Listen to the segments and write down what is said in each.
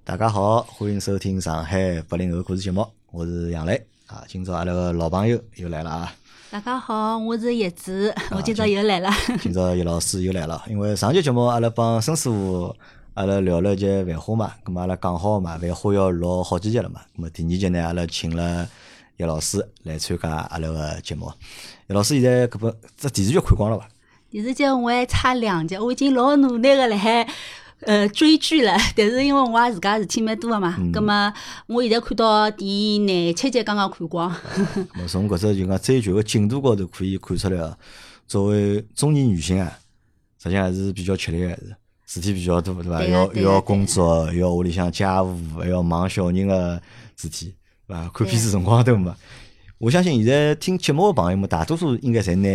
大家好，欢迎收听上海80后故事节目，我是杨磊啊。今朝阿拉个老朋友又来了啊。 大家好，我是叶子，我今朝又来了。 今朝叶老师又来了，因为上期节目阿拉帮孙师傅阿拉聊了一集繁花嘛，咁阿拉讲好嘛，繁花要录好几集了嘛，咁第二集呢，阿拉请了叶老师来参加阿拉个节目。叶老师现在搿部这电视剧看光了伐？ 电视剧我还差2集，我已经老努力个辣海追剧了，但是因为我也自家事体蛮多个嘛，葛末我现在看到第廿7集刚刚看光。 从搿只就讲追剧个进度高头可以看出来啊，作为中年女性啊，实际上还是比较吃力个，事体比较多，对伐？要工作，要屋里向家务，还要忙小人个事体，对伐？看片子辰光都没。我相信现在听节目个朋友们，大多数应该侪拿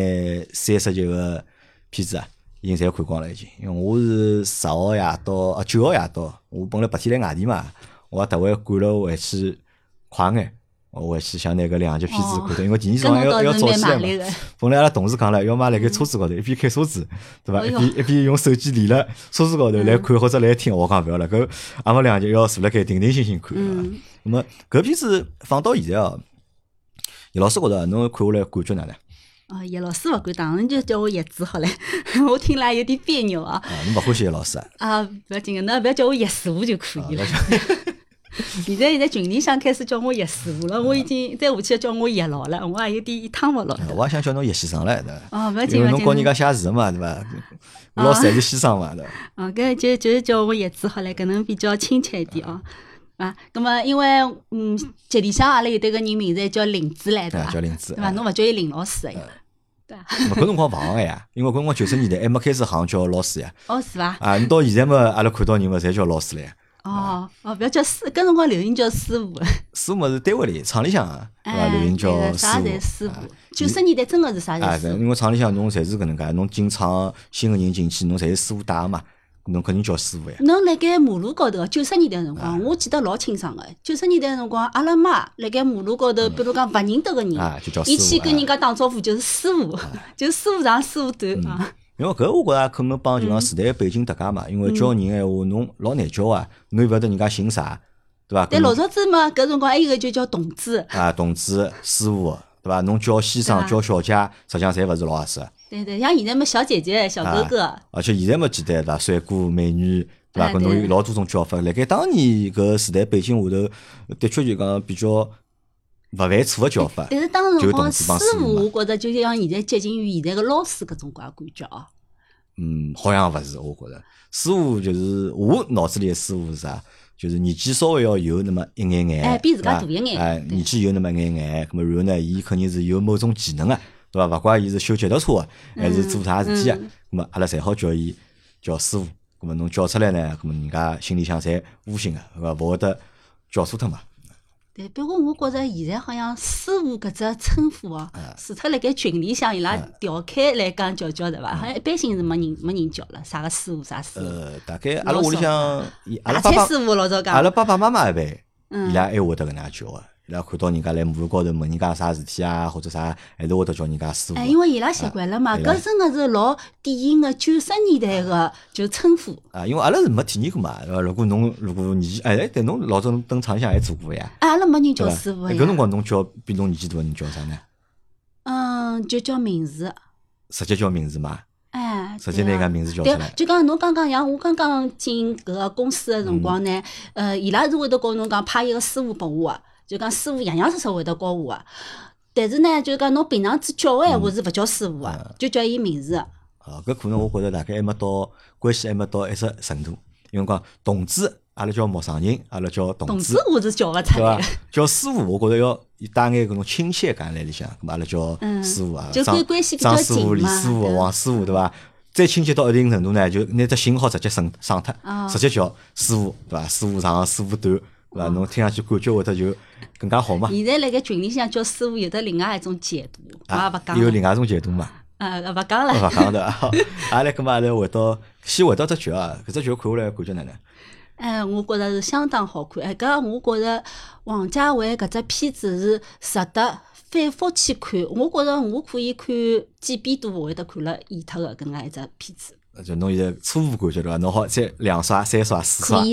30集个片子啊，已经侪看光了已经。因为我是10号夜到9号夜到，我本来白天来外地嘛，我也特为赶了回去快眼，我回去想拿搿2集片子看到，因为第二天早上要早起来嘛。本来阿拉同事讲了，要么辣盖车子高头一边开车子，对伐？一边用手机连了车子高头来看或者来听。我讲勿要了，搿阿拉2集要坐辣盖定定心心看。那么搿片子放到现在哦，叶老师觉得侬看下来感觉哪能？ 叶老师勿敢当，侬就叫我叶子好了，我听了有点别扭啊。 侬勿欢喜叶老师啊？ 啊，勿要紧个，侬勿要叫我叶师傅就可以了。现在群里向开始叫我叶师傅了，我已经再下去叫我叶老了，我也有点一趟勿落。 我也想叫侬叶先生了，对伐？ 勿要紧， 因为侬教人家写字嘛，对伐？老师还是先生嘛，对伐？ 搿就是叫我叶子好了，搿能比较亲切一点哦。啊，咁么因为节里向阿拉有得个人名字叫林子唻，对伐？ 叫林子， 对伐？侬勿叫伊林老师个呀？对啊。 搿辰光勿行个呀，因为搿辰光90年代还没开始行叫老师呀。 哦，是伐？ 啊，你到现在嘛，阿拉看到人嘛，侪叫老师了呀。 哦，勿要叫师，搿辰光流行叫师傅。 师傅是单位里厂里向啊，对伐？流行叫师傅。 啥侪师傅？90年代真个是啥侪师傅？ 因为厂里向侬侪是搿能介，侬进厂新个人进去，侬侪是师傅带个嘛。侬肯定叫师傅呀！ 侬辣盖马路高头，90年代辰光，我记得老清爽个。90年代辰光，阿拉妈辣盖马路高头，比如讲勿认得个人，伊去跟人家打招呼就是师傅，就是师傅长师傅短啊。 因为搿我觉着可能帮就讲时代背景搭界嘛，因为叫人闲话侬老难叫啊，侬又勿晓得人家姓啥，对伐？ 但老早子嘛，搿辰光还有个就叫同志啊，同志、师傅，对伐？侬叫先生、叫小姐，实际上侪勿是老合适。 对，像现在么小姐姐、小哥哥， 而且现在么简单对伐？帅哥美女对伐？搿侬有老多种叫法。辣盖当年搿时代背景下头，的确就讲比较勿犯错个叫法。 但是当时辰光师傅， 我觉着就像现在接近于现在个老师搿种感觉哦。 好像勿是，我觉着师傅就是我脑子里的师傅是啥？就是年纪稍微要有那么一眼眼， 比自家大一眼， 年纪有那么一眼眼，咁么然后呢，伊肯定是有某种技能个。对伐？勿管伊是修脚踏车个，还是做啥事体个，咁么阿拉侪好叫伊叫师傅。咁么侬叫出来呢，咁么人家心里向侪窝心个，对伐？勿会得叫错脱嘛。 对，不过我觉着现在好像师傅搿只称呼哦，除脱辣盖群里向伊拉调开来讲叫对伐？好像一般性是没人叫了，啥个师傅啥师傅。 大概阿拉屋里向，阿拉爸爸师傅老早讲， 阿拉爸爸妈妈一辈，伊拉还会得搿能样叫个。伊拉看到人家来马路高头问人家啥事体啊，或者啥，还是会得叫人家师傅。 因为伊拉习惯了嘛，搿真个是老典型个90年代个就称呼。 因为阿拉是没体验过嘛，对伐？如果年纪，对侬老早蹲厂里向还做过呀。 阿拉没人叫师傅呀。 搿辰光侬叫比侬年纪大个人叫啥呢？就叫名字。 直接叫名字嘛？直接拿个名字叫出来。 就讲侬刚刚像我刚刚进搿个公司个辰光呢，伊拉是会得告侬讲派一个师傅拨我个。就讲师傅洋洋实实会得教我个，但是呢，就讲侬平常子叫个闲话是勿叫师傅个，就叫伊名字个。 搿可能我觉着大概还没到关系还没到一只程度，因为讲同志，阿拉叫陌生人，阿拉叫同志。 同志我是叫勿出来个。 叫师傅，我觉着要带眼搿种亲切感来里向，咾阿拉叫师傅啊， 就跟关系比较近嘛。 张师傅、李师傅、王师傅，对伐？再亲切到一定程度呢，就拿只型号直接省脱，直接叫师傅，对伐？师傅长，师傅短。对伐？侬听上去感觉会得就更加好嘛。 现在辣盖群里向叫师傅有得另外一种解读，我也勿讲。 有另外一种解读嘛？ 勿讲了。 勿讲的。阿拉搿么阿拉回到只剧啊，搿只剧看下来感觉哪能？ 我觉着是相当好看。搿我觉着王家卫搿只片子是值得反复去看。我觉着我可以看几遍都勿会得看了厌脱个搿能介一只片子。 就侬现在初步感觉对伐？侬好再2刷、3刷、4刷。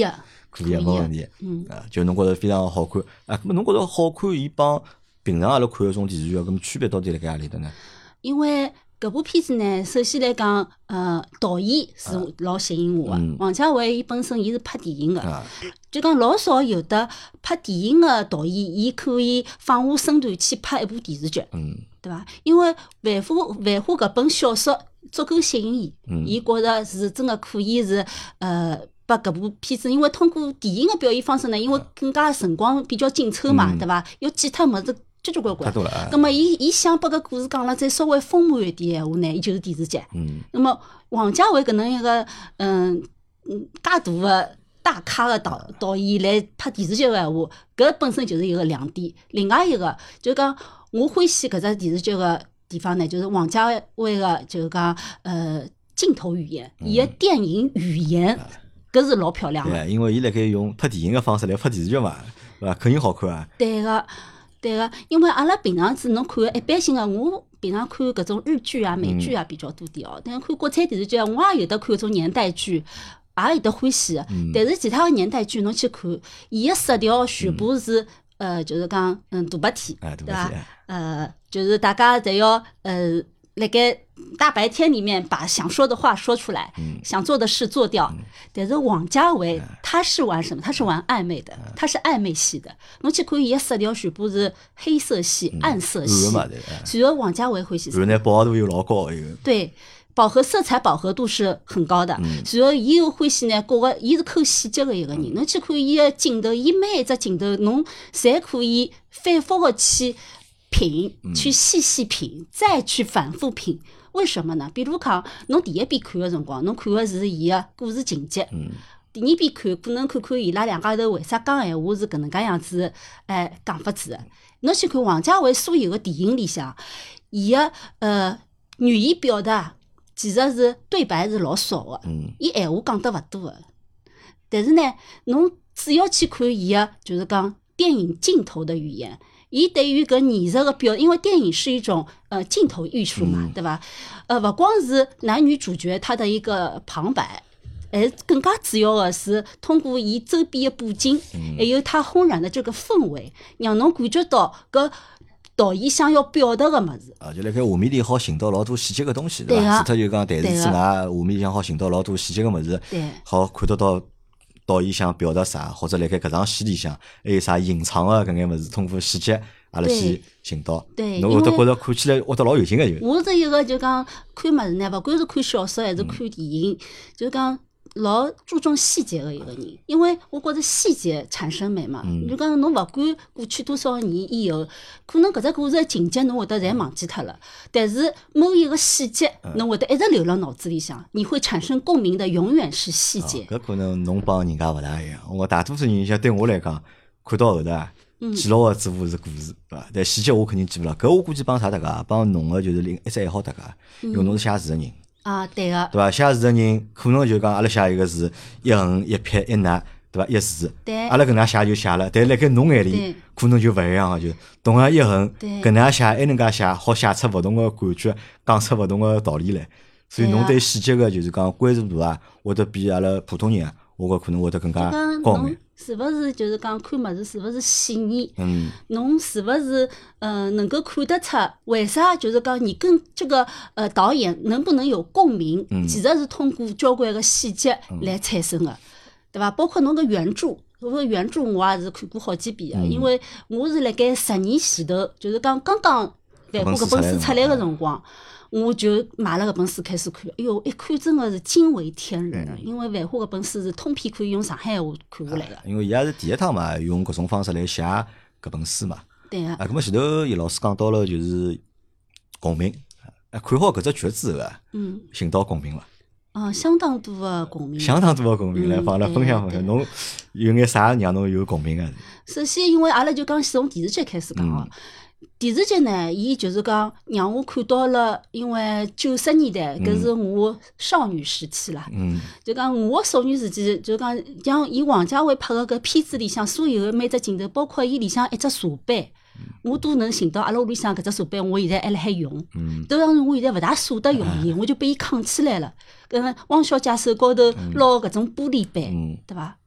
可以没问题。就侬觉着非常好看啊，咁么侬觉着好看，伊帮平常阿拉看搿种电视剧，咁区别到底辣盖何里搭呢？ 因为搿部片子呢，首先来讲，导演是老吸引我的。王家卫伊本身伊是拍电影的，就讲老少有的拍电影的导演，伊可以放下身段去拍一部电视剧，对伐？因为繁花搿本小说足够吸引伊，伊觉着是真的可以是把搿部片子，因为通过电影的表现方式呢，因为更加辰光比较紧凑嘛，对伐？要记脱物事。交交关关，咁么伊想把搿故事讲了再稍微丰满一点闲话呢，伊就是电视剧。那么王家卫搿能一个介大个大咖个导演来拍电视剧个闲话，搿本身就是一个亮点。另外一个就讲我欢喜搿只电视剧个地方呢，就是王家卫个就是讲镜头语言，伊个电影语言搿是老漂亮个。 对，因为伊辣盖用拍电影个方式来拍电视剧嘛，对伐？肯定好看啊。 对个。对个，因为阿拉平常子侬看一般性个，我平常看搿种日剧啊、美剧啊比较多点哦。但看国产电视剧，我也有得看搿种年代剧，也有得欢喜个。但是其他个年代剧侬去看，伊个色调全部是就是讲大白天，对伐？就是大家侪要辣盖大白天里面把想说的话说出来，想做的事做掉。但是王家卫他是玩什么？他是玩暧昧的，他是暧昧系的。侬去看伊个色调全部是黑色系、暗色系。随后王家卫欢喜什么？ 然后呢，饱和度又老高， 对。色彩饱和度是很高的，然后伊又欢喜呢，各个伊是抠细节的一个人。侬去看伊个镜头，伊每一只镜头侬侪可以反复的去品，去细品，再去反复品。为什么呢？比如讲，侬第一遍看的辰光，侬看的是伊个故事情节。第二遍看，可能看看伊拉两家头为啥讲闲话是搿能介样子，讲法子的。侬去看王家卫所有的电影里向，伊个语言表达其实是对白是老少的，伊闲话讲得勿多的。但是呢，侬只要去看伊个，就是讲电影镜头的语言。伊对于搿艺术个表，因为电影是一种镜头艺术嘛，对伐？勿光是男女主角他的一个旁白，更加主要的是通过伊周边的布景，还有他烘染的这个氛围，让侬感觉到搿导演想要表达个物事。 就辣盖画面里好寻到老多细节个东西，对伐？除脱就讲台词之外，画面里向好寻到老多细节个物事，好看得到。导演想表达啥，或者辣盖搿场戏里向还有啥隐藏个搿眼物事，通过细节阿拉去寻到。 对， 侬会得觉着看起来会得老有劲个就。 我是一个就讲看物事呢，勿管是看小说还是看电影，就讲老注重细节的一个人。因为我觉着细节产生美嘛。就讲侬勿管过去多少年以后，可能搿只故事的情节侬会得侪忘记脱了，但是某一个细节侬会得一直留辣脑子里向，你会产生共鸣的永远是细节。 搿可能侬帮人家勿大一样。我大多数人像对我来讲，看到后头啊，记牢个只是故事，对伐？但细节我肯定记勿牢。搿我估计帮啥搭界？帮侬个就是一只爱好搭界，因为侬是写字个人。 对个， 对伐？写字个人可能就讲阿拉写一个字，一横一撇一捺，对伐？一竖，阿拉搿能写就写了。但辣盖侬眼里，可能就勿一样个，就同样一横，搿能写还能介写，好写出勿同个感觉，讲出勿同个道理来。所以侬对细节个就是讲关注度啊，会得比阿拉普通人啊，我觉可能会得更加高眼。 是勿是就是讲看物事是勿是细腻？侬是勿是能够看得出为啥就是讲你跟这个导演能不能有共鸣？其实是通过交关个细节来产生的，对伐？包括侬个原著，我也是看过好几遍的，因为我是辣盖10年前头，就是讲刚刚《繁花》搿本书出来个辰光。我就买了搿本书开始看，哎哟，一看真的是惊为天人。因为《繁花》搿本书是通篇可以用上海话看下来的。 因为伊也是第一趟嘛，用搿种方式来写搿本书嘛。 对啊。 搿么前头叶老师讲到了就是共鸣，看好搿只剧之后啊，寻到共鸣了。 相当多的共鸣。 相当多的共鸣来帮阿拉分享分享，侬有眼啥让侬有共鸣个？ 首先，因为阿拉就讲先从电视剧开始讲哦。电视剧呢，伊就是讲让我看到了，因为90年代搿是我少女时期啦。就讲我少女时期，就讲像以王家卫拍个搿片子里向所有的每只镜头，包括伊里向一只茶杯，我都能寻到阿拉屋里向搿只茶杯，我现在还辣海用。当然我现在勿大舍得用伊，我就被伊扛起来了。跟汪小姐手高头捞搿种玻璃杯，对伐？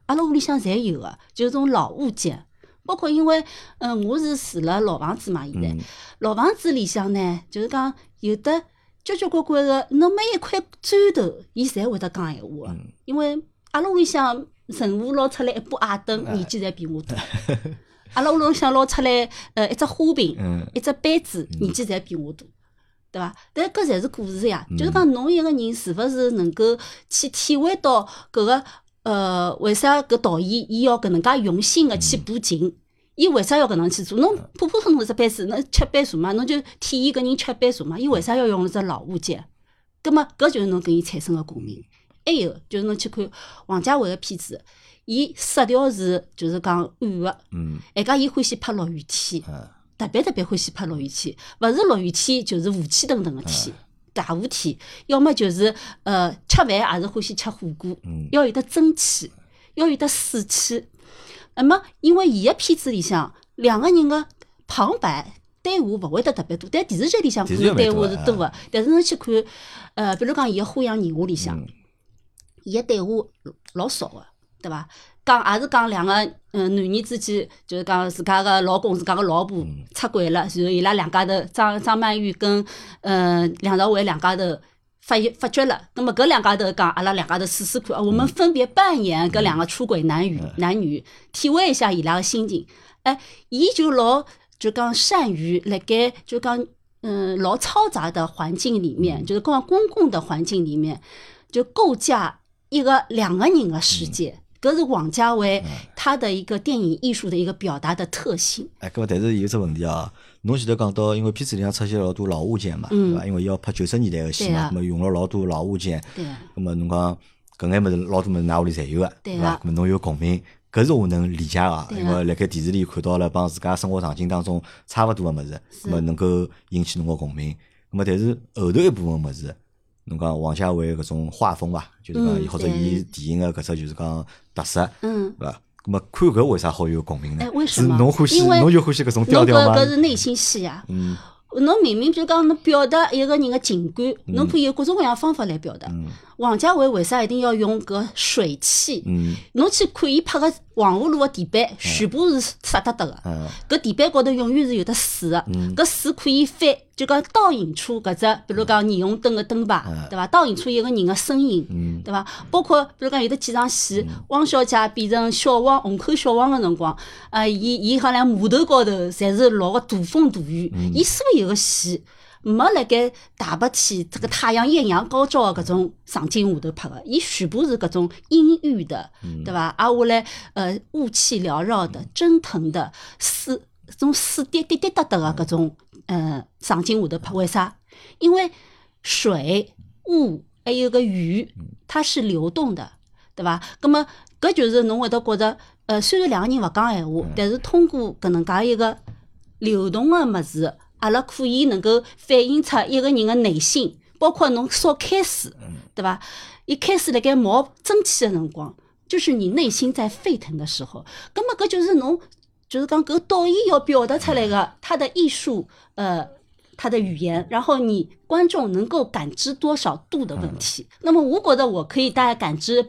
阿拉屋里向侪有个，就是种老物件。包括因为我是住了老房子嘛，现在老房子里向呢，就是讲有的交交关关个，侬每一块砖头，伊侪会得讲闲话个。因为阿拉屋里向任何捞出来一把矮凳，年纪侪比我大。阿拉屋里向捞出来一只花瓶，一只杯子，年纪侪比我大。对伐？但搿侪是故事呀，就是讲侬一个人是勿是能够去体会到搿个为啥搿导演伊要搿能介用心个去布景？伊为啥要搿能去做？侬普普通通一只杯子，侬吃杯茶嘛，侬就体验搿人吃杯茶嘛。伊为啥要用一只老物件？葛末搿就是侬跟伊产生个共鸣。还有就是侬去看王家卫个片子，伊色调是就是讲暗个，人家伊欢喜拍落雨天。特别欢喜拍落雨天，勿是落雨天就是雾气腾腾个天，大雾天，要么就是吃饭也是欢喜吃火锅，要有得蒸汽，要有得水汽。那么因为伊个片子里向两个人个旁白对话勿会得特别多，但电视剧里向可能对话是多个。但是侬去看比如讲伊个《花样年华》里向，伊个对话老少个，对伐？也是讲两个男人之间，就是讲自家个老公、自家个老婆出轨了，然后伊拉两家头张曼玉跟梁朝伟两家头发觉了，那么搿两家头讲阿拉两家头试试看，我们分别扮演搿两个出轨男女，体会一下伊拉个心情。伊就讲善于辣盖就讲老嘈杂的环境里面，就是讲公共的环境里面，就构架两个人的世界。搿是王家卫他的一个电影艺术的一个表达的特性。 搿么但是有只问题啊，侬前头讲到，因为片子里向出现了老多老物件嘛，对伐？因为要拍90年代个戏嘛，搿么用了老多老物件，搿么侬讲搿眼物事老多物事㑚屋里侪有个，对伐？搿么侬有共鸣，搿是我能理解个，因为辣盖电视里看到了帮自家生活场景当中差勿多个物事，搿么能够引起侬个共鸣。搿么但是后头一部分物事。侬讲王家卫搿种画风伐，就是讲或者伊电影个搿只就是讲特色，对伐？咁么看搿为啥好有共鸣呢？ 为什么？ 是侬欢喜，侬就欢喜搿种调调吗？ 搿是内心戏呀。侬明明就讲侬表达一个人的情感，侬可以有各种各样方法来表达。王家卫为啥一定要用搿水汽？侬去看伊拍个黄河路个地板，全部是湿哒哒个。搿地板高头永远是有得水个，搿水可以翻，就讲倒映出搿只，比如讲霓虹灯个灯牌，对伐？倒映出一个人个身影，对伐？包括比如讲有的几场戏，汪小姐变成虹口小王个辰光，伊好像码头高头侪是落个大风大雨，伊所有个戏。没辣盖大白天这个太阳艳阳高照的搿种场景下头拍的，伊全部是搿种阴郁的，对伐？挨下来雾气缭绕的、蒸腾的水滴滴滴答答的搿种场景下头拍，为啥？因为水、雾还有个雨，它是流动的，对伐？葛么搿就是侬会得觉着，虽然两个人勿讲闲话，但是通过搿能介一个流动的物事。阿拉可以能够反映出一个人的内心，包括侬烧开水，对吧？一开始辣盖冒蒸汽的辰光，就是你内心在沸腾的时候。咁么搿就是侬，就是讲搿导演要表达出来的他的艺术，他的语言，然后你观众能够感知多少度的问题。那么我觉得我可以大概感知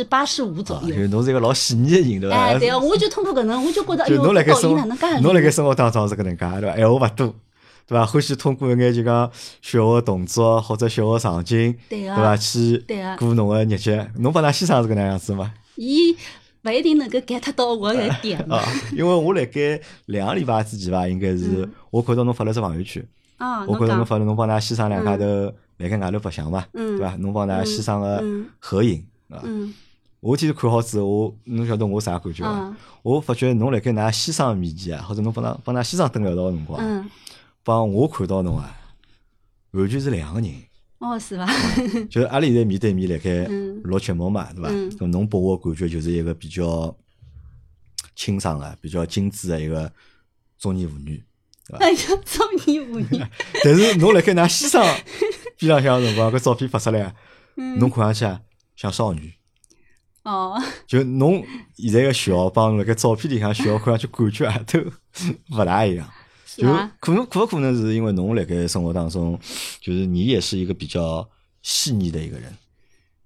85%左右。 侬是一个老细腻的人，对伐？ 对啊，我就通过搿能，我就觉得，哎呦， 侬辣盖生活当中是搿能介，对伐？闲话勿多。对伐？欢喜通过一眼就讲小个动作或者小个场景，对伐？去过侬个日脚。侬帮㑚先生是搿能样子吗？ 伊勿一定能够 get 到我个点。 因为我辣盖2个礼拜之前伐，应该是我看到侬发了只朋友圈。我看到侬发了侬帮㑚先生两家头辣盖外头白相嘛，对伐？侬帮㑚先生个合影，我天看好之后，侬晓得我啥感觉伐？我发觉侬辣盖㑚先生面前啊，或者侬帮㑚先生蹲辣一道个辰光。帮我看到侬啊，完全是两个人。 是伐？ 就是阿拉现在面对面辣盖录节目嘛，对伐？咁侬拨我感觉就是一个比较清爽的、比较精致的一个中年妇女，对伐？ 哎呀，中年妇女。 但是侬辣盖㑚先生边浪向个辰光，搿照片发出来，侬看上去像少女。就侬现在个笑帮辣盖照片里向笑，看上去感觉啊都勿大一样。就可能是因为侬辣盖生活当中，就是你也是一个比较细腻的一个人，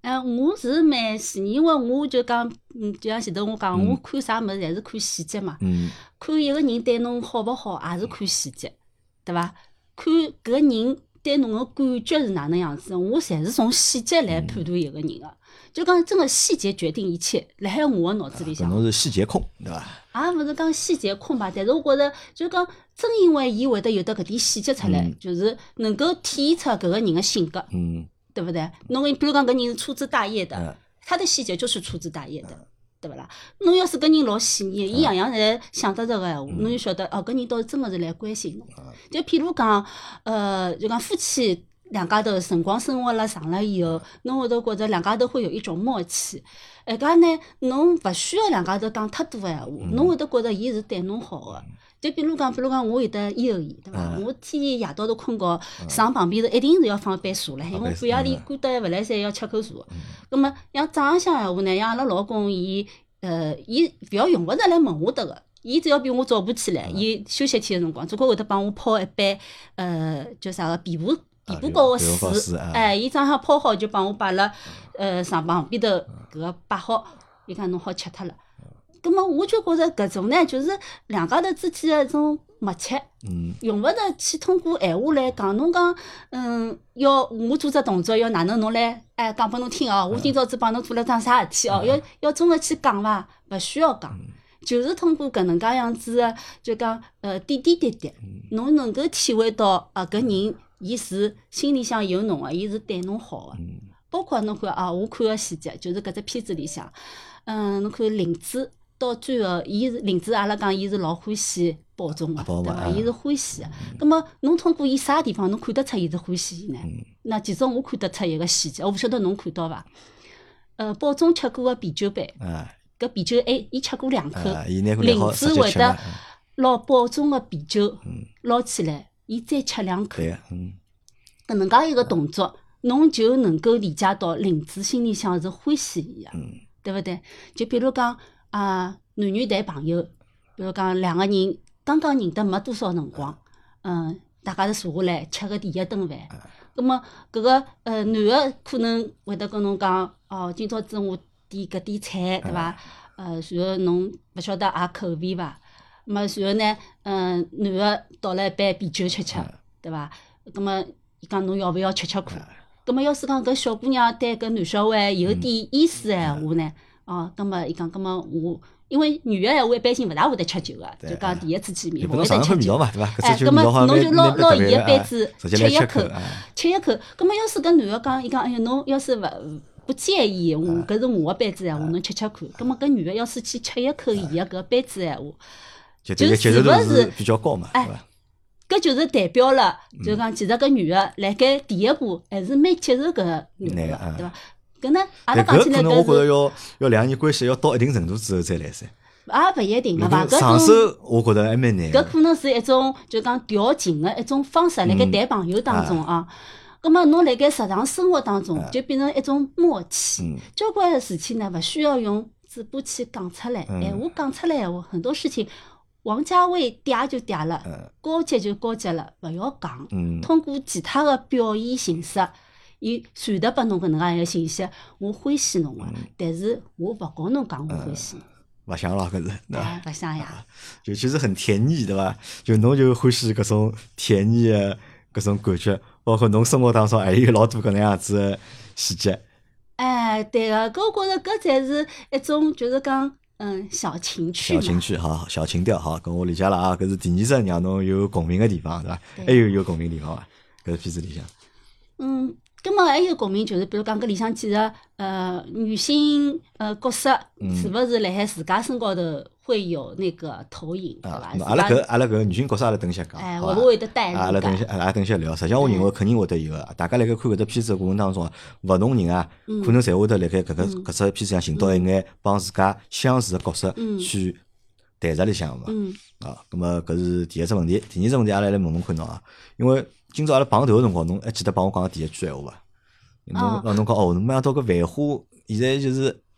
我是蛮细腻，因为我就讲，就像前头我讲，我看啥物事侪是看细节嘛。看一个人对侬好勿好，也是看细节，对伐？看搿个人对侬个感觉是哪能样子，我侪是从细节来判断一个人个。就讲真个细节决定一切，辣海我个脑子里向。 侬是细节控，对伐？ 也勿是讲细节控吧，但是我觉着，就讲正因为伊会得有得搿点细节出来，就是能够体现出搿个人个性格。对不对？侬比如讲，搿人是粗枝大叶的，他的细节就是粗枝大叶的，对勿啦？侬要是搿人老细腻，伊样样侪想得着个闲话，侬就晓得哦，搿人倒是真个是来关心侬。就譬如讲，就讲夫妻两家头辰光生活了长了以后，侬会得觉着两家头会有一种默契。而家呢，侬勿需要两家头讲太多闲话，侬会得觉着伊是对侬好个。就比如讲，我有得婴幼儿，对伐？我天天夜到头困觉，床旁边头一定是要放一杯茶唻，因为半夜里赶得勿来三要吃口茶。葛末像早浪向闲话呢，像阿拉老公伊勿要用勿着来问我得个，伊只要比我早爬起来，伊休息天个辰光，总归会得帮我泡一杯叫啥个枇杷膏个水，伊早上泡好就帮我摆辣床旁边头搿个摆好，伊讲侬好吃脱了。咁么我就觉着搿种呢，就是两家头之间的一种默契，用勿着去通过闲话来讲。侬讲，要我做只动作，要哪能侬来，讲拨侬听哦。我今朝子帮侬做了桩啥事体哦，要真个去讲伐？勿需要讲，就是通过搿能介样子的，就讲点点滴滴，侬能够体会到搿人伊是心里向有侬个，伊是对侬好个。包括侬看我看个细节，就是搿只片子里向，侬看林子。到最后，林子阿拉讲伊是老欢喜宝总个，对伐？伊是欢喜个。葛末侬通过伊啥地方侬看得出伊是欢喜伊呢？那其中我看得出一个细节，我勿晓得侬看到伐？宝总吃过个啤酒杯，搿啤酒伊吃过2口，林子会得拿宝总个啤酒捞起来，伊再吃2口。搿能介一个动作，侬就能够理解到林子心里向是欢喜伊个，对勿对？就比如讲。男女谈朋友，比如讲两个人刚刚认得没多少辰光，大家头坐下来吃个第一顿饭，葛末搿个男个可能会得跟侬讲，哦，今朝子我点搿点菜，对伐？然后侬勿晓得合口味伐？咁么然后呢，男个倒了一杯啤酒吃，对伐？葛末伊讲侬要勿要吃看？葛末要是讲搿小姑娘对搿男小孩有点意思个闲话呢？葛末伊讲，葛末我因为女个闲话一般性勿大会得吃酒个，就讲第一次见面勿会得吃酒嘛， 对伐？ 葛末侬就拿伊个杯子吃一口，葛末要是搿男个讲，伊讲，哎呀，侬要是不介意，搿是我个杯子闲话，侬吃看。葛末搿女个要是去吃一口伊个搿杯子闲话，就是是勿是比较高嘛？对伐？ 搿就是代表了，就讲其实搿女个辣盖第一步还是蛮接受搿男个，对伐？搿呢，阿拉讲起来可能我觉着要两个人关系要到一定程度之后再来噻。 也勿一定个伐？ 上手我觉着还蛮难。 搿可能是一种就讲调情个一种方式，辣盖谈朋友当中啊。葛末侬辣盖日常生活当中就变成一种默契。交关个事体呢，勿需要用嘴巴去讲出来，闲话讲出来闲话，很多事情王家卫嗲就嗲了，高级就高级了，勿要讲。通过其他个表现形式。伊传达拨侬搿能介一个信息，我欢喜侬个，但是我勿告侬讲我欢喜侬。 勿像咯，搿是， 勿像呀。 就其实很甜腻，对伐？就侬就欢喜搿种甜腻个搿种感觉，包括侬生活当中还有老多搿能样子个细节。 对个，搿我觉着搿才是一种就是讲小情趣。 小情趣好，小情调好，搿我理解了啊。搿是第二只让侬有共鸣个地方，对伐？还有共鸣地方伐？搿片子里向。 葛末还有共鸣，就是比如讲搿里向几个女性角色，是勿是辣海自家身高头会有那个投影，对伐？ 阿拉搿女性角色阿拉等一下讲， 会勿会得带入感？ 阿拉等一下聊。实际上我认为肯定会得有个。大家辣盖看搿只片子个过程当中，勿同人啊，可能侪会得辣盖搿只片子上寻到一眼帮自家相似个角色去谈入里向个嘛。葛末搿是第一只问题。第二只问题，阿拉来问问看侬啊，因为今朝阿拉碰头个辰光，侬还记得帮我讲个第一句闲话伐？侬讲侬没想到搿繁花现在就是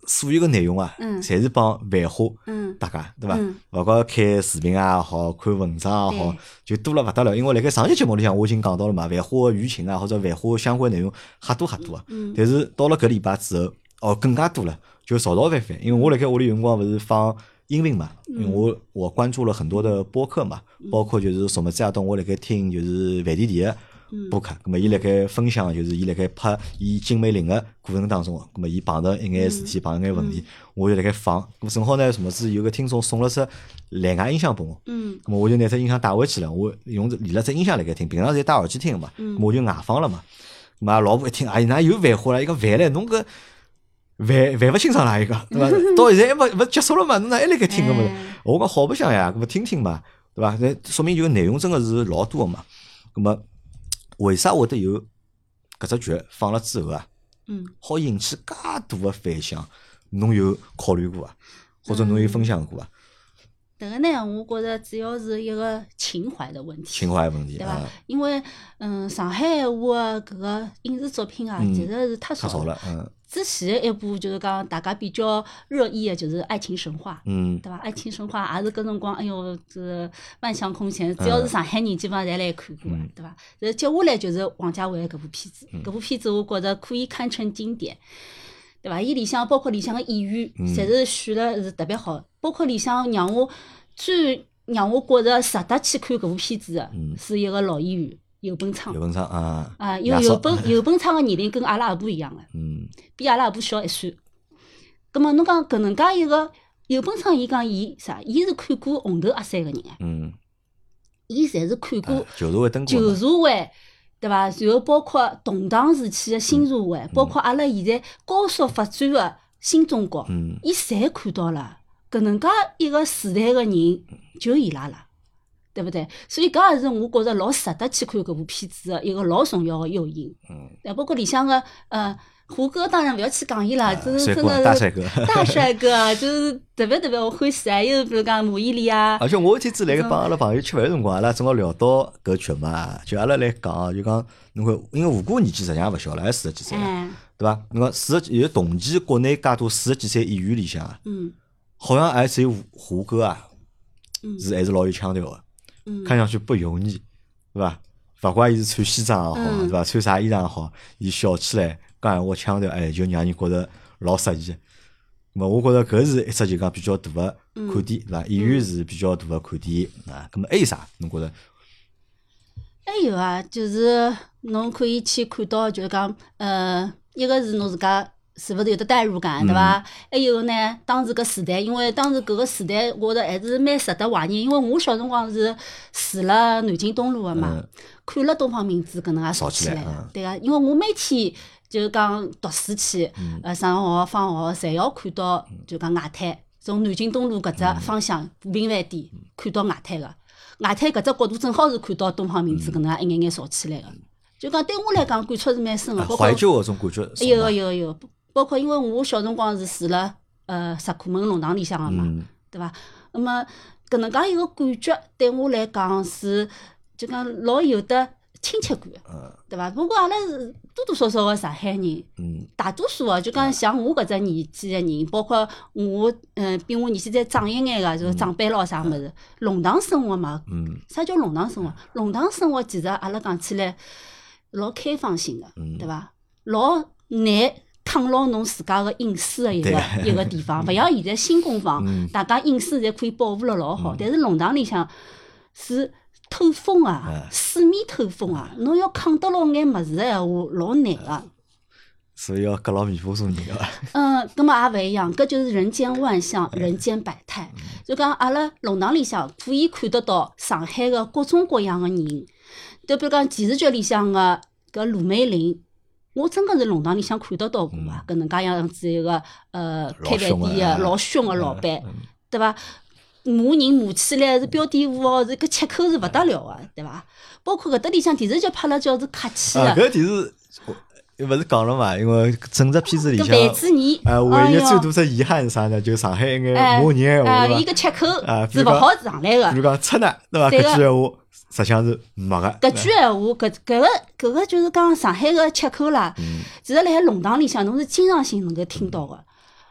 所有个内容啊，侪是帮繁花搭界，对伐？包括开视频也好，看文章也好，就多了勿得了。因为辣盖上期节目里向我已经讲到了嘛，繁花舆情啊，或者繁花相关内容瞎多啊。但是到了搿礼拜之后，更加多了，就吵吵翻翻。因为我辣盖屋里有辰光勿是放音频嘛，因为我关注了很多的播客嘛，包括就是什么这亚东，我辣盖听就是范甜甜个播客，咁么伊辣盖分享，就是伊辣盖拍伊金美玲个过程当中，咁么伊碰到一眼事体，碰到一眼问题，我就辣盖放。咁正好呢，什么是有个听众送了只蓝牙音箱拨我，咁么我就拿只音箱带回去了，我用连了只音箱辣盖听，平常侪戴耳机听嘛，咁我就外放了嘛。咁啊，老婆一听，哎，哪有繁花啦？伊讲烦唻，侬搿烦勿清爽啦，伊讲，对伐？到现在还勿结束了嘛？侬哪还辣盖听个么？我讲好白相呀，咁么听听嘛，对伐？那说明就内容真个是老多个嘛。咁么为啥会得有搿只剧放了之后啊？好引起介大个反响？侬有考虑过啊？或者侬有分享过啊？ 迭个呢，我觉着主要是一个情怀的问题。 情怀问题， 对伐？因为上海闲话搿个影视作品啊，其实是太少了。之前一部就是讲大家比较热议的，就是《爱情神话》，对伐？《爱情神话》也是搿辰光，哎哟，这万象空前，只要是上海人，基本上侪来看过，对伐？接下来就是王家卫搿部片子，搿部片子我觉着可以堪称经典。对伐？伊里向包括里向个演员，侪是选了是特别好，包括里向让我觉着值得去看搿部片子的，是一个老演员游本昌。游本昌啊， 因为游本昌个年龄跟阿拉阿婆一样个，比阿拉阿婆小1岁。葛末侬讲搿能介一个游本昌，伊讲伊啥？伊是看过《红头阿三》个人哎，伊侪是看过旧社会。对伐？然后包括动荡时期的新社会，包括阿拉现在高速发展的新中国，伊侪看到了。搿能介一个时代个人，就伊拉啦，对不对？所以搿也是我觉着老值得去看搿部片子的一个老重要的诱因。包括里向个胡歌，当然勿要去讲伊啦，就是真的是大帅哥，就是特别我欢喜啊！又比如讲马伊琍啊。 而且我天子来个帮阿拉朋友吃饭辰光，阿拉正好聊到搿剧嘛，就阿拉来讲，就讲侬看，因为胡歌年纪实际上勿小了，还40几岁了，对伐？侬讲有同期国内介多40几岁演员里向，好像还只有胡歌啊，还是老有腔调的，看上去不油腻，对伐？勿怪伊是穿西装也好，对伐？穿啥衣裳也好，伊笑起来。讲闲话腔调，就让人觉着老适意。咁我觉着搿是一只就讲比较大个看点，对伐？演员是比较大个看点啊。咁还有啥？侬觉着？ 还有啊，就是侬可以去看到，就是讲一个是侬自家是勿是有得代入感，对伐？还有呢，当时搿时代，因为当时搿个时代，我觉着还是蛮值得怀念。因为我小辰光是住辣南京东路个嘛，看了《东方明珠》搿能介吵起来个，对个。因为我每天就讲读书去，上学放学侪要看到，就讲外滩，从南京东路搿只方向和平饭店看到外滩个，外滩搿只角度正好是看到东方明珠搿能介一眼眼吵起来个，就讲对我来讲感触是蛮深个。 怀旧搿种感觉。 有，包括因为我小辰光是住辣石库门弄堂里向个嘛，对伐？那么搿能介一个感觉对我来讲是就讲老有得亲切感，对伐？不过阿拉是多多少少个上海人，大多数就讲像我搿只年纪个人，包括我，比我年纪再长一眼个，就是长辈咯啥物事，弄堂生活嘛。啥叫弄堂生活？弄堂生活其实阿拉讲起来老开放性个，对伐？老难抗牢侬自家个隐私个一个地方，勿像现在新公房，大家隐私侪可以保护了老好，但是弄堂里向是。透风啊，四面透风啊，侬要扛得牢眼物事个闲话，老难个。 所以要隔牢面包做人个。 葛末也勿一样，搿就是人间万象，人间百态。就讲阿拉弄堂里向可以看得到上海个各种各样个人，就比如讲电视剧里向个搿卢美玲，我真个是弄堂里向看得到过啊，搿能介样子一个开饭店个老凶个老板，对伐？骂人骂起来是标点符号，是搿切口是勿得了个，对伐？包括搿搭里向电视剧拍了叫是客气个。 搿电视勿是讲了嘛？因为整只片子里向， 范志毅， 唯一最大只遗憾是啥呢？就上海一眼骂人闲话， 伊个切口是勿好上来个。 比如讲出呢，对伐？搿句闲话实际上是没个。 搿句闲话，搿个就是讲上海个切口啦，其实辣海弄堂里向侬是经常性能够听到个。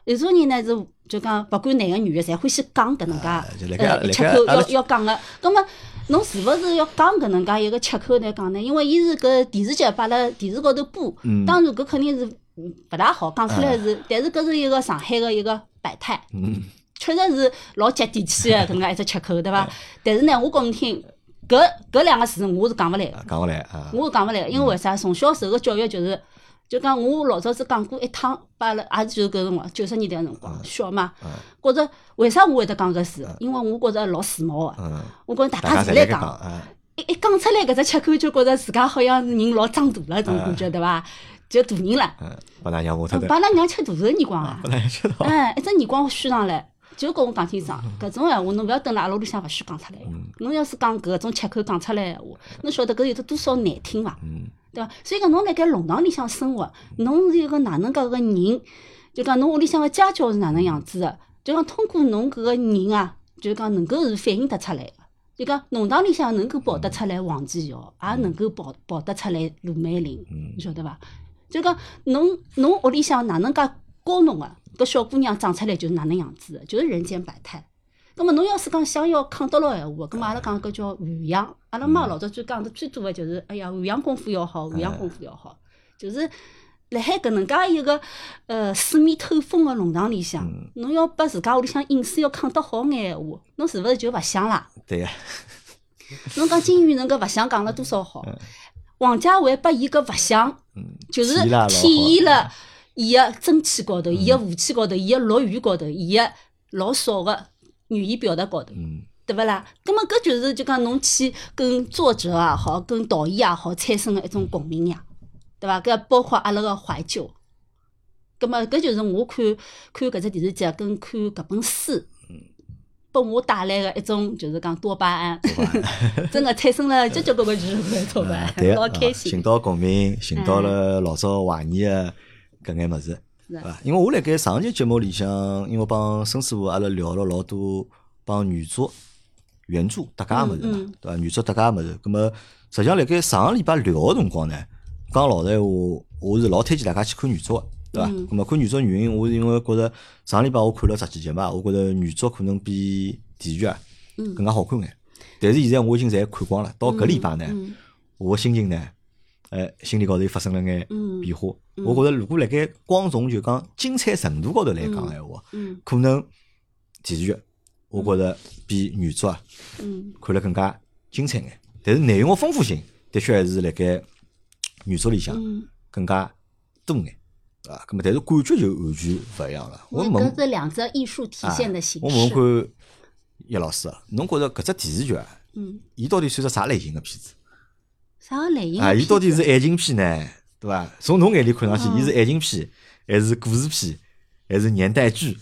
有种人呢是就讲勿管男个女个，侪欢喜讲搿能介就吃口要讲个。葛末侬是勿是要讲搿能介一个吃口来讲呢？因为伊是搿电视剧摆辣电视高头播，当然搿肯定是勿大好讲出来是，但是搿是一个上海个一个百态，确实是老接地气个搿能介一只吃口，对伐？但是呢，我讲侬听，搿两个字我是讲勿来个， 讲勿来啊， 我是讲勿来个，因为为啥？从小受个教育就是。就讲我老早子讲过一趟，摆了也是就是搿辰光90年代辰光小嘛，觉着为啥我会得讲搿事？因为我觉着老时髦个，我觉着大家侪来讲，一讲出来搿只吃口就觉着自家好像是人老长大了种感觉，对伐？就大人了， 把㑚娘骂脱的， 把㑚娘吃大头眼光啊！ 把㑚娘吃到， 一只眼光虚上来，就跟我讲清爽，搿种闲话侬勿要等辣阿拉屋里向勿许讲出来，侬要是讲搿种吃口讲出来闲话，侬晓得搿有得多少难听伐？对伐？所以讲侬辣盖弄堂里向生活，侬是一个哪能介个人？就讲侬屋里向个家教是哪能样子个？就讲通过侬搿个人啊，就讲能够是反映得出来个。就讲弄堂里向能够跑得出来王继尧，也能够跑得出来罗美玲，你晓得伐？就讲侬屋里向哪能介教侬个？搿小姑娘长出来就是哪能样子个？就是人间百态。咁么侬要是讲想要抗得牢闲话，咁么阿拉讲搿叫涵养。阿拉妈老早最讲得最多个就是，哎呀，涵养功夫要好，涵养功夫要好。就是辣海搿能介一个四面透风个弄堂里向，侬要把自家屋里向隐私要抗得好眼闲话，侬是勿是就勿想啦？ 对个。 侬讲金宇能搿勿想讲了多少好？王家卫把伊搿勿想，就是体现了伊个真气高头，伊个武器高头，伊个落语高头，伊个老少个。语言表达高头，对勿啦？葛么搿就是就讲侬去跟作者也好，跟导演也好，产生个一种共鸣呀，对伐？搿包括阿拉个怀旧。葛么搿就是我看搿只电视剧跟看搿本书，拨我带来个一种就是讲多巴胺，真个产生了交交关关就是搿多巴胺，老开心。 寻到共鸣，寻到了老早怀念个搿眼物事。因为我辣盖上期节目里向，因为帮孙师傅阿拉聊了老多帮原著搭界物事嘛，对伐？原著搭界物事，葛么实际上辣盖上个礼拜聊个辰光呢，讲老实闲话，我是老推荐大家去看原著个，对伐？葛么看原著原因，我是因为觉着上个礼拜我看了十几集嘛，我觉着原著可能比电视剧更加好看眼。但是现在我已经侪看光了，到搿礼拜呢，我心情呢，心理高头又发生了眼变化。我觉着如果辣盖光从就讲精彩程度高头来讲闲话，可能电视剧我觉着比原著看了更加精彩眼。但是内容个丰富性的确还是辣盖原著里向更加多眼，啊，咁么但是感觉就完全勿一样了。我问搿是两者艺术体现的形式。 我问看叶老师，侬觉着搿只电视剧伊到底算只啥类型个片子？ 啥类型啊？伊到底是爱情片呢？对伐？从侬眼里看上去，伊是爱情片，还是故事片，还是年代剧？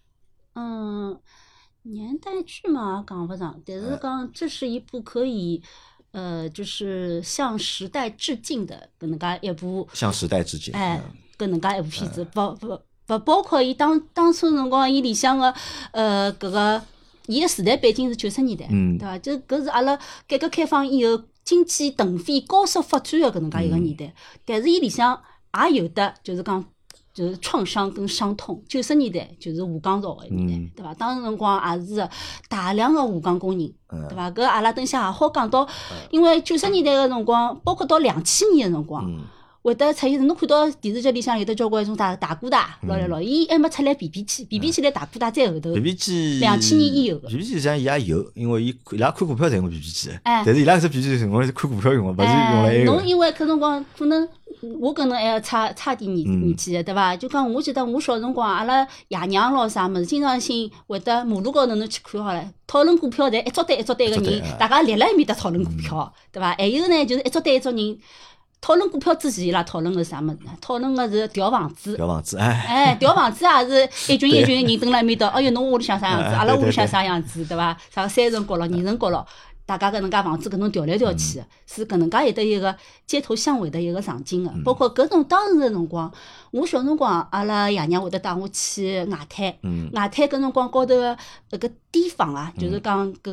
年代剧嘛讲勿上，但是讲这是一部可以，就是向时代致敬的搿能介一部。 向时代致敬。 搿能介一部片子，勿包括伊当初辰光伊里向个搿个伊个时代背景是90年代，对伐？就搿是阿拉改革开放以后。经济腾飞、高速发展的搿能介一个年代，但是伊里向也有的就是讲，就是创伤跟伤痛。90年代就是下岗潮个年代，对伐？当时辰光也是大量个下岗工人，对伐？搿阿拉等下也好讲到，因为90年代个辰光，包括到2000年个辰光。会得出现，侬看到电视剧里向有的交关种大哥大，老来老，伊还没出来 BB 机来大哥大在后头。 BB 机 2000年以后个。 BB 机实际上伊也有，因为伊拉看股票才用 BB 机，但是伊拉搿 BB 机辰光是看股票用个，勿是用来。 侬因为搿辰光可能我跟侬还要差点年纪个，对伐？就讲我记得我小辰光，阿拉爷娘咯啥物事，经常性会得马路高头侬去看好了，讨论股票，侪一桌对个人，大家立辣埃面搭讨论股票，对伐？还有呢，就是一桌对人。讨论股票之前，伊拉讨论个是啥物事？讨论个是调房子。调房子，调房子也是一群人蹲辣埃面搭。哎哟，侬屋里向啥样子？阿拉屋里向啥样子？对伐？啥3层角落、2层角落，大家搿能介房子搿能调来调去，是搿能介有得一个街头巷尾的一个场景个。包括搿种当时个辰光，我小辰光，阿拉爷娘会得带我去外滩。外滩搿辰光高头个搿个地方啊，就是讲搿个。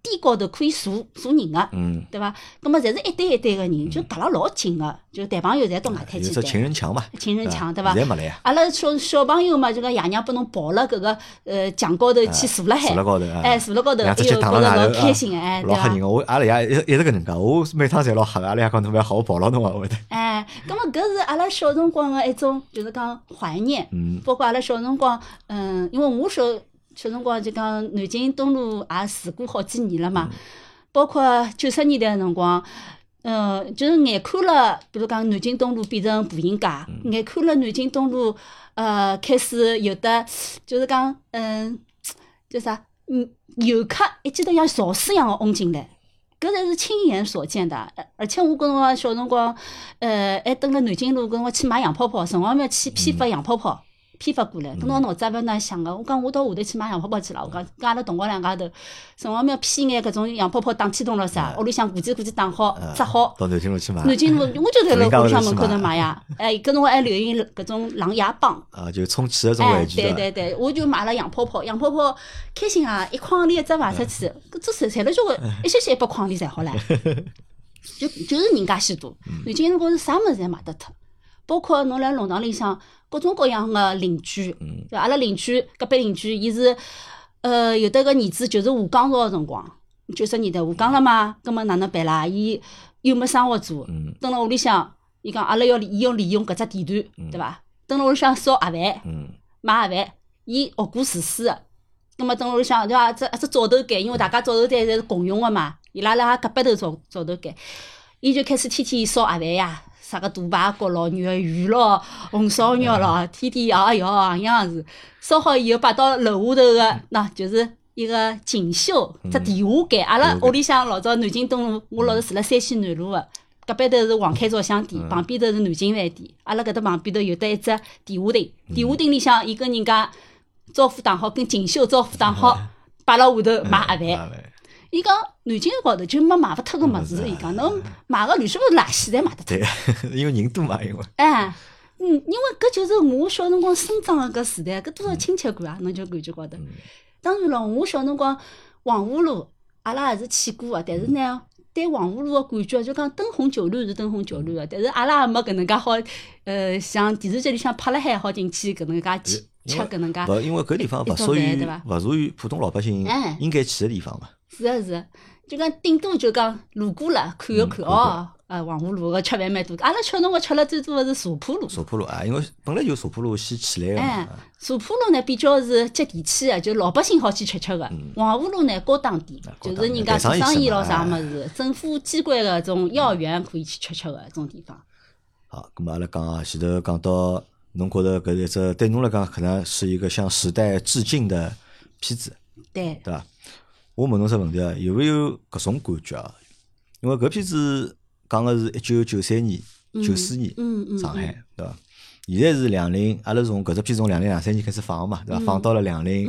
低高头可以坐人个，对伐？葛末侪是一对一对个人，就隔了老近个，就谈朋友侪到外滩去谈。 有只情人墙嘛， 情人墙对伐？ 现在没了呀。 阿拉小朋友嘛，就讲爷娘拨侬抱了搿个墙高头去坐辣海， 坐辣高头， 坐辣高头，哎两只哟，觉着脚躺辣外头， 老开心哎，对伐？ 老吓人个。阿拉爷一直搿能介，我每趟侪老吓个。阿拉爷讲侬勿要吓我抱牢侬啊，会得。 哎，葛末搿是阿拉小辰光个一种，就是讲怀念。包括阿拉小辰光，因为我小辰光就讲南京东路也住过好几年了嘛。包括90年代个辰光，就是眼看了，比如讲南京东路变成步行街，眼看了南京东路，开始有的就是讲，叫啥，游客一记头像潮水一样个涌进来，搿才是亲眼所见的。而且我搿辰光小辰光，还蹲辣南京路搿辰光去买洋泡泡，城隍庙去批发洋泡泡。批发过来，搿侬脑子也勿哪想个？我讲我到下头去买洋泡泡去了。我讲跟阿拉同学两家头，城隍庙批眼搿种洋泡泡打天洞了啥？屋里向估计打好扎好。 到南京路去买。 南京路我就在辣屋里向门口头买呀。搿辰光还流行搿种狼牙棒。 就充气搿种玩具。 对，我就买了洋泡泡，洋泡泡开心啊！一筐里一只卖出去，搿只赚了交关，一歇歇100筐里赚好唻。就是人家许多，南京辰光是啥物事侪买得脱。包括侬辣弄堂里向各种各样个邻居，就阿拉邻居隔壁邻居，伊是有得个儿子就是下岗潮个辰光，90年代下岗了嘛，葛末哪能办啦？伊又没生活做，蹲辣屋里向，伊讲阿拉要利用搿只地段，对伐？蹲辣屋里向烧盒饭，买盒饭，伊学过厨师个，葛末蹲辣屋里向对伐？只灶头间，因为大家灶头间侪是共用个嘛，伊拉辣隔壁头灶头间，伊就开始天天烧盒饭呀。啥个大排骨咯、肉鱼咯、红烧肉咯，天天摇样样子。烧好以后摆到楼下头个，那就是一个锦绣只地下间。阿拉屋里向老早南京东路，我老早住辣山西南路个，隔壁头是黄开照相店，旁边头是南京饭店。阿拉搿搭旁边头有得一只地下亭，地下亭里向伊跟人家招呼打好，跟锦绣招呼打好，摆辣下头卖盒饭。伊讲南京高头就没卖勿脱个物事，伊讲侬买个乱七八糟垃圾侪买得脱。 对，因为人多嘛，因为。 因为搿就是我小辰光生长个搿时代，搿多少亲切感啊！侬就感觉高头。当然了，我小辰光黄河路阿拉也是去过个，但是呢，对黄河路个感觉就讲灯红酒绿是灯红酒绿个，但是阿拉也没搿能介好，像电视剧里向拍了海好进去搿能介吃搿能介。 勿，因为搿地方勿属于普通老百姓应该去个地方嘛。 是，就讲顶多就讲路过了看一看哦，黄河路个吃饭蛮多。阿拉小辰光吃了最多个是茶铺路。 茶铺路因为本来就茶铺路先起来个嘛。 茶铺路呢比较是接地气个，就老百姓好去吃个。黄河路呢高档点，就是人家做生意咯啥物事，政府机关个种幼儿园可以去吃个种地方。 好，咁阿拉讲前头讲到，侬觉着搿一只对侬来讲可能是一个向时代致敬的片子， 对伐？我问侬只问题有没有搿种感觉啊？因为搿片子讲个是1993年、94年上海，对伐？现在是阿拉从搿只片从2023年开始放嘛，对伐？放到了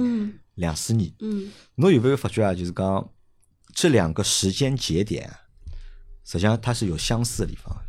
2024年。侬有没有发觉啊？就是讲这两个时间节点，实际上它是有相似的地方。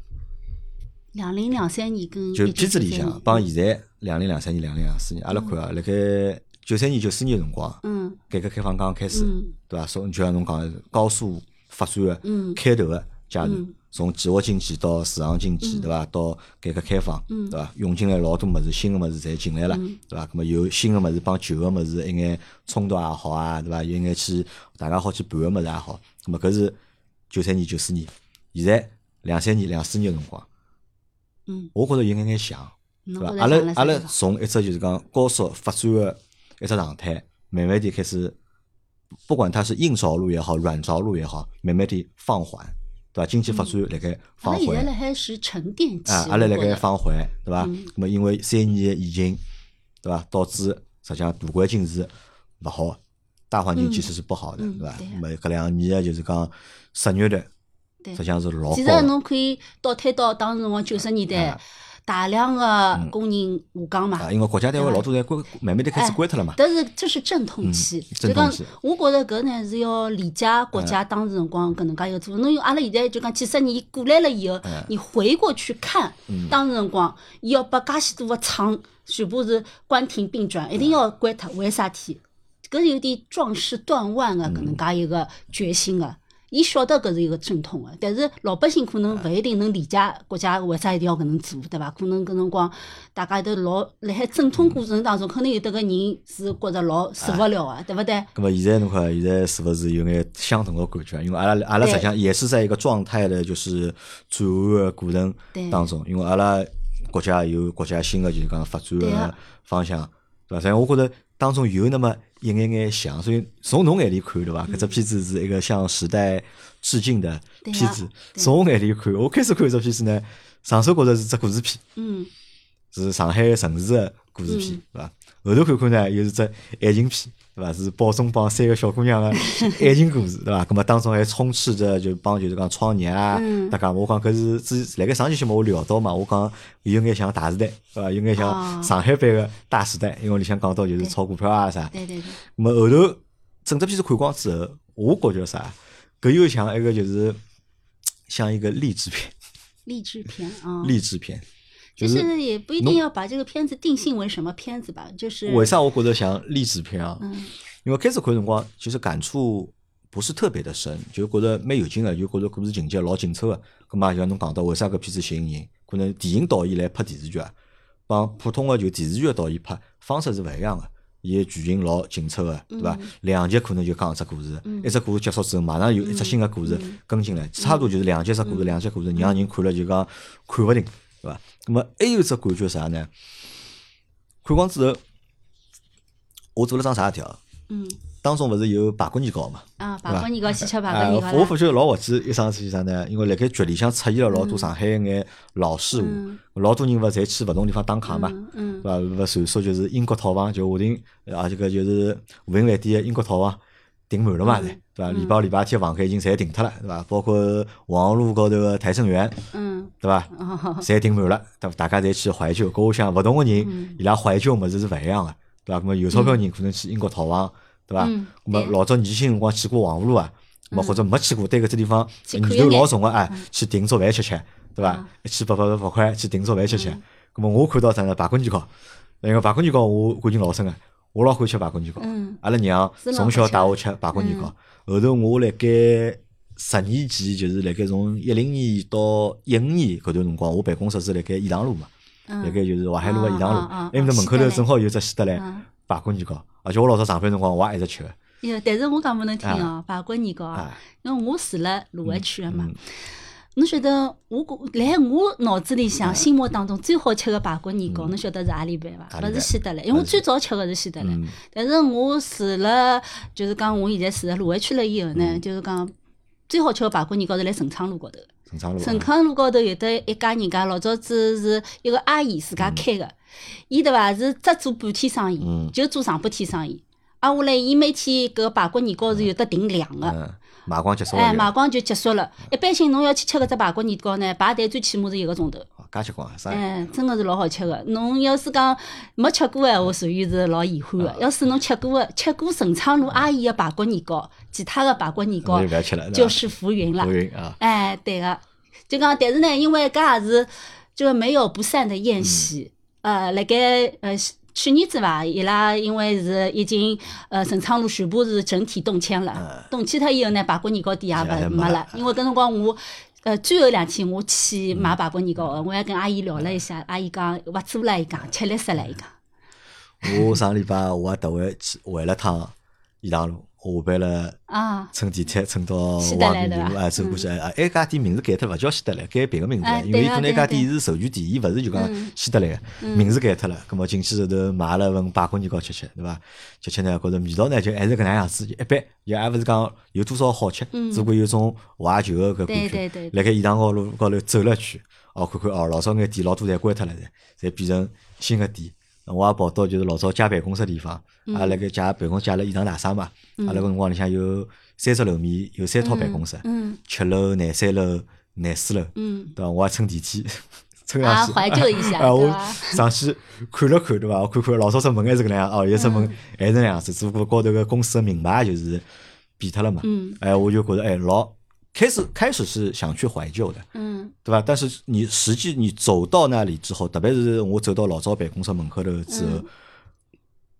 2023年跟就片子里向帮现在2023年、2024年，阿拉看啊，辣盖93年、94年辰光，改革开放刚开始，对伐？就像侬讲高速发展个开头个阶段，从计划经济到市场经济，对伐？到改革开放，对伐？涌进来老多物事，新个物事侪进来了，对伐？咁么有新个物事帮旧个物事一眼冲突也好啊，对伐？有一眼去大家好去盘个物事也好，咁么搿是93年、94年，现在23年、24年个辰光。我觉着有眼像，对伐？阿拉从一只就是讲高速发展个一只状态，慢慢地开始，不管它是硬着陆也好，软着陆也好，慢慢地放缓，对伐？经济发展辣盖放缓。 阿拉现在辣海是沉淀期。 阿拉辣盖放缓，对伐？咁么因为3年个疫情，对伐？导致实际上大环境是勿好，大环境其实是不好的，对伐？咁么搿2年个就是讲失业率。实际上是老高。 其实侬可以倒推到当时辰光90年代，大量个工人下岗嘛。 因为国家单位老多侪慢慢地开始关脱了嘛。 但是这是阵痛期，就讲我觉着搿呢是要理解国家当时辰光搿能介一个做。侬用阿拉现在就讲几十年过来了以后，你回过去看当时辰光，伊要把介许多个厂全部是关停并转，一定要关脱，为啥体？ 搿有点壮士断腕个搿能介一个决心个。伊晓得搿是一个正统个，但是老百姓可能勿一定能理解国家为啥一定要搿能做，对伐？可能搿辰光大家都辣海整统过程当中，可能有得个人是觉着老受勿了个，对勿对？ 咁么现在侬看，现在是勿是有眼相同的感觉？因为阿拉实际上也是在一个状态的，就是转换的过程当中，因为阿拉国家有国家新的就是讲发展的方向，对伐？所以我觉得当中有那么一眼眼像，所以从侬眼里看，对伐？搿只片子是一个向时代致敬的片子。从我眼里看，我开始看这片子呢，上手觉着是只故事片，是上海城市的故事片，对伐？后头看看呢，又是只爱情片，对伐？是包中帮3个小姑娘的爱情故事，对伐？咁么当中还充斥着就是讲创业啊，大家我讲搿是辣盖上期节目我聊到嘛，我讲有眼像大时代，对伐？有眼像上海版的大时代，因为里向讲到就是炒股票啊啥。 对。咁么后头整只片子看光之后，我觉着啥？搿又像一个就是像一个励志片。 励志片啊。 励志片。 就是也不一定要把这个片子定性为什么片子吧，就是为啥我觉得像励志片啊？因为开始看辰光其实感触不是特别的深，就觉得蛮有劲的，就觉得故事情节老紧凑的。咁嘛，像侬讲到为啥搿片子吸引人？可能电影导演来拍电视剧啊，帮普通的就电视剧的导演拍方式是勿一样的。伊剧情老紧凑的，对伐？2集可能就讲一只故事，一只故事结束之后，马上有一只新的故事跟进来，差不多就是2集只故事，2集故事，让人看了就讲看勿停。对伐？那么还有一只感觉啥呢？看光之后，我做了桩啥事体啊？当中勿是有排骨年糕嘛？ 啊，排骨年糕去吃排骨年糕。 我发觉老滑稽一桩事体啥呢？因为辣盖局里向出现了老多上海一眼老事务，老多人勿侪去勿同地方打卡嘛，对伐？勿传说就是英国套房，就华庭这个就是华庭饭店的英国套房订满了嘛，对伐？礼拜天房间已经侪订脱了，对伐？包括黄河路高头个泰盛园，对伐？侪订满了，大家侪去怀旧。搿我想勿同个人，伊拉怀旧物事是勿一样个，对伐？咾么有钞票人可能去英国套房，对伐？咾么老早年轻辰光去过黄河路啊，咾么或者没去过，对搿只地方年头老重个，哎，去订桌饭吃吃，对伐？一去800块去订桌饭吃吃。咾么我看到啥呢？排骨年糕，因为排骨年糕我感情老深个。我老欢喜吃排骨年糕，阿拉娘从小带我吃排骨年糕。后头我辣盖10年前，就是辣盖从10年到15年搿段辰光，我办公室是辣盖颐堂路嘛，辣盖就是淮海路个颐堂路，埃面搭门口头正好有只希德来排骨年糕，而且我老早上班辰光我也一直吃个。 哟，但是我讲勿能听哦，排骨年糕，因为我住辣卢湾区个嘛。侬晓得我脑子里向心目当中最好吃个排骨年糕，侬晓得是何里办伐？勿是希德来，因为我最早吃个是希德来。但是我住了，就是讲我现在住辣卢湾区了以后呢，就是讲最好吃个排骨年糕是辣陈昌路高头。陈昌路高头有得一家人家，老早子是一个阿姨自家开个，伊对伐是只做半天生意，就做上半天生意。挨下来，伊每天搿排骨年糕是有得订量个。 卖光结束了。 卖光就结束了。一般性侬要去吃搿只排骨年糕呢，排队最起码是1个钟头。 介结棍啥？ 真个是老好吃个。侬要是讲没吃过闲话，属于是老遗憾个。要是侬吃过陈昌路阿姨个排骨年糕，其他个排骨年糕就是浮云了。 浮云啊！ 对个，就讲，但是呢，因为搿也是就没有不散的宴席。辣盖去年子伐，伊拉因为是已经陈昌路全部是整体动迁了，动迁脱以后呢，排骨年糕店也没了。因为搿辰光我最后2天我去买排骨年糕，我还跟阿姨聊了一下，阿姨讲勿做了，伊讲吃力死了，伊讲。 我上礼拜我也特回了趟颐堂路，下班了乘地铁乘到黄平路走过去。埃家店名字改脱，勿叫希德来，改别个名字了。因为伊可能埃家店是授权店，伊勿是就讲希德来个名字改脱了。葛末进去后头买了份排骨年糕吃吃，对伐？吃呢，觉着味道呢就还是搿能样子，一般，也勿是讲有多少好吃，只不过有种怀旧个搿感觉。辣盖颐堂路高头走了一圈，看看老早眼店老多侪关脱了，侪变成新个店。我也跑到就是老早借办公室地方，阿辣盖借办公室借了颐堂大厦嘛，阿拉搿辰光里向有30楼面有3套办公室，7楼、廿3楼、廿4楼，对伐？我也乘电梯乘上去， 怀旧一下， 我上去看了看，对伐？我看看老早只门还是搿能样，有只门还是那样子，只不过高头个公司个名牌就是变脱了嘛，我就觉得老。开始是想去怀旧的，对吧？但是实际你走到那里之后，特别是我走到老早办公室门口头之后，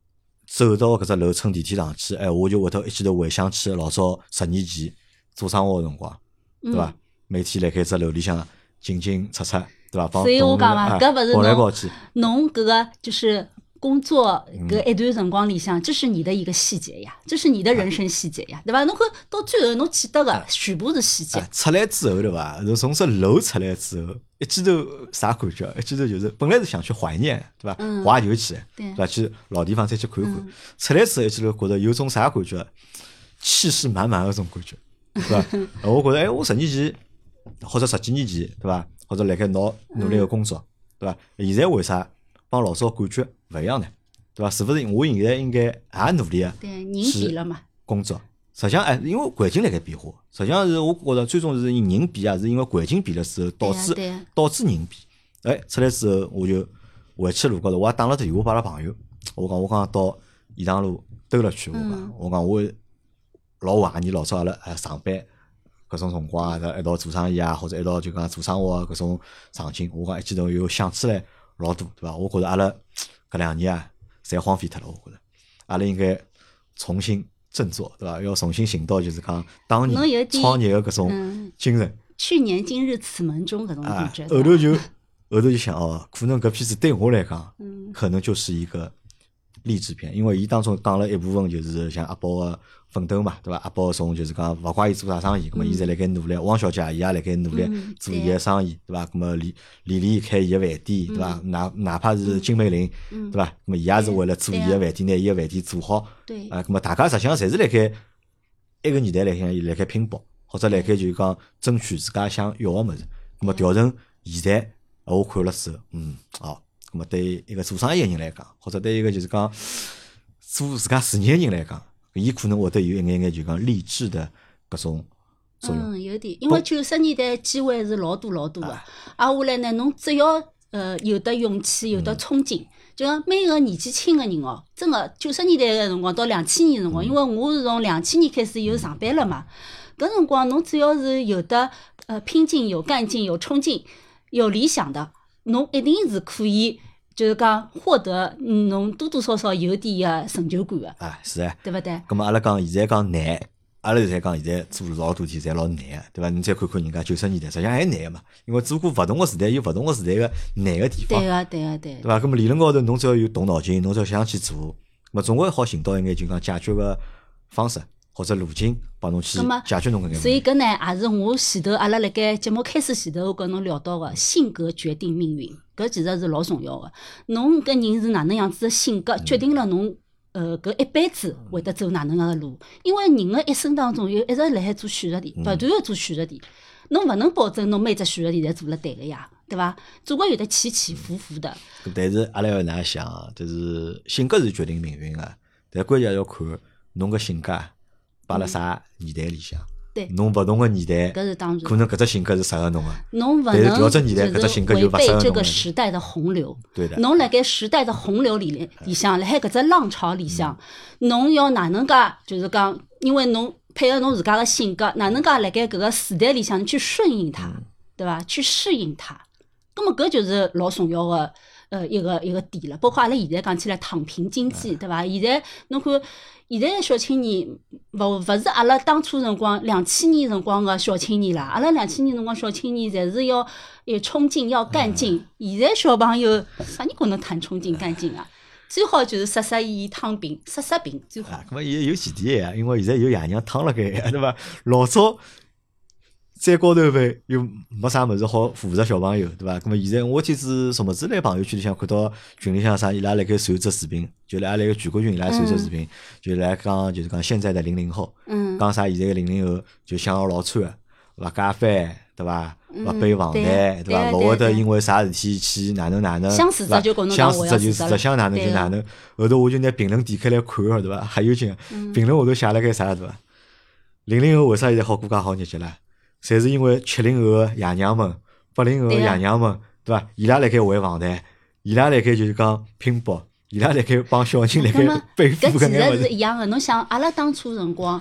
走到搿只楼乘电梯上去，我就会头一记头回想起老早10年前做生活个辰光，对伐？每天辣盖只楼里向进进出出，对伐？ 所以我讲嘛，搿勿是跑来跑去， 侬搿个就是工作搿一段辰光里向，这是你的一个细节呀，这是你的人生细节呀，对伐？侬看到最后侬记得个全部是细节。 出来之后对伐？从这楼出来之后，一记头啥感觉？一记头就是本来是想去怀念，对伐？怀旧去，对伐？去老地方再去看看。出来之后一记头觉得有种啥感觉？气势满满的种感觉，对伐？我觉得我10年前或者10几年前，对伐？或者辣盖努力个工作，对伐？现在为啥帮老早感觉勿一样呢？对伐？是勿是我现在应该也努力啊？ 对，人变了嘛。工作， 实际上因为环境辣盖变化，实际上是我觉着最终是人变啊，是因为环境变了之后导致人变。出来之后我就回去路高头，我也打了电话拨阿拉朋友，我讲到颐堂路兜了去，我讲我老怀念老早阿拉上班搿种辰光啊，一道做生意啊，或者一道就讲做生活搿种场景，我讲一记头又想起来老多，对伐？我觉着阿拉搿2年啊，侪荒废脱了。我觉着阿拉应该重新振作，对伐？要重新寻到就是讲当年创业的搿种精神。 去年今日此门中搿种感觉。 后头就想可能搿片子对我来讲，可能就是一个励志片，因为伊当中讲了一部分就是像阿宝个奋斗嘛，对伐？阿宝从就是讲勿怪伊做啥生意，葛末伊现在辣盖努力。汪小姐伊也辣盖努力做伊个生意，对伐？葛末李开伊个饭店，对伐？哪怕是金美玲，对伐？葛末伊也是为了做伊个饭店，拿伊个饭店做好。 对。 葛末大家实际上侪是辣盖一个年代辣盖拼搏，或者辣盖就是讲争取自家想要个物事。葛末调成现在，我看了之后，咁么对一个做生意个人来讲，或者对一个就是讲做自家事业个人来讲，伊可能会得有一眼眼就讲励志的搿种作用。 有点，因为90年代机会是老多个，下来呢，侬只要有得勇气，有得冲劲，就讲每个年纪轻个人真个90年代个辰光到2000年辰光，因为我是从2000年开始有上班了嘛，搿辰光侬只要是有得拼劲、有干劲、有冲劲、有理想的。侬一定是可以，就是讲获得侬多多少少有点个成就感个。 是啊， 对勿对？ 咁么阿拉讲现在讲难，阿拉现在讲现在做老多事体侪老难个，对伐？你再看看人家90年代，实际上还难个嘛，因为做过勿同个时代有勿同个时代个难个地方。 对伐？咁么理论高头侬只要有动脑筋，侬只要想去做，咁么总归好寻到一眼就讲解决个方式。或者路径帮侬去解决侬搿眼问题。 所以搿呢也是我前头阿拉辣盖节目开始前头我跟侬聊到个性格决定命运，搿其实是老重要个。侬搿人是哪能样子的性格，决定了侬搿一辈子会得走哪能样个路。因为人的一生当中有一直辣海做选择题，不断个做选择题，侬勿能保证侬每只选择题侪做了对个呀，对伐？总归有得起起伏伏的。 但是阿拉要哪能想，就是性格是决定命运个，但关键要看侬个性格。摆辣啥年代里向？ 对， 侬勿同个年代， 搿是当然， 可能搿只性格是适合侬个。 侬勿能就是违背这个时代的洪流。 对的。 侬辣盖时代的洪流里向，辣海搿只浪潮里向，侬要哪能介？就是讲，因为侬配合侬自家个性格，哪能介辣盖搿个时代里向去顺应它，对伐？去适应它。葛末搿就是老重要个一个点了。包括阿拉现在讲起来躺平经济，对伐？现在侬看。现在小青年勿是阿拉当初辰光2000年辰光个小青年啦，阿拉2000年辰光小青年侪是要有冲劲、要干劲。现在小朋友啥人跟侬谈冲劲、干劲啊？最好就是杀杀伊躺平，杀杀平最好。 咁么现在有前提呀，因为现在有爷娘躺辣盖，对伐？老早再高头呗，又没啥物事好扶着小朋友，对伐？咁么现在我天子什么子来朋友圈里向看到群里向啥，伊拉辣盖传只视频，就辣个全国群伊拉传只视频，就来讲就是讲现在的00后，讲啥现在个00后就想要老惨个，勿加班，对伐？勿背房贷，对伐？勿会得因为啥事体去哪能， 想死着就跟侬讲我要死着， 想哪能就哪能。后头我就拿评论点开来看个，对伐？还有劲，评论下头写了该啥，对伐？00后为啥现在好过介好日脚啦？侪是因为70后个爷娘们、80后个爷娘们，对伐？伊拉辣盖还房贷，伊拉辣盖就是讲拼搏，伊拉辣盖帮小人辣盖背负搿眼物事。 搿其实是一样个。侬想，阿拉当初辰光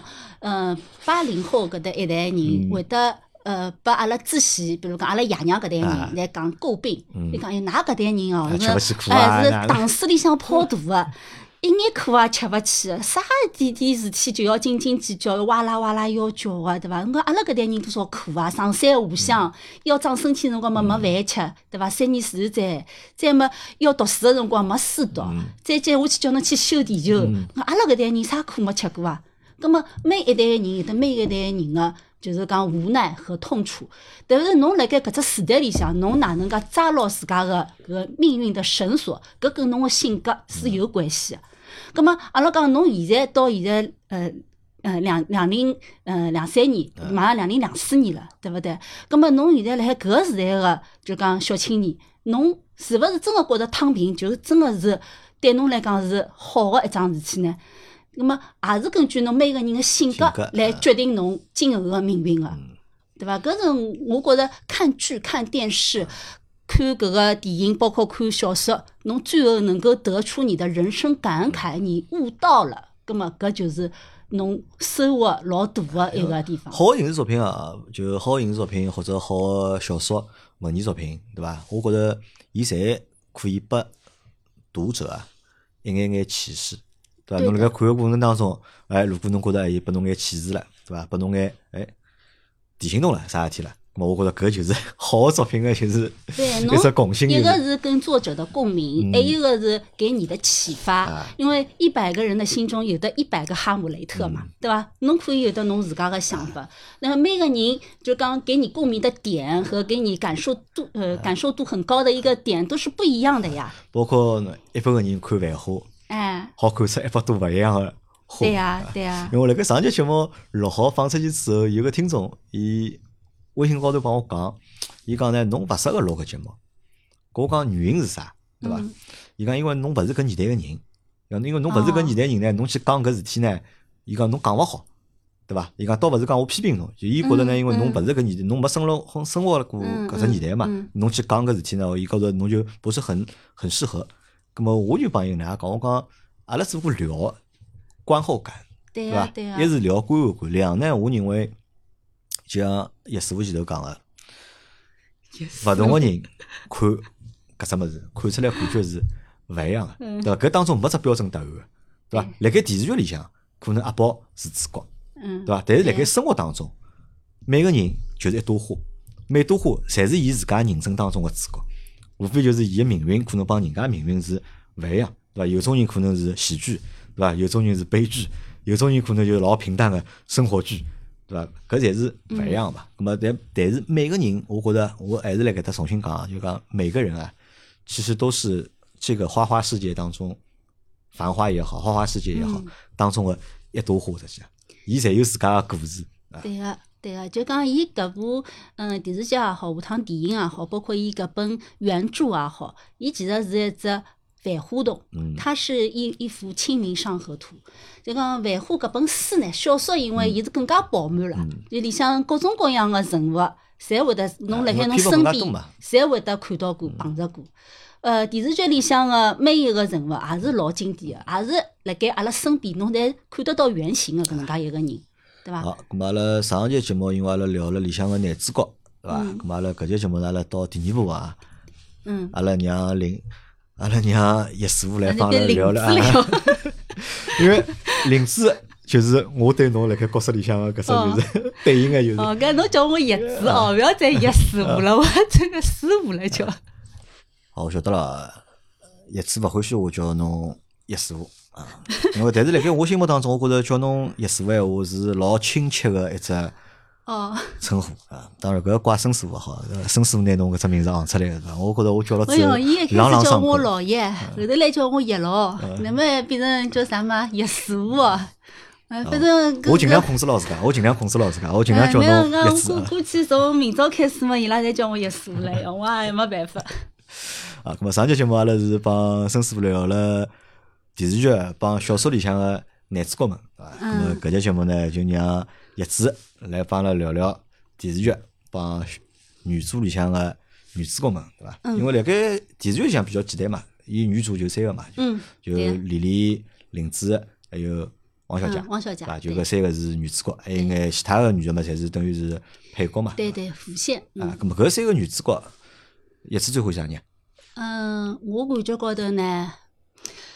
，80后搿搭一代人会得把阿拉之前，比如讲阿拉爷娘搿代人来讲诟病，伊讲㑚搿代人哦，是是塘水里向泡大个。 一眼苦也吃勿起，啥点事体就要斤斤计较，哇啦哇啦要叫个，对伐？侬讲阿拉搿代人多少苦啊，上山下乡，要长身体辰光没饭吃，对伐？3年自然灾，再么要读书个辰光没书读，再接下去叫侬去修地球，阿拉搿代人啥苦没吃过啊？葛末每一代个人有得每一代个人个。就是讲无奈和痛楚，但是侬辣盖搿只时代里向，侬哪能介抓牢自家个搿命运的绳索，搿跟侬个性格是有关系个。葛末阿拉讲侬现在到现在2023年，马上2024年了，对勿对？葛末侬现在辣海搿个时代个就讲小青年，侬是勿是真个觉着躺平就真个是对侬来讲是好个一桩事体呢？那么也是根据侬每个人的性格来决定侬今后的命运的，对伐？搿种我觉着看剧、看电视、看搿个电影，包括看小说，侬最后能够得出你的人生感慨，你悟到了，葛么搿就是侬收获老大的一个地方。 好的影视作品啊，就好的影视作品或者好的小说、文艺作品，对伐？我觉着伊侪可以拨读者啊一眼眼启示。对伐？侬辣盖看个过程当中，如果侬觉着伊拨侬眼启示了，对伐？拨侬眼提醒侬了啥事体了，咁我觉着搿就是好个作品个，就是一只共性。 一个是跟作者的共鸣，还有一个是给你的启发。因为100个人的心中有的100个哈姆雷特嘛，对伐？侬可以有的侬自家个想法，那么每个人就讲给你共鸣的点和给你感受度很高的一个点都是不一样的呀。 包括100个人看繁花。好看出100多勿一样个花。 对呀，对呀。 因为辣盖上节节目录好放出去之后，有个听众伊微信高头帮我讲，伊讲呢侬勿适合录搿节目。我讲原因是啥，对伐？伊讲因为侬勿是搿年代个人，因为侬勿是搿年代人呢，侬去讲搿事体呢，伊讲侬讲勿好，对伐？伊讲倒勿是讲我批评侬，就伊觉着呢，因为侬勿是搿年代，侬没生活过搿只年代嘛，侬去讲搿事体呢，伊觉着侬就不是很适合。咁么我就帮伊能介讲，我讲阿拉只不过聊观后感， 对伐？一是聊观后感，两呢，我认为就像叶师傅前头讲个，勿同个人看搿只物事，看出来感觉是勿一样个，对伐？搿当中没只标准答案个，对伐？辣盖电视剧里向，可能阿宝是主角，对伐？但是辣盖生活当中，每个人就是一朵花，每朵花侪是伊自家人生当中个主角。无非就是伊个命运可能帮人家命运是勿一样，对伐？有种人可能是喜剧，对伐？有种人是悲剧，有种人可能就老平淡个生活剧，对伐？搿侪是勿一样嘛。咁么但是每个人，我觉着我还是辣搿搭重新讲，就讲每个人啊，其实都是这个花花世界当中，繁花也好，花花世界也好，当中的一朵花，实际上，伊侪有自家个故事。 对个。对个，就讲伊搿部电视剧也好，下趟电影也好，包括伊搿本原著也好，伊其实是一只繁花图，它是一幅清明上河图。就讲繁花搿本书呢，小说因为伊是更加饱满了，就里向各种各样个人物，侪会得侬辣海侬身边，侪会得看到过、碰着过。电视剧里向个每一个人物也是老经典个，也是辣盖阿拉身边侬侪看得到原型个搿能介一个人。 好，咁阿拉上节节目，因为阿拉聊了里向个男主角，对伐？咁阿拉搿节节目阿拉到第2部啊，阿拉让叶师傅来帮阿拉聊了啊，因为林子就是我对侬辣盖角色里向个搿只就是对应个就是。 搿侬叫我叶子哦，勿要再叶师傅了，我这个师傅了就。 好，我晓得了，叶子勿欢喜我叫侬叶师傅。因为但是辣盖我心目当中，我觉着叫侬叶师傅闲话是老亲切个一只称呼啊。当然搿怪孙师傅好，孙师傅拿侬搿只名字行出来个，我觉着我叫了之后， 伊一开始叫我老叶，后头来叫我叶老，那么变成叫啥嘛叶师傅哦。反正我尽量控制牢自家，我尽量叫侬叶子。 我估计从明朝开始嘛，伊拉侪叫我叶师傅了，我也没办法。 咁么上节节目阿拉是帮孙师傅聊了电视剧帮小说里向个男主角们，对伐？咁么搿节节目呢，就让叶子来帮阿拉聊聊电视剧帮女主里向个女主角们，对伐？因为辣盖电视剧里向比较简单嘛，伊女主就3个嘛，就李丽、林子还有王小姐，对伐？就搿3个是女主角，还有眼其他个女的嘛，侪是等于是配角嘛。 对，副线。 啊，咁么搿3个女主角，叶子最欢喜啥人？ 我感觉高头呢。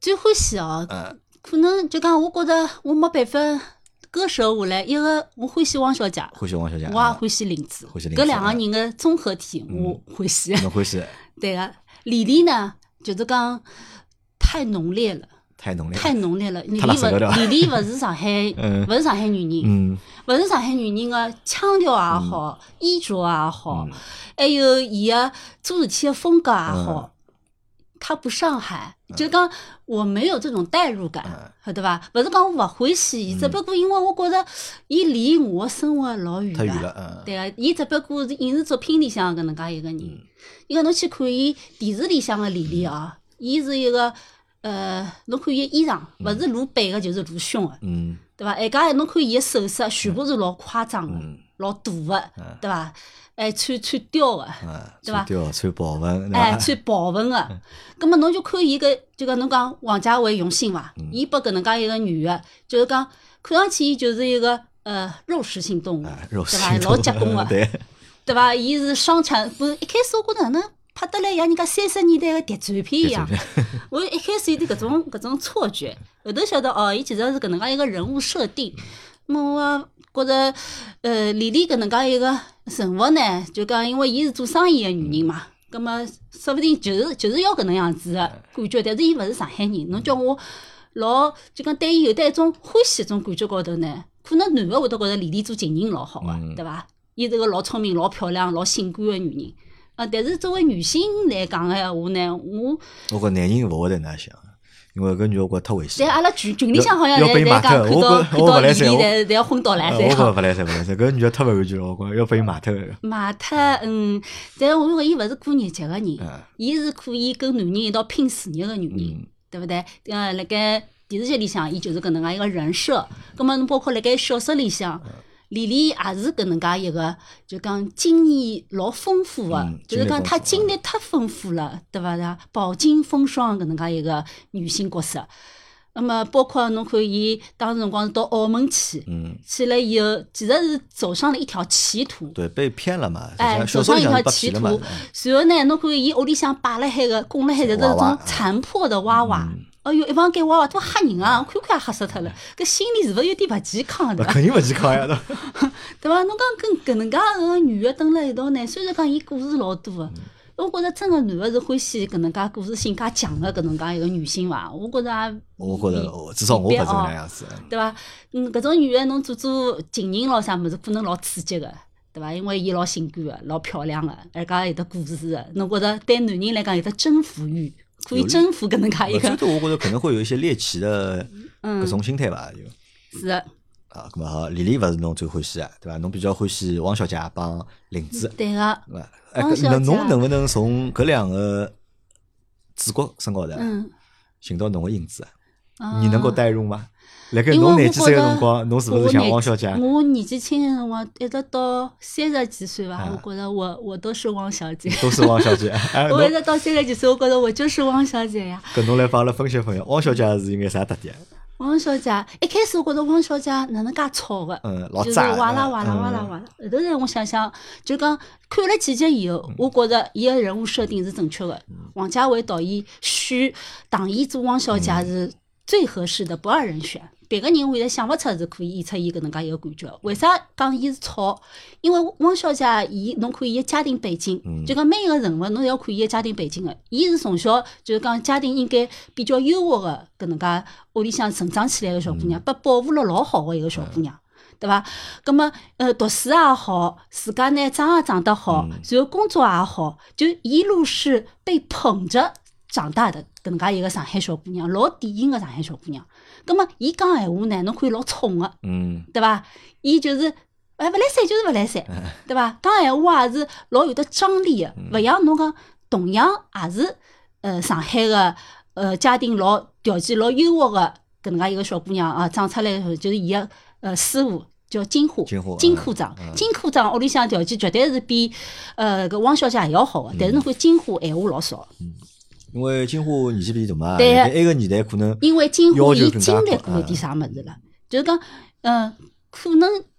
最欢喜哦，可能就讲我觉着我没办法割舍下来，一个我欢喜汪小姐， 欢喜汪小姐， 我也欢喜林子，搿两个人的综合体我欢喜。 侬欢喜？ 对个，李丽呢，就是讲太浓烈了。太浓烈了！李丽勿是上海，勿是上海女人，勿是上海女人个腔调也好，衣着也好，还有伊个做事体个风格也好，她不上海，就讲我没有这种代入感，晓得伐？勿是讲我勿欢喜伊，只不过因为我觉着伊离我生活老远了，对个，伊只不过是影视作品里向搿能介一个人，因为侬去看伊电视里向个李丽啊，伊是一个。侬看伊衣裳，勿是露背个，就是露胸个，对伐？还加侬看伊个首饰，全部是老夸张个，老大个，对伐？还穿貂个，对伐？ 穿豹纹， 穿豹纹个。葛末侬就看伊个，就讲侬讲王家卫用心伐？伊拨搿能介一个女个，就是讲看上去伊就是一个肉食性动物，对伐？老结棍个，对伐？伊是双产，不是一开始我觉着哪能？拍得来像人家30年代个谍战片一样，我一开始有点搿种错觉，后头晓得哦，伊其实是搿能介一个人物设定。那么我觉着，李丽搿能介一个人物呢，就讲因为伊是做生意个女人嘛，葛么说不定就是要搿能样子个感觉，但是伊勿是上海人，侬叫我老就讲对伊有得一种欢喜种感觉高头呢，可能男个会得觉着李丽做情人老好个，对伐？伊是个老聪明、老漂亮、老性感个女人。但是作为女性来讲个闲话呢， 我觉男人勿会得那样想，因为搿女我觉太危险。 在阿拉群里向好像在讲看到李丽侪要昏倒来噻。 我勿来噻，搿女太勿安全了，我觉要被伊骂脱个。 骂脱，但我觉伊勿是过日节个人，伊是可以跟男人一道拼事业个女人，对勿对？辣盖电视剧里向，伊就是搿能介一个人设。葛末侬包括辣盖小说里向。李丽也是搿能介一个，就讲经验老丰富个，就是讲她经历太丰富了，对伐？饱经风霜搿能介一个女性角色。那么包括侬看伊当时辰光是到澳门去，去了以后，其实是走上了一条歧途。 对，被骗了嘛？ 走上一条歧途。随后呢，侬看伊屋里向摆了海个，供了海的这种残破的娃娃。哎哟，一房间娃娃多吓人啊！看看也吓死脱了，搿心里是勿是有点勿健康的？ 肯定勿健康呀， 对伐？侬讲跟搿能介个女个蹲辣一道呢，虽然讲伊故事老多个，我觉着真个男个是欢喜搿能介故事性介强个搿能介一个女性伐？我觉着也， 我觉着至少我勿是搿能样子， 对伐？搿种女个侬做情人咯啥物事，可能老刺激个。对伐？因为伊老性感个，老漂亮个，而家有得故事个，侬觉着对男人来讲有得征服欲？可以征服搿能介一个， 最多我觉着可能会有一些猎奇的搿种心态吧， 是的。 啊，咁么好，李丽勿是侬最欢喜个，对伐？侬比较欢喜汪小姐帮林子， 对个。 汪小姐，侬能不能从搿两个主角身高头寻到侬个影子啊？你能够代入吗？辣盖侬廿几岁个辰光，侬是勿是像汪小姐？ 我年纪轻个辰光，一直到30几岁吧，我觉着我都是汪小姐。 都是汪小姐。 我一直到30几岁，我觉着我就是汪小姐呀。 搿侬来帮阿拉分析分析，汪小姐是应该啥特点？ 汪小姐一开始我觉着汪小姐哪能介吵个，就是哇啦哇啦哇啦哇啦。后头来我想想，就讲看了几集以后，我觉着伊个人物设定是正确个。王家卫导演选唐嫣做汪小姐是最合适的不二人选。别个人我现在想勿出是可以演出伊搿能介一个感觉。为啥讲伊是吵？因为汪小姐伊侬看伊个家庭背景，就讲每一个人物侬要看伊个家庭背景个。伊是从小就是讲家庭应该比较优渥个搿能介屋里向成长起来个小姑娘，被保护了老好个一个小姑娘，对伐？葛么读书也好，自家呢长也长得好，然后工作也好，就一路是被捧着长大的搿能介一个上海小姑娘，老典型个上海小姑娘。咁么，伊讲闲话呢，侬可以老冲个，对伐？伊就是勿来三就是勿来三，对伐？讲闲话也是老有得张力个，勿像侬讲同样也是上海个家庭老条件老优渥个搿能介一个小姑娘啊，长出来就是伊个师傅叫金科长，金科长屋里向条件绝对是比搿汪小姐还要好个，但是侬看金科闲话老少。 因为金华年纪比较大嘛，在埃个年代可能因为金华伊经历过一点啥物事了，就是讲可能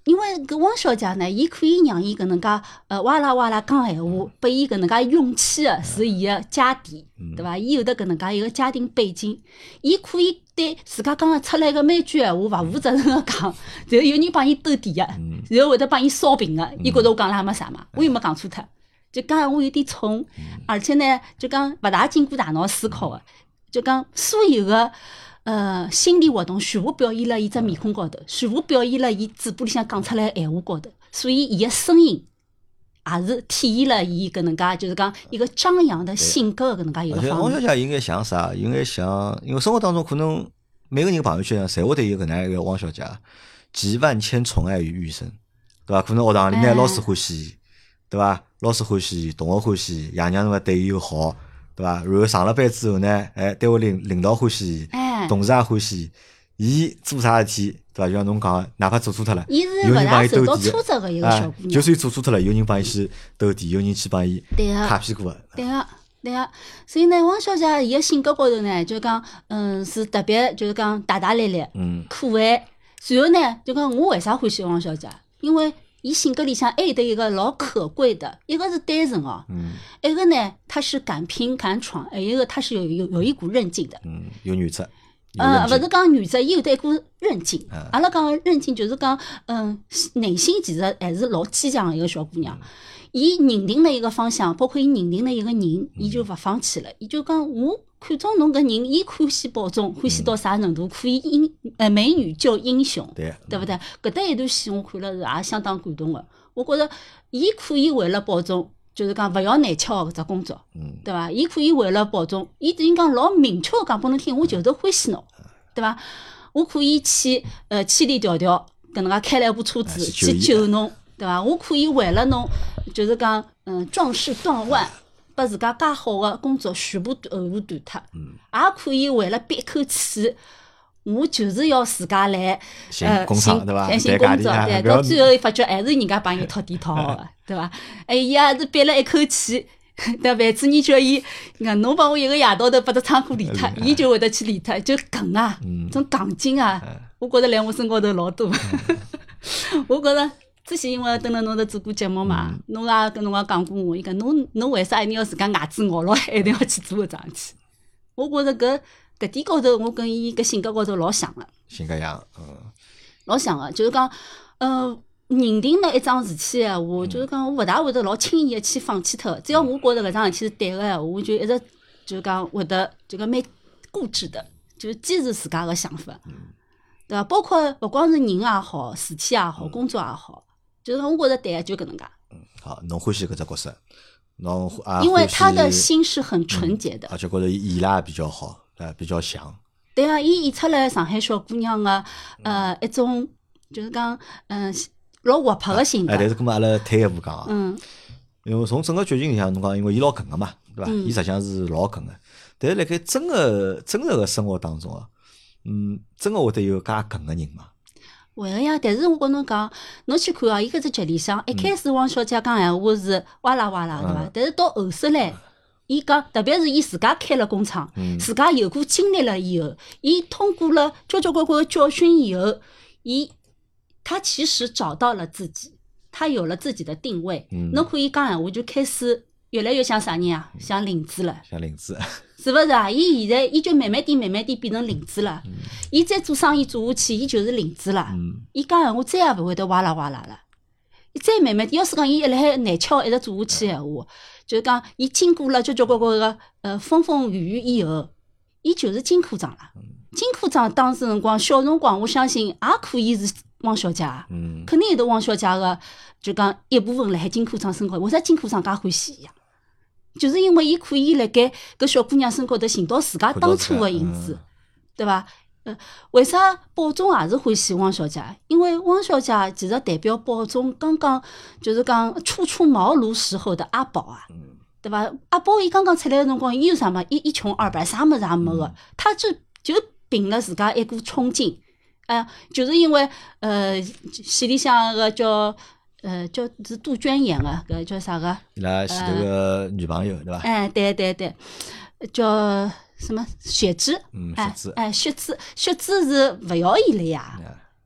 因为搿汪小姐呢，伊可以让伊搿能介哇啦哇啦讲闲话，拨伊搿能介勇气个是伊个家底，对伐？伊有得搿能介一个家庭背景，伊可以对自家讲出来个每句闲话勿负责任个讲，然后有人帮伊兜底个，然后会得帮伊烧屏个，伊觉着我讲了也没啥嘛，我又没讲错脱，就讲闲话有点冲，而且呢，就讲勿大经过大脑思考个，就讲所有个。心理活动全部表现了伊只面孔高头，全部表现了伊嘴巴里向讲出来闲话高头，所以伊个声音也是体现了伊搿能介，就是讲一个张扬的性格搿能介一个方面。 汪小姐应该像啥？应该像，因为生活当中可能每个人朋友圈侪会得有搿能一个汪小姐，集万千宠爱于一身，对伐？可能学堂里呢老师欢喜伊，对伐？老师欢喜伊，同学欢喜伊，爷娘嘛对伊又好。对伐？然后上了班之后呢，单位领导欢喜伊，同事也欢喜伊。伊做啥事体，对伐？就像侬讲，哪怕做错脱了，有人帮伊兜底。 受到挫折个一个小姑娘， 就算伊做错脱了，有人帮伊去兜底，有人去帮伊擦屁股个。 对个，对个。所以呢，汪小姐伊个性格高头呢，就讲，是特别就是讲大大咧咧，可爱。然后呢，就讲我为啥欢喜汪小姐？因为伊性格里向还有得一个老可贵的，一个是单纯哦，一个呢他是敢拼敢闯，还有一个他是有一股韧劲的， 有原则， 勿是讲原则，伊有得一股韧劲。阿拉讲韧劲就是讲，内心其实还是老坚强的一个小姑娘。伊认定了一个方向，包括伊认定了一个人，伊就勿放弃了。伊就讲我看中侬搿人，伊欢喜保重，欢喜到啥程度？可以美女救英雄，对不对？搿搭一段戏我看了是也相当感动的。我觉着伊可以为了保重，就是讲勿要难吃搿只工作，对伐？伊可以为了保重，伊等于讲老明确个讲拨侬听，我就是欢喜侬，对伐？我可以去千里迢迢搿能介开了一部车子去救侬，对伐？我可以为了侬，就是讲壮士断腕。把自家介好个工作全部投入断脱，也可以为了憋口气，我就是要自家来寻工作，对伐？ 寻工作，对，到最后发觉还是人家帮伊掏地掏个，对伐？伊也是憋了一口气，对，万子人叫伊，侬帮我一个夜到头把只仓库理脱，伊就会得去理脱，就梗啊，种杠劲啊，我觉着来我身高头老多，我觉着。之前因为蹲辣侬搭做过节目嘛，侬也跟侬讲过我，伊讲侬为啥一定要自家牙齿咬牢，一定要去做搿桩事体？我觉着搿点高头，我跟伊搿性格高头老像个。 性格像， 老像个，就是讲，认定了一桩事体闲话，就是讲我勿大会得老轻易个去放弃脱。只要我觉着搿桩事体是对个闲话，我就一直就讲会得就讲蛮固执的，就是坚持自家个想法，对伐？包括勿光是人也好，事体也好，工作也好。就是我觉着对个，就搿能介。 好，侬欢喜搿只角色，侬因为他的心是很纯洁的， 而且觉着伊演比较好，比较像。 对啊，伊演出来上海小姑娘个一种就是讲老活泼个性格。 但是搿么阿拉退一步讲啊，因为从整个剧情里向侬讲，因为伊老梗个嘛，对伐？伊实际上是老梗个，但是辣盖真实个生活当中啊，真个会得有介梗个人嘛？ 会个呀，但是我跟侬讲，侬去看啊，伊搿只剧里向一开始汪小姐讲闲话是哇啦哇啦，对伐？但是到后首来，伊讲，特别是伊自家开了工厂，自家有过经历了以后，伊通过了交交关关的教训以后，他其实找到了自己，他有了自己的定位。侬可以讲闲话就开始越来越像啥人啊？像林子了。像林子。是勿是啊？伊现在伊就慢慢点变成林子了。伊再做生意做下去，伊就是林子了。伊讲闲话再也勿会得哇啦哇啦了。伊再慢慢点，要是讲伊一来难吃一直做下去闲话，就是讲伊经过了交交关关个风风雨雨以后，伊就是金科长了。金科长当时辰光小辰光，我相信也可以是汪小姐，肯定有得汪小姐个就讲一部分辣海金科长身高。为啥金科长介欢喜伊呀？就是因为伊可以辣盖搿小姑娘身高头寻到自家当初个影子，对伐？为啥宝总也是欢喜汪小姐？因为汪小姐其实代表宝总刚刚就是讲初出茅庐时候的阿宝啊，对伐？阿宝伊刚刚出来个辰光，伊有啥嘛？一穷二白，啥物事也没个，他就凭了自家一股冲劲，就是因为戏里向个叫是杜鹃演个，搿叫啥个？ 伊拉前头个女朋友对伐？ 对，叫什么雪芝？雪芝是勿要伊了呀，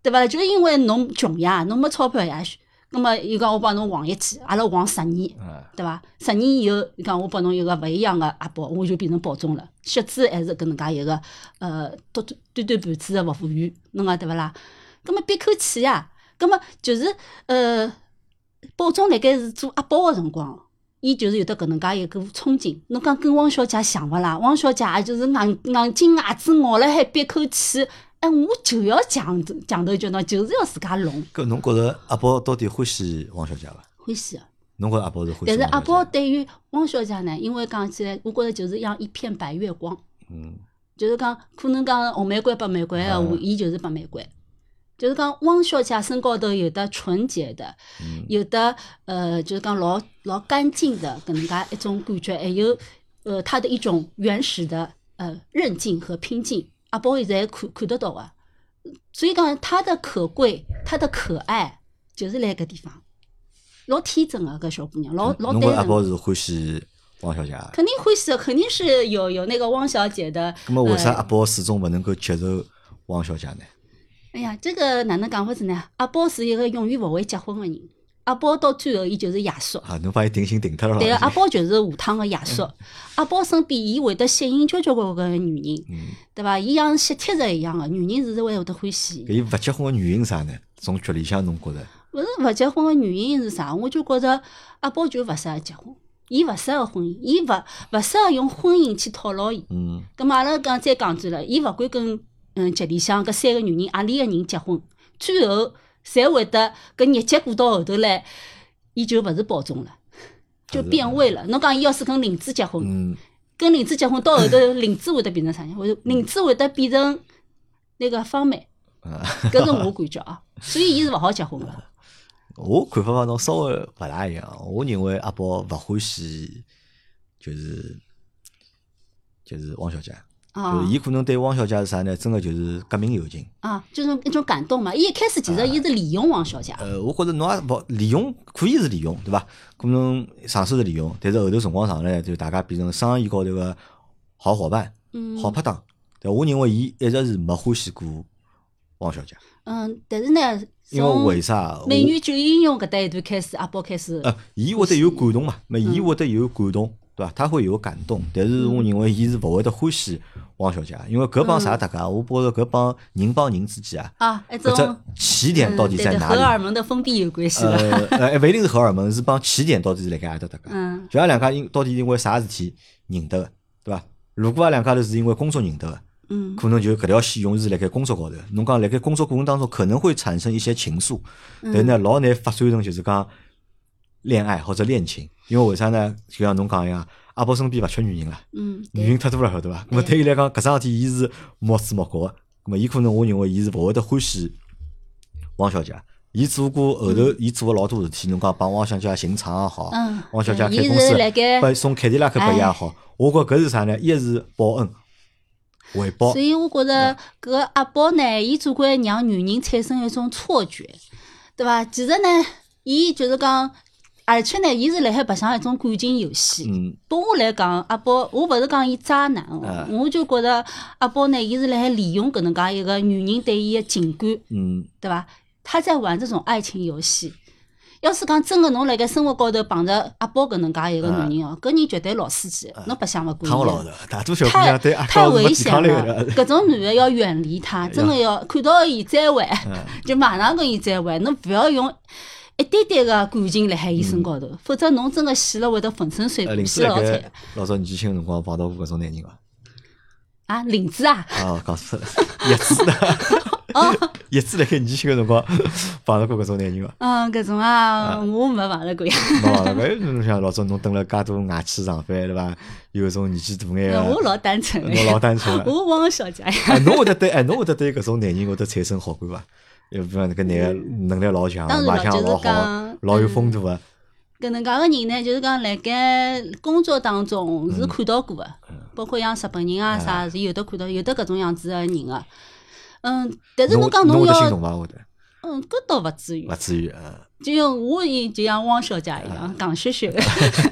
对伐？就因为侬穷呀，侬没钞票呀，葛末伊讲我帮侬晃一记，阿拉晃10年，对伐？10年以后，伊讲我帮侬一个勿一样个阿宝，我就变成保中了。血脂还是搿能介一个短盘子个服务员，侬讲对勿啦？葛末闭口气呀，葛末就是保中辣盖是做阿宝个辰光。伊就是有得搿能介一个憧憬，侬讲跟汪小姐像勿啦？汪小姐也就是硬劲牙子咬了海闭口气，哎，我就要强头叫侬，就是要自家弄。 搿侬觉着阿宝到底欢喜汪小姐伐？ 欢喜个。 侬觉着阿宝是欢喜？ 但是阿宝对于汪小姐呢，因为讲起来，我觉着就是像一片白月光。就是讲可能讲红玫瑰白玫瑰个话，伊就是白玫瑰。就是讲汪小姐身高头有的纯洁的，有的就是讲老干净的搿能介一种感觉，还有她的一种原始的韧劲和拼劲，阿宝现在看得到啊。所以讲她的可贵，她的可爱，就是辣搿地方，老天真个搿小姑娘，老单纯。 侬觉阿宝是欢喜汪小姐？ 肯定欢喜的，肯定是有那个汪小姐的。 那么为啥阿宝始终勿能够接受汪小姐呢？ 哎呀，这个哪能讲法子呢？阿宝是一个永远勿会结婚的人。阿宝到最后，伊就是爷叔。 啊，侬把伊定性定脱了。 对个，阿宝就是下趟个爷叔。阿宝身边，伊会得吸引交关个女人，对伐？伊像吸铁石一样个，女人是会得欢喜。 伊勿结婚个原因啥呢？从局里向侬觉着？ 勿是勿结婚个原因是啥？我就觉着阿宝就勿适合结婚，伊勿适合婚姻，伊勿适合用婚姻去套牢伊。咁嘛，阿拉再讲句了，伊勿管跟局里向搿3个女人何里个人结婚，最后侪会得搿日节过到后头来，伊就勿是保中了，就变味了。侬讲伊要是跟林子结婚，跟林子结婚到后头，林子会得变成啥样？林子会得变成那个方梅，搿是我感觉啊。所以伊是勿好结婚个。 我看法帮侬稍微勿大一样，我认为阿宝勿欢喜就是汪小姐。就是伊可能对汪小姐是啥呢？真个就是革命友情啊，就是一种感动嘛。伊一开始其实伊是利用汪小姐。 我觉着侬也勿利用，可以是利用，对伐？可能上手是利用，但是后头辰光长了，就大家变成生意高头个好伙伴、好拍档。对，我认为伊一直是没欢喜过汪小姐。 但是呢， 因为为啥？ 美女救英雄搿搭一段开始，阿宝开始。 伊会得有感动嘛？伊会得有感动。对伐？他会有感动，但是我认为伊是勿会得欢喜汪小姐，因为搿帮啥搭界？我觉着搿帮人之间搿只起点到底在哪里？ 荷尔蒙的封闭有关系了。 勿一定是荷尔蒙，是帮起点到底是辣盖何搭搭界？就阿两家到底因为啥事体认得个，对伐？如果阿两家头是因为工作认得个，可能就搿条线永远是辣盖工作高头。侬讲辣盖工作过程当中可能会产生一些情愫，但是呢，老难发展成就是讲恋爱或者恋情。因为为啥呢？就像侬讲一样，阿宝身边勿缺女人了，女人太多了，晓得伐？那么对伊来讲，搿桩事体伊是莫知莫觉个。那么伊可能我认为伊是勿会得欢喜汪小姐。伊做过后头，伊做了老多事体，侬讲帮汪小姐寻厂也好，汪小姐开公司，拨送凯迪拉克拨伊也好，我觉搿是啥呢？一是报恩回报。 所以我觉着搿阿宝呢，伊总归让女人产生一种错觉，对伐？其实呢，伊就是讲。而且呢，伊是辣海白相一种感情游戏。对我来讲，阿宝，我勿是讲伊渣男哦，我就觉着阿宝呢，伊是辣海利用搿能介一个女人对伊的情感，对伐？他在玩这种爱情游戏。要是讲真个侬辣盖生活高头碰着阿宝搿能介一个女人哦，搿人绝对老司机，侬白相勿过伊。太危险了，搿种男的要远离他，真的要看到伊再会，就马上跟伊再会，侬勿要用。一点点个感情辣海伊身高头，否则侬真个死了会得粉身碎骨，死老惨。 老早年纪轻个辰光碰到过搿种男人伐？ 啊，林子啊？ 讲错了，叶子的。叶子辣海年纪轻个辰光碰到过搿种男人伐？ 搿种啊，我没碰到过呀。 没碰到过，侬想老早侬蹲辣介多外企上班对伐？有搿种年纪大眼个。 我老单纯个。 侬老单纯。 我汪小姐呀。 侬会得对搿种男人会得产生好感伐？要不然搿男个能力老强，卖相老好，老有风度个。 搿能介个人呢，就是讲辣盖工作当中是看到过个，包括像日本人啊啥是有的看到，有的搿种样子个人个。但是侬讲侬要， 心动伐？会得。 搿倒勿至于。 勿至于就像我就像汪小姐一样，讲血血，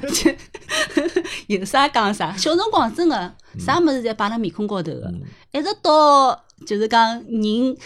有啥讲啥。小辰光真个啥物事侪摆辣面孔高头个，一直到就是讲人。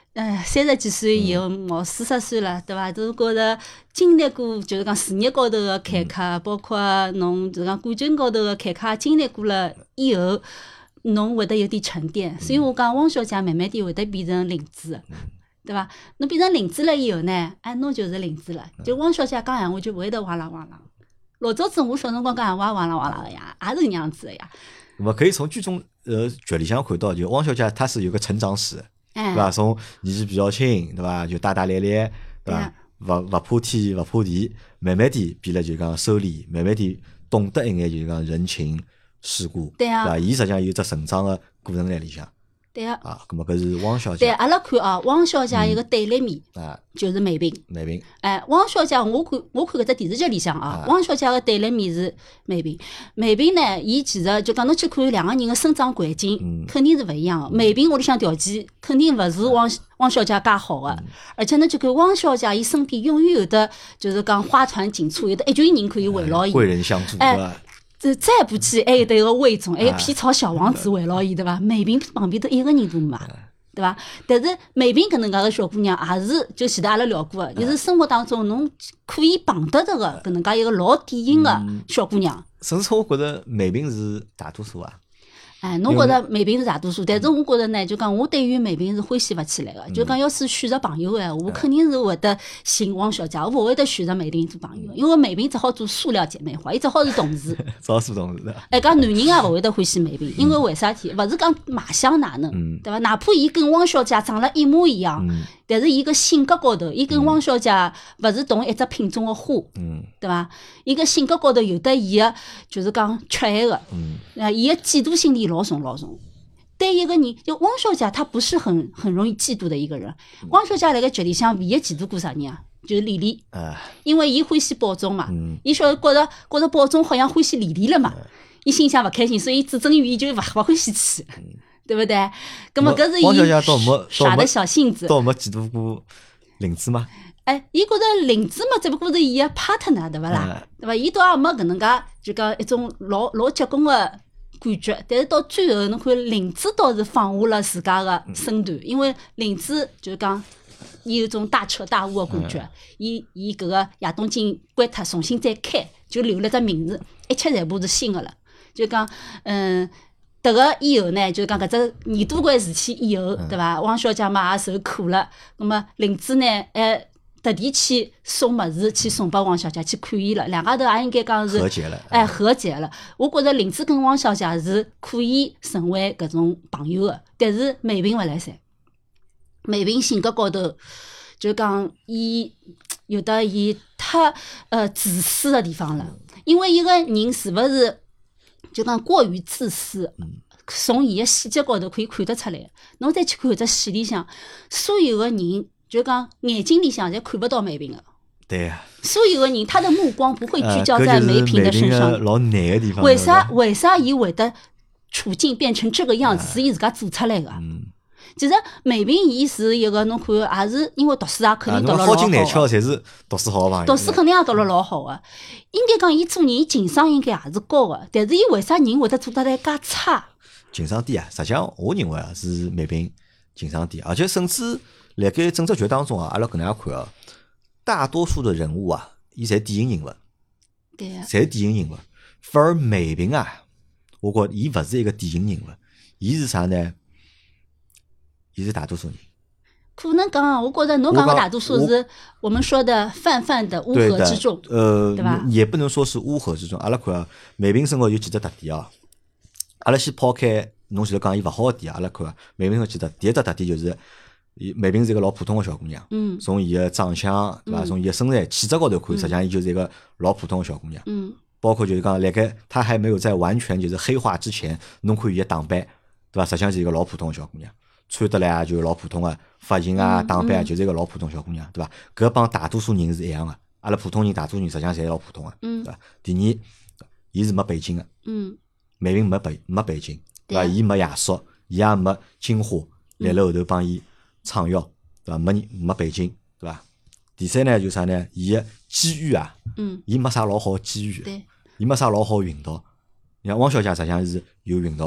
30几岁以后毛40岁了，对伐？都觉着经历过就是讲事业高头个坎坷，包括侬就是讲感情高头个坎坷经历过了以后，侬会得有点沉淀。所以我讲汪小姐慢慢点会得变成林子，对伐？侬变成林子了以后呢，侬就是林子了。就汪小姐讲闲话就勿会得哇啦哇啦。老早子我小辰光讲闲话哇啦哇啦个呀，也是搿样子个呀。 那么可以从剧中剧里向看到，就汪小姐她是有个成长史，对伐？从年纪比较轻，对伐？就大大咧咧，对伐？勿怕天勿怕地，慢慢地变了就讲收敛，慢慢地懂得一眼就讲人情世故， 对伐？伊实际上有只成长个过程在里向。 对个。 咁么搿是汪小姐。 对，阿拉看汪小姐一个对立面就是梅萍。 梅萍。 汪小姐，我看搿只电视剧里向汪小姐个对立面是梅萍。梅萍呢，伊其实就讲侬去看两个人个生长环境，肯定是勿一样个。梅萍屋里向条件肯定勿是汪小姐介好个，而且侬去看汪小姐，伊身边永远有的就是讲花团锦簇，有的一群人可以围绕伊， 贵人相助，对伐？ 再不济还有得一个魏总，还有片草小王子围绕伊，对伐？梅萍旁边都一个人都没，对伐？但是梅萍搿能介个小姑娘，也是就前头阿拉聊过个，就是生活当中侬可以碰得着个搿能介一个老典型个小姑娘。 甚至我觉着梅萍是大多数啊。 侬觉着梅萍是大多数，但是我觉着呢，就讲我对于梅萍是欢喜勿起来个。就讲要是选择朋友个，我肯定是会得寻汪小姐，我勿会得选择梅萍做朋友，因为梅萍只好做塑料姐妹花，伊只好是同事。 只好是同事的。 讲男人也勿会得欢喜梅萍，因为为啥体？勿是讲卖相哪能，对伐？哪怕伊跟汪小姐长了一模一样，但是伊个性格高头，伊跟汪小姐勿是同一只品种个花，对伐？伊个性格高头有得伊个就是讲缺陷个，伊个嫉妒心理老重老重。对一个人，就汪小姐，她不是很容易嫉妒的一个人。汪小姐辣盖剧里向唯一嫉妒过啥人啊？就是李丽，因为伊欢喜宝总嘛，伊觉着宝总好像欢喜李丽了嘛，伊心里向勿开心，所以至臻于伊就勿欢喜去，对不对？咁么搿是伊耍的小性子。 倒没嫉妒过林子吗？ 伊觉着林子嘛，只不过是伊个 partner， 对勿啦？对伐？伊倒也没搿能介，就讲一种老结棍个感觉。但是到最后，侬看林子倒是放下了自家个身段，因为林子就讲伊有种大彻大悟个感觉。伊搿个亚东金关脱，重新再开，就留了只名字，一切全部是新个了。就讲迭个以后呢，就讲搿只年多关事体以后，对伐？汪小姐嘛也受苦了，葛末林子呢特地去送物事，去送拨汪小姐去看伊了，两家头也应该讲是和解了。 和解了。我觉着林子跟汪小姐是可以成为搿种朋友的，但是梅萍勿来三。梅萍性格高头就讲伊有得伊太自私的地方了，因为一个人是勿是就讲过于自私。从伊个细节高头可以看得出来，侬再去看搿只戏里向，所有个人就讲眼睛里向侪看不到梅萍个。 对呀。 所有个人，他的目光不会聚焦在梅萍的身上。 老难个地方。 为啥伊会得处境变成这个样子？是伊自家做出来个。其实梅萍伊是一个，侬看也是因为读书肯定读了老好。 好进难巧，侪是读书好朋友。 读书肯定也读了老好个，应该讲伊做人，伊情商应该也是高个。但是伊为啥人会得做得来介差？ 情商低啊！实际上，我认为是梅萍情商低，而且甚至辣盖整只剧当中阿拉搿能样看大多数的人物伊侪典型人物， 对呀， 侪典型人物。反而梅萍我觉伊勿是一个典型人物，伊是啥呢？伊是大多数人。 可能讲我觉着侬讲的大多数是我们说的泛泛的乌合之众，对吧？ 也不能说是乌合之众。阿拉看梅萍身高有几只特点阿拉先抛开侬前头讲伊勿好个点，阿拉看梅萍有几只。第一只特点就是梅萍是一个老普通个小姑娘，从伊个长相对伐，从伊个身材气质高头看，实际上伊就是一个老普通个小姑娘。包括就是讲辣盖她还没有在完全就是黑化之前，侬看伊个打扮对伐，实际上是一个老普通个小姑娘，穿得来就是老普通个发型打扮就是一个老普通小姑娘，对伐？搿帮大多数人是一样个，阿拉普通人大多数人实际上侪老普通个，对伐？第二，伊是没背景个，梅萍没背景，对伐？伊没爷叔，伊也没金花立辣后头帮伊撑腰，对伐？没背景，对伐？第三呢，就是啥呢？伊个机遇伊没啥老好机遇，伊没啥老好运道。像汪小姐实际上是有运道，对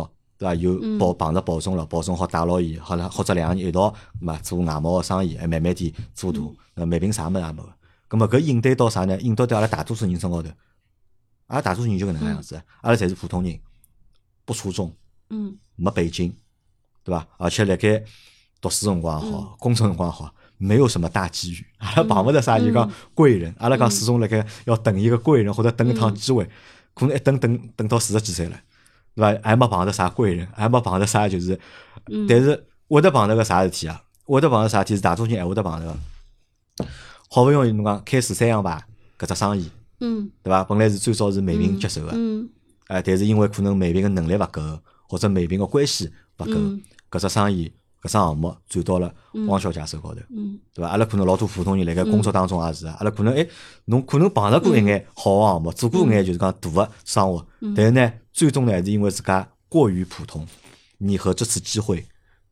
对伐？有碰着保送了，保送好带牢伊，好了或者两个人一道嘛做外贸个生意，还慢慢点做大，慢凭啥物事也没个。咁么搿应对到啥呢？应对到阿拉大多数人身高头，阿拉大多数人就搿能介样子，阿拉侪是普通人，不出众，没背景，对伐？而且辣盖读书辰光好，工作辰光好。没有什么大机遇，阿拉碰勿着啥就讲贵人，阿拉讲始终辣盖要等一个贵人或者等一趟机会，可能一等到40几岁了，对伐？还没碰着啥贵人，还没碰着啥就是，但是会得碰着个啥事体啊？会得碰着啥事体是大多数人还会得碰着个，好不容易侬讲开始3样牌搿只生意，对伐？本来是最早是美平接手个，但是因为可能美平个能力勿够，或者美平个关系勿够，搿只生意。搿只项目转到了汪小姐手高头，对伐？阿拉可能老多普通人辣盖工作当中也是阿拉可能侬可能碰着过一眼好个项目，做过一眼就是讲大个生活，但是呢，最终呢还是因为自家过于普通，你和这次机会，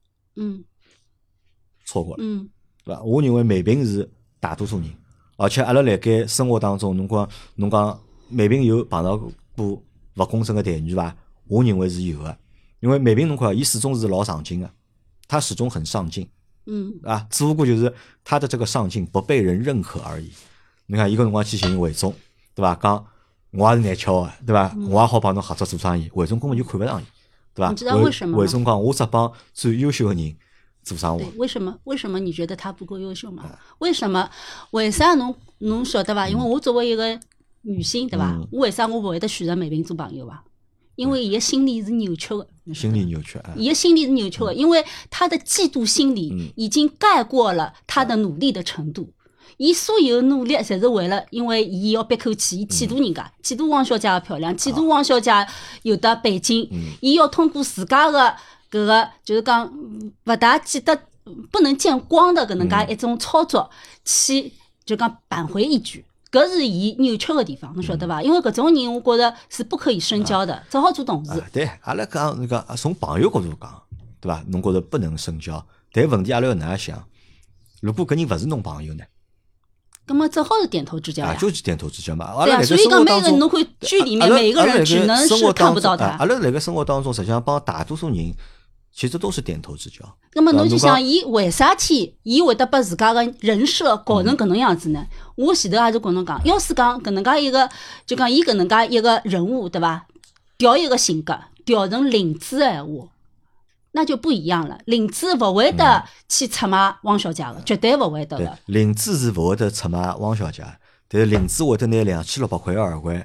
错过了，对伐？我认为美平是大多数人，而且阿拉辣盖生活当中，侬讲美平有碰到过勿公正个待遇伐？我认为是有个，因为美平侬看，伊始终是老上进个。他始终很上进，只不过就是他的这个上进不被人认可而已。你看，一个辰光去寻韦总，对吧？讲我也是难巧的，对吧？我也好帮侬合作做生意，韦总根本就看不上伊，对吧？ 你知道为什么吗？ 韦总讲，我只帮最优秀的人做生活。 为什么？为什么你觉得他不够优秀吗？为什么？为啥侬晓得伐？因为我作为一个女性，对吧？我为啥我不会得选择美平做朋友伐？因为伊个心理是扭曲的， 心理扭曲啊！ 伊个心理是扭曲的，因为他的嫉妒心理已经盖过了他的努力的程度。伊所有努力，侪是为了，因为伊要憋口气，伊嫉妒人家，嫉妒汪小姐漂亮，嫉妒汪小姐有的背景，伊要通过自家的搿个就是讲勿大见得不能见光的搿能介一种操作，去就讲扳回一局。搿是伊扭曲个地方，侬晓得伐？因为搿种人，我觉着是不可以深交的，只好做同事。 对，阿拉讲那个从朋友角度讲，对伐？侬觉着不能深交，但问题阿拉要哪样想？如果搿人勿是侬朋友呢？ 葛末只好是点头之交呀。 就是点头之交嘛。 对啊，所以讲每个人侬看剧里面每一个人只能是看不到他。 阿拉辣盖生活当中，实际上帮大多数人。其实都是点头之交。 那么侬就想，伊为啥体伊会得把自家个人设搞成搿能样子呢？我前头也是跟侬讲，要是讲搿能介一个，就讲伊搿能介一个人物，对伐？调一个性格，调成林子的闲话，那就不一样了。林子勿会得去出卖汪小姐个，绝对勿会得个。 林子是勿会得出卖汪小姐，但是林子会得拿2600块个耳环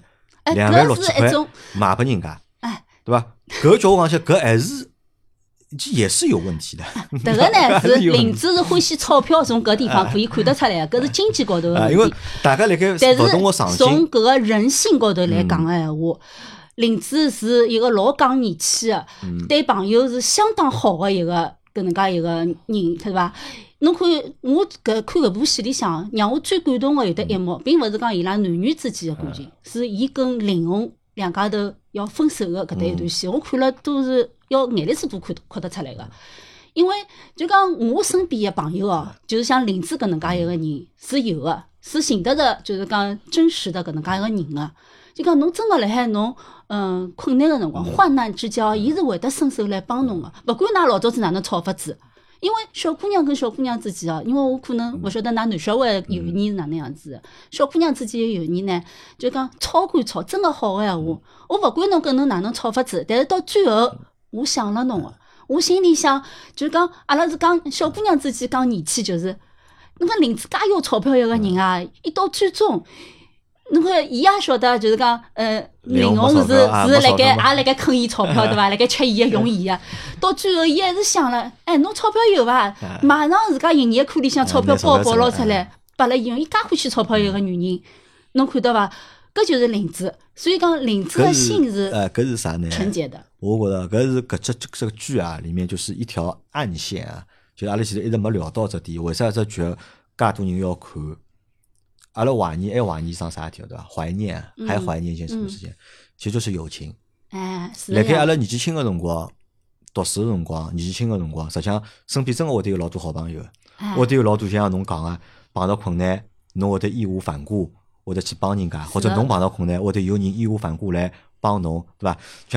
，2600块卖拨人家，对伐？搿叫我讲起，搿还是。也是有问题的。 迭个呢是林子是欢喜钞票，从搿地方可以看得出来，搿是经济高头的问题。 因为大家辣盖勿同个场景， 从搿个人性高头来讲个闲话，林子是一个老讲义气的，对朋友是相当好的一个搿能介一个人，对伐？侬看我看搿部戏里向，让我最感动的有得一幕，并勿是讲伊拉男女之间的感情，是伊跟林红两家头要分手的搿一段戏，我看了都是。要眼泪水都看得出来个，因为就讲我身边的朋友哦，就是像林子搿能介一个人是有的，是寻得着就是讲真实的搿能介一个人个。就讲侬真个辣海侬困难个辰光，患难之交，伊是会得伸手来帮侬个，勿管㑚老早子哪能吵法子。因为小姑娘跟小姑娘之间哦，因为我可能勿晓得㑚男小孩友谊是哪能样子的，小姑娘之间的友谊呢，就讲吵归吵，真个好个闲话，我勿管侬跟侬哪能吵法子，但是到最后。我想了侬个，我心里想，就是讲，阿拉是讲小姑娘之间讲义气，就是那个林子介要钞票一个人啊，一到最终，侬看伊也晓得，就是讲，林红是辣盖也辣盖坑伊钞票对伐？辣盖吃伊个用伊个，到最后伊还是想了，哎，侬钞票有伐？马上自家营业库里向钞票包捞出来，拨了伊用。伊介欢喜钞票一个女人，侬看到伐？搿就是林子，所以讲林子的心是搿是啥呢？ 纯洁的。 我觉着搿是这个剧啊，里面就是一条暗线啊，就是阿拉其实一直没聊到这点。为啥这剧介多人要看？阿拉怀念一桩啥事体对伐？怀念还怀念一件什么事情？其实就是友情。 哎，是。 辣盖阿拉年纪轻个辰光，读书个辰光，年纪轻个辰光，实际上身边真个会得有老多好朋友，会得有老多像侬讲个碰到困难，侬会得义无反顾。会得去帮人家，或者侬碰到困难，会得有人义无反顾来帮侬，对伐？像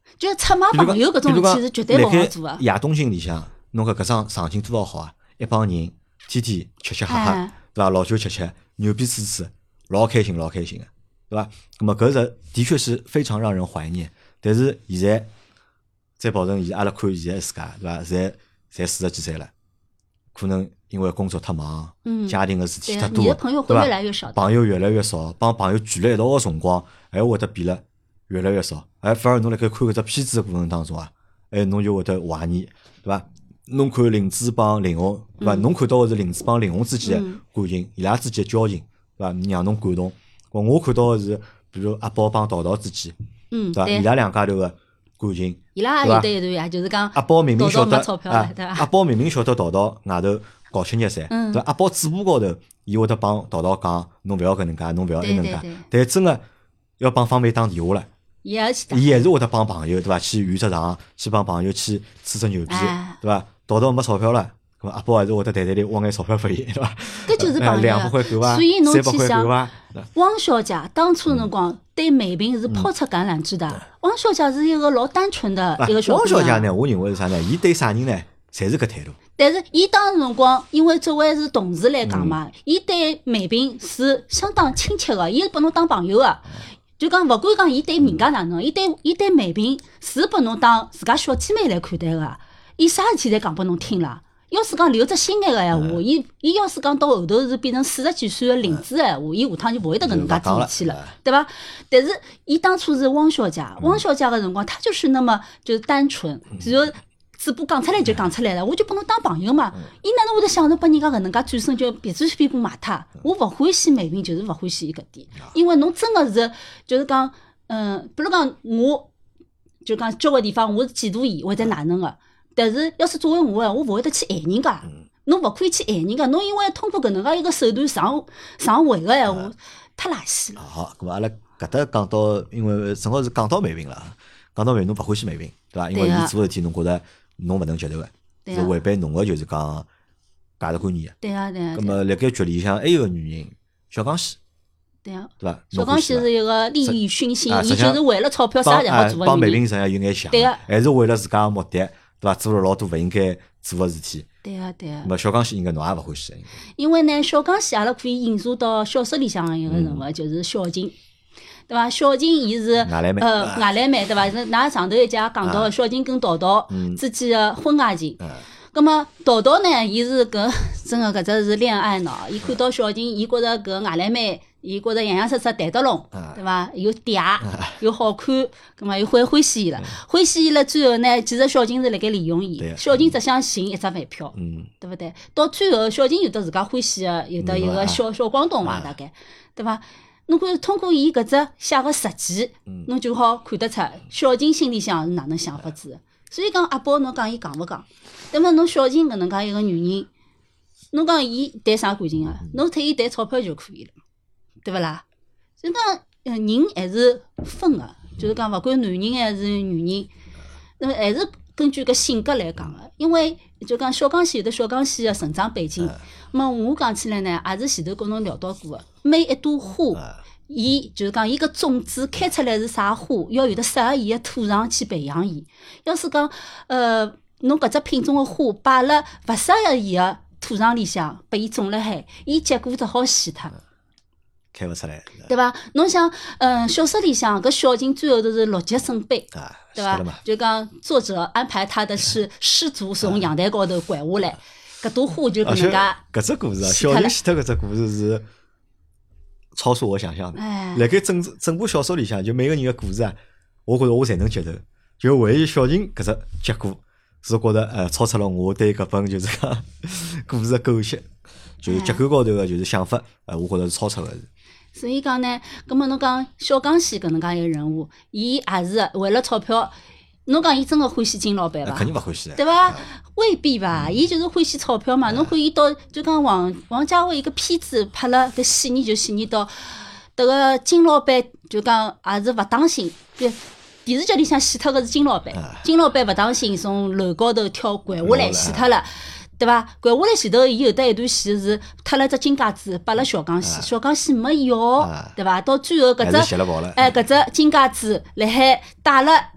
就出卖朋友搿种事体是绝对勿好做个。 夜东京里向，侬搿桩场景多少好啊！一帮人天天吃吃喝喝，对伐？老酒吃吃，牛逼吹吹，老开心老开心个，对伐？那么搿是的确是非常让人怀念。但是现在再保证阿拉看现在自家，对伐？侪40几岁了，可能因为工作太忙，家庭个事体太多， 你的朋友会越来越少， 朋友越来越少，帮朋友聚了一道个辰光，还会得变了越来越少。反而侬辣盖看搿只片子个过程当中啊，侬就会得怀念，对伐？侬看林子帮林红，对伐？侬看到个是林子帮林红之间个感情，伊拉之间个交情，对伐？让侬感动。我看到个是，比如阿宝帮桃桃之间，对伐？伊拉两家头个感情， 伊拉也有得一段呀，就是讲阿宝明明晓得， 阿宝明明晓得桃桃外头搞吃热噻，对伐？阿宝嘴巴高头，伊会得帮桃桃讲，侬勿要搿能介，侬勿要埃能介。但真个要帮方梅打电话了。伊还是会得帮朋友，对伐？去圆只场，去帮朋友去吹只牛逼，对伐？桃桃没钞票了，咾阿宝还是会得淡淡地挖眼钞票拨伊，对伐？ 搿就是朋友。 200块够伐？ 所以侬 300 去想， 伐？ 汪小姐当初辰光对美萍是抛出橄榄枝的。汪小姐是一个老单纯的一个小姑娘。 汪小姐呢，我认为是啥呢？伊对啥人呢，侪是搿态度。 但是伊当时辰光，因为作为是同事来讲嘛，伊对美萍是相当亲切个，伊是拨侬当朋友个。就讲勿管讲伊对人家哪能，伊对美萍是拨侬当自家小姐妹来看待个，伊啥事体侪讲拨侬听啦。要是讲留只心眼个闲话，伊要是讲到后头是变成40几岁个林子个闲话，伊下趟就勿会得搿能介做下去了，对伐？但是伊当初是汪小姐，汪小姐个辰光，她就是那么就是单纯，然后嘴巴讲出来就讲出来了，我就拨侬当朋友嘛。伊哪能会得想着拨人家搿能介转身就鼻子屁股骂他？我勿欢喜美萍，就是勿欢喜伊搿点，因为侬真个是就是讲，比如讲我就讲交关地方我是嫉妒伊或者哪能个，但是要是作为我勿会得去害人家。侬勿可以去害人家，侬因为通过搿能介一个手段上位个闲话，太垃圾了。 好，咁阿拉搿搭讲到，因为正好是讲到美萍了，讲到美萍侬勿欢喜美萍，对伐？因为伊做事体侬觉着侬勿能接受个，是违背侬个就是讲价值观念个。 对啊。咁么辣盖局里向还有个女人小刚西， 对啊， 对伐？ 小刚西是一个利益熏心，伊就是为了钞票啥侪好做个帮美萍实际上有眼像， 对个， 还是为了自家个目的，对伐？做了老多勿应该做个事体。 对啊。 咁么小刚西应该侬也勿欢喜。 因为呢，小刚西阿拉可以引述到小说里向个一个人物，就是小静。对伐？小静伊是外来妹， 外来妹对伐？是㑚上头一节讲到小静跟桃桃之间个婚外情。咁么桃桃呢，伊是搿真个搿只是恋爱脑。伊看到小静，伊觉着搿外来妹，伊觉着洋洋洒洒谈得拢，对伐？又嗲又好看，咁么又欢喜伊了。欢喜伊了最后呢，其实小静是辣盖利用伊。小静只想寻一只饭票，对勿对？到最后，小静有得自家欢喜个，有得一个小广东话，大概，对伐？侬看，通过伊搿只写个实际，侬就好看得出小静心里向是哪能想法子的。所以讲阿宝，侬讲伊讲勿讲？那么侬小静搿能介一个女人，侬讲伊谈啥感情啊？侬替伊谈钞票就可以了，对勿啦？所以讲人还是分个，就是讲勿管男人还是女人，那么还是根据搿性格来讲个。因为就讲小刚西有得小刚西个成长背景，么我讲起来呢，也是前头跟侬聊到过个。每一朵花，伊就是讲伊个种子开出来是啥花，要有得适合伊个土壤去培养伊。要是讲侬搿只品种个花摆辣勿适合伊个土壤里向，拨伊种了海，伊结果只好死脱， 开勿出来， 对伐？侬想，小说里向搿小静最后头是六级生悲，对伐？就讲作者安排他的是失足从阳台高头拐下来，搿朵花就搿能介。 搿只故事啊，小静死脱搿只故事是超出我想象的。辣盖整部小说里向，就每个人个故事啊，我觉着我侪能接受，就唯一小静搿只结果是觉着超出了我对搿本就是讲故事的构想，就是结构高头个就是想法，我觉着是超出个。 所以讲呢，葛末侬讲小刚西搿能介一个人物，伊也是为了钞票。侬讲伊真个欢喜金老板伐？ 肯定勿欢喜， 对伐？未必吧，伊就是欢喜钞票嘛。侬看伊到就讲王家卫一个片子拍了搿戏腻就戏腻到迭个金老板就讲也是勿当心，就电视剧里向死脱个是金老板，金老板勿当心从楼高头跳掼下来死脱了。对伐？掼下来前头伊有得一段戏是脱了只金戒指拨了小刚西，小刚西没要，对伐？到最后搿只金戒指辣海戴了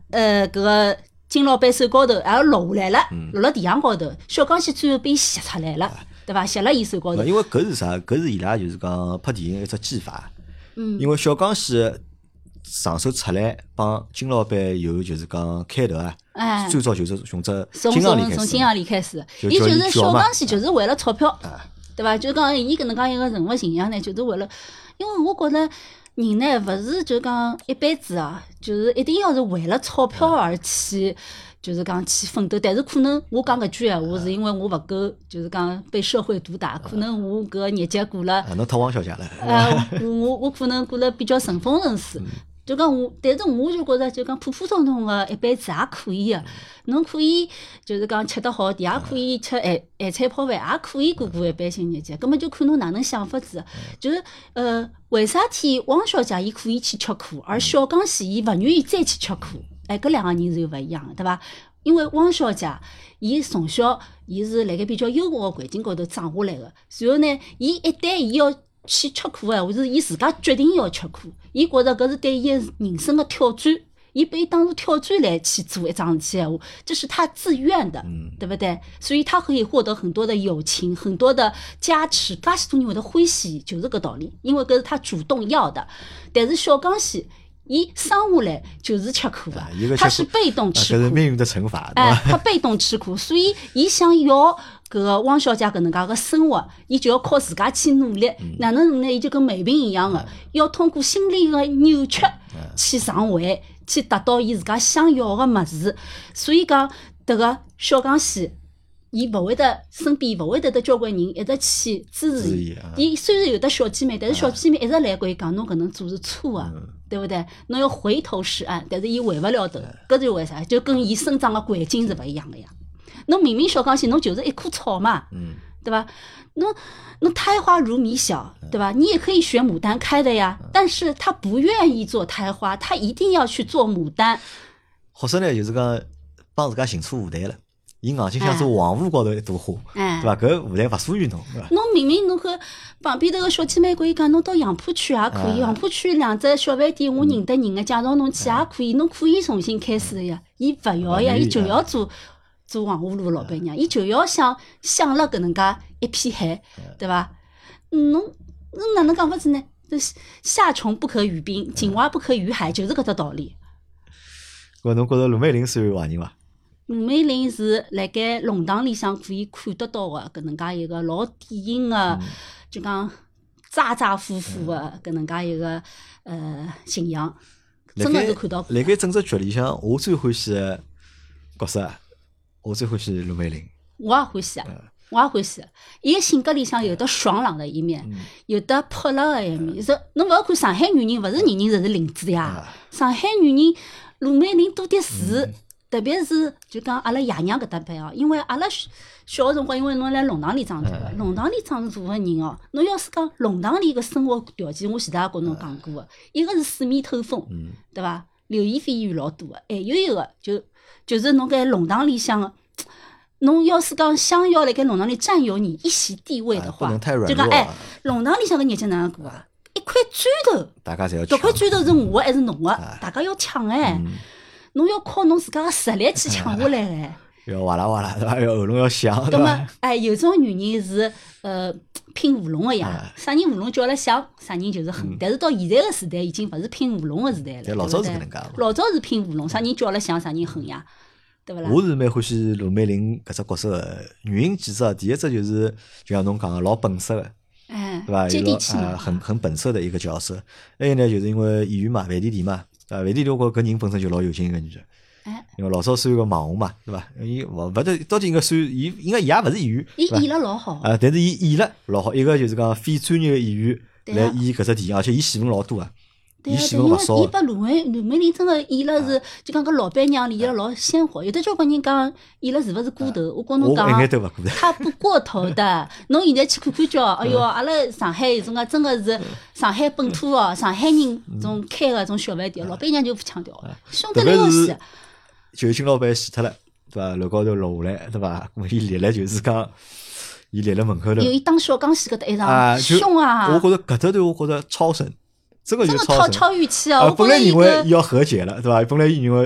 搿个金老板手高头也落下来了，落辣地上高头，小江西最后被吸出来了，对伐？吸辣伊手高头。 因为搿是啥？搿是伊拉就是讲拍电影一只技法。因为小江西上手出来帮金老板有就是讲开头啊，最早就是从金行里开始， 从金行里开始，伊就是小江西就是为了钞票，对伐？就讲伊搿能介一个人物形象呢，就是为了，因为我觉着人呢勿是就讲一辈子啊，就是一定要是为了钞票而去。就是讲去奋斗，但是可能我讲搿句闲话是因为我勿够，就是讲被社会毒打，可能我搿日节过了， 侬讨王小姐了， 我可能过了比较顺风顺水，就讲我，但是我就觉着就讲普普通通个一辈子也可以个，侬可以就是讲吃得好点，也可以吃咸菜泡饭，也可以过一般性日节，葛末就看侬哪能想法子，就是为啥体汪小姐伊可以去吃苦，而小江西伊勿愿意再去吃苦？搿两个人是勿一样的，对伐？因为汪小姐，伊从小伊是辣盖比较优渥个环境高头长下来个，然后呢，伊一旦伊要去吃苦个，或者伊自家决定要吃苦，伊觉着搿是对伊人生个挑战，伊把伊当作挑战来去做一桩事体闲话，这是他自愿的，对不对？所以他可以获得很多的友情，很多的加持，介许多人会得欢喜，就是搿道理，因为搿是他主动要的。但是小江西，伊生下来就是吃苦的，他是被动吃苦， 搿是命运的惩罚。 他被动吃苦，所以伊想要搿个汪小姐搿能介个生活，伊就要靠自家去努力。哪能努力？伊就跟梅萍一样的，要通过心理个扭曲去上位，去达到伊自家想要个物事。所以讲，迭个小江西，伊勿会得身边勿会得交关人一直去支持伊。伊虽然有得小姐妹，但是小姐妹一直来跟伊讲，侬搿能做是错个。对不对？侬要回头是岸，但是伊回勿了头，搿是为啥？就跟伊生长个环境是勿一样个呀。侬明明小江西，侬就是一棵草嘛，对吧？侬胎花如米小，对吧？你也可以选牡丹开的呀，但是他不愿意做胎花，他一定要去做牡丹。 或者呢，就是讲帮自家寻错舞台了。伊硬劲想做黄河高头一朵花，对伐？搿舞台勿属于侬，对伐？ 侬明明侬和旁边头个小姐妹可以讲，侬到杨浦区也可以，杨浦区两只小饭店，我认得人个介绍侬去也可以，侬可以重新开始的呀。伊勿要呀，伊就要做黄河路老板娘，伊就要享了搿能介一片海，对伐？侬哪能讲法子呢？夏虫不可语冰，井蛙不可语海，就是搿只道理。 侬觉着卢美玲算坏人伐？ 卢美玲是辣盖弄堂里向可以看得到个搿能介一个老典型个，就讲渣渣夫妇个搿能介一个形象，真个是看到过。 辣盖整只剧里向，我最欢喜个角色，我最欢喜卢美玲。 我也欢喜啊，我也欢喜。伊个性格里向有得爽朗的一面，有得泼辣个一面。是侬勿要看上海女人，勿是人人侪是林子呀。上海女人卢美玲多的是。特别是就讲阿拉爷娘搿搭边哦，因为阿拉小个辰光，因为侬辣弄堂里长大个，弄堂里长大个人哦，侬要是讲弄堂里个生活条件，我前头也跟侬讲过个，一个是四面透风，对伐？流言蜚语老多个，还有一个就是侬搿弄堂里向个，侬要是讲想要辣盖弄堂里占有你一席地位的话，就讲弄堂里向个日节哪能过啊？一块砖头， 大家侪要抢， 搿块砖头是我还是侬个？大家要抢哎！侬要靠侬自家个实力去抢下来哎， 要哇啦哇啦对伐？要喉咙要响对伐？有种女人是拼喉咙个呀，啥人喉咙叫了响，啥人就是狠。但是到现在个时代，已经勿是拼喉咙个时代了。 老早是搿能介， 老早是拼喉咙，啥人叫了响，啥人狠呀，对勿啦？ 我是蛮欢喜卢美玲搿只角色个，原因几只，第一只就是就像侬讲个老本色个，对伐？ 接地气嘛， 很本色的一个角色。还有呢，就是因为演员嘛，范甜甜嘛。范甜甜我觉搿人本身就老有劲一个女的，因为老早算个网红嘛，对伐？伊勿得到底应该算，伊应该伊也勿是演员， 伊演了老好但是伊演了老好。一个就是讲非专业个演员来演搿只电影，而且伊戏份老多啊，伊戏份勿少。 伊把卢美玲真个演了是，就讲搿老板娘演了老鲜活。有的交关人讲演了是勿是过头？我跟侬讲，他不过头的。侬现在去看看叫，哎哟，阿拉上海有种个真个是上海本土哦，上海人种开个种小饭店，老板娘就不腔调了，凶得来要死。 就金老板死脱了，对伐？楼高头落下来，对伐？伊立了就是讲，伊立了门口头。 有伊当小江西搿搭一场凶啊！ 我觉着搿搭段我觉着超神，真个就超预期啊！ 本来以为要和解了，对伐？本来以为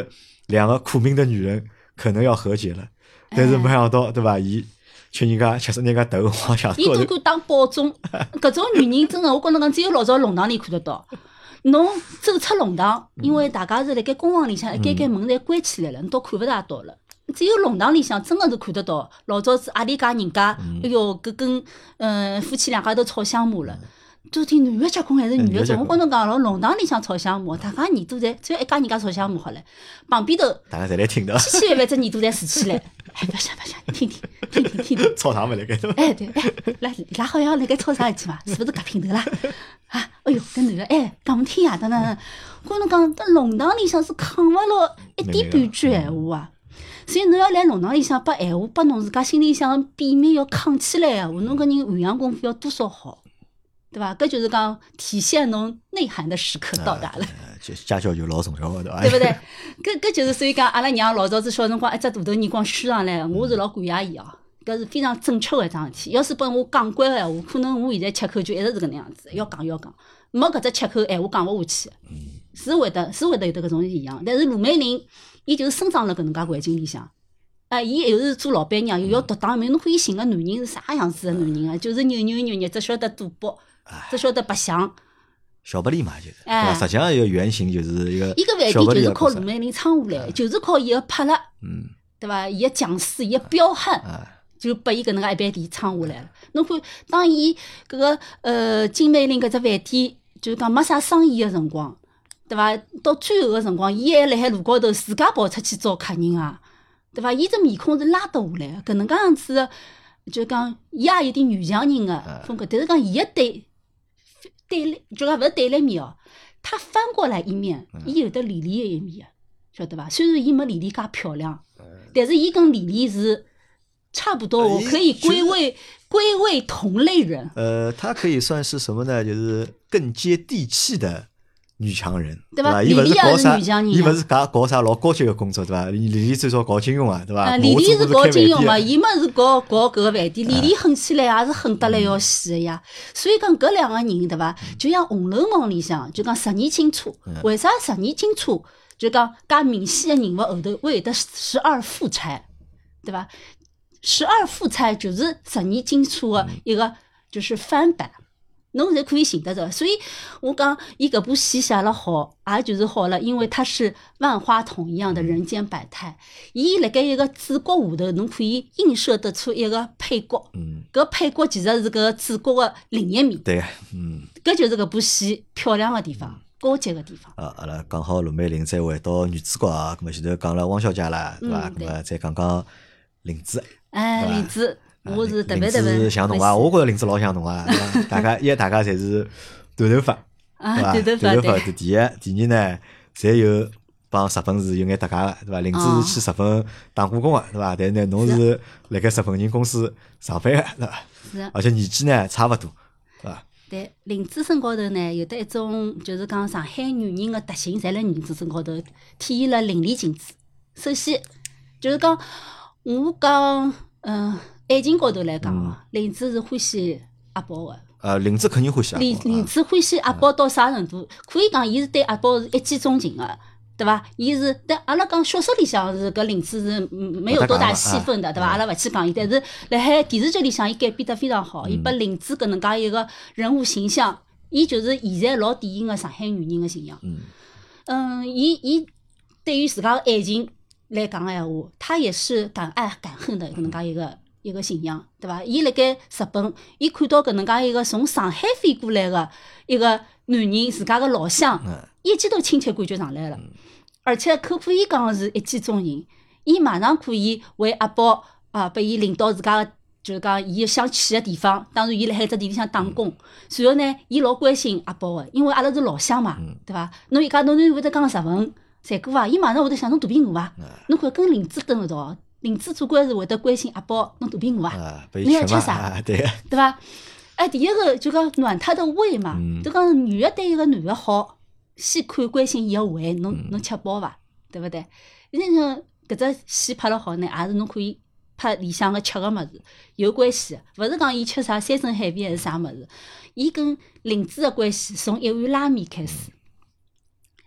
两个苦命的女人可能要和解了，但是没想到，对伐？伊吃人家头往下伊都敢打保种，搿种女人真的，我觉着讲只有老早弄堂里看得到。侬走出弄堂，因为大家是辣盖公房里向，一间门侪关起来了，侬都看勿大到了。只有弄堂里向真的是看得到，老早子阿里家人家，哎哟，搿跟夫妻两家头吵相骂了。到底男个结棍还是女个结棍？我跟侬讲，辣弄堂里向吵相骂，大家耳朵侪只要一家人家吵相骂好了，旁边头大家侪来听的， 千万只耳朵侪竖起来，哎，不想，听， 吵啥么辣盖头？ 哎对，伊拉好像辣盖吵啥事体嘛？是不是搿品头啦？啊，哎哟，搿男个讲勿听呀，等等，跟侬讲，搿弄堂里向是扛勿牢一点半句闲话啊。所以侬要来弄堂里向把闲话，把侬自家心里向比面要扛起来闲话，侬搿人涵养功夫要多少好？对吧？搿就是讲体现侬内涵的时刻到达了。 家教就老重要的，对伐？ 对不对？搿就是所以讲，阿拉娘老早子小辰光一只大头耳光虚上来，我是老感谢伊哦。搿是非常正确的一桩事体。要是拨我讲惯个闲话，可能我现在吃口就一直是搿能样子，要讲，没搿只吃口闲话讲勿下去。是会得有得搿种现象。但是卢美玲，伊就是生长辣搿能介环境里向。伊又是做老板娘，又要独当一面，侬看伊寻个男人是啥样子的男人啊？就是扭捏，只晓得赌博。只晓得白相， 小不利嘛，就是，对吧？实际上一个原型就是一个。 伊个饭店就是靠卢美玲撑下来，就是靠伊个魄力，对伐？伊个强势，伊个彪悍，就拨伊搿能介一爿店撑下来了。侬看，当伊搿个金美玲搿只饭店，就是讲没啥生意个辰光，对伐？到最后个辰光，伊还辣海路高头自家跑出去招客人啊，对伐？伊只面孔是拉得下来个，搿能介样子，就讲伊也有点女强人个风格，但是讲伊个对立，就讲勿是对立面哦，他翻过来一面，伊有得李丽的一面，晓得伐？虽然伊没李丽介漂亮，但是伊跟李丽是差不多，我可以归为同类人。 她可以算是什么呢？就是更接地气的女强人， 对吧？ 伊勿是搞啥， 伊勿是搞啥老高级的工作，对伐？李丽最少搞金融啊，对伐？ 李丽是搞金融嘛，伊么是搞搿个饭店。李丽狠起来也是狠得来要死的呀。所以讲搿两个人，对伐？就像《红楼梦》里向，就讲十二金钗，为啥十二金钗就讲介明显的人物后头会有得12副钗，对伐？12副钗就是十二金钗的一个就是翻版。侬侪可以寻得着，所以我讲伊搿部戏写了好，也就是好了，因为它是万花筒一样的人间百态。伊辣盖一个主角下头，侬可以映射得出一个配角。搿配角其实是搿主角的另一面。 对， 搿就是搿部戏漂亮的地方，高级的地方。 阿拉讲好卢美玲，再回到女主角啊，咁么前头讲了汪小姐啦，对伐？咁么再讲讲林子。 林子。我是特别林子像侬啊，我觉着林子老像侬啊，大家侪是短头发，对伐？短头发是第一，第二呢，侪有帮日本是有眼搭界个，对伐？林子是去日本打过工个，对伐？但是呢，侬是辣盖日本人公司上班个，对伐？ 是。 而且年纪呢差勿多，对伐？ 对，林子身高头呢有得一种就是讲上海女人个特性，侪辣林子身高头体现了淋漓尽致。首先就是讲，我讲爱情高头来讲林子是欢喜阿宝个。 林子肯定欢喜阿宝。 林子欢喜阿宝到啥程度？可以讲，伊是对阿宝是一见钟情个，对伐？伊是，但阿拉讲小说里向是搿林子是没有多大戏份的，对伐？阿拉勿去讲伊，但是辣海电视剧里向伊改编得非常好，伊把林子搿能介一个人物形象，伊就是现在老典型个上海女人个形象。伊对于自家个爱情来讲个闲话，他也是敢爱敢恨的搿能介一个形象，对伐？伊辣盖日本，伊看到搿能介一个从上海飞过来个一个男人，自家个老乡，一记头亲切感觉上来了，而且可以讲是一见钟情，伊马上可以为阿宝把伊领到自家个就是讲伊想去个地方，当然伊辣海只店里向打工，随后呢，伊老关心阿宝个，因为阿拉是老乡嘛，对伐？侬一家侬会得讲日文，才哥伐？伊马上会得想侬肚皮饿伐？侬看跟林子蹲一道。林子主管是会得关心阿宝，侬肚皮饿伐？侬要吃啥？对伐？第一个就讲暖他的胃嘛，就讲女的对一个男的好，先看关心伊个胃，侬吃饱伐？对勿对？因为搿只戏拍了好呢，也是侬可以拍里向个吃个物事有关系，勿是讲伊吃啥山珍海味还是啥物事。伊跟林子个关系从一碗拉面开始，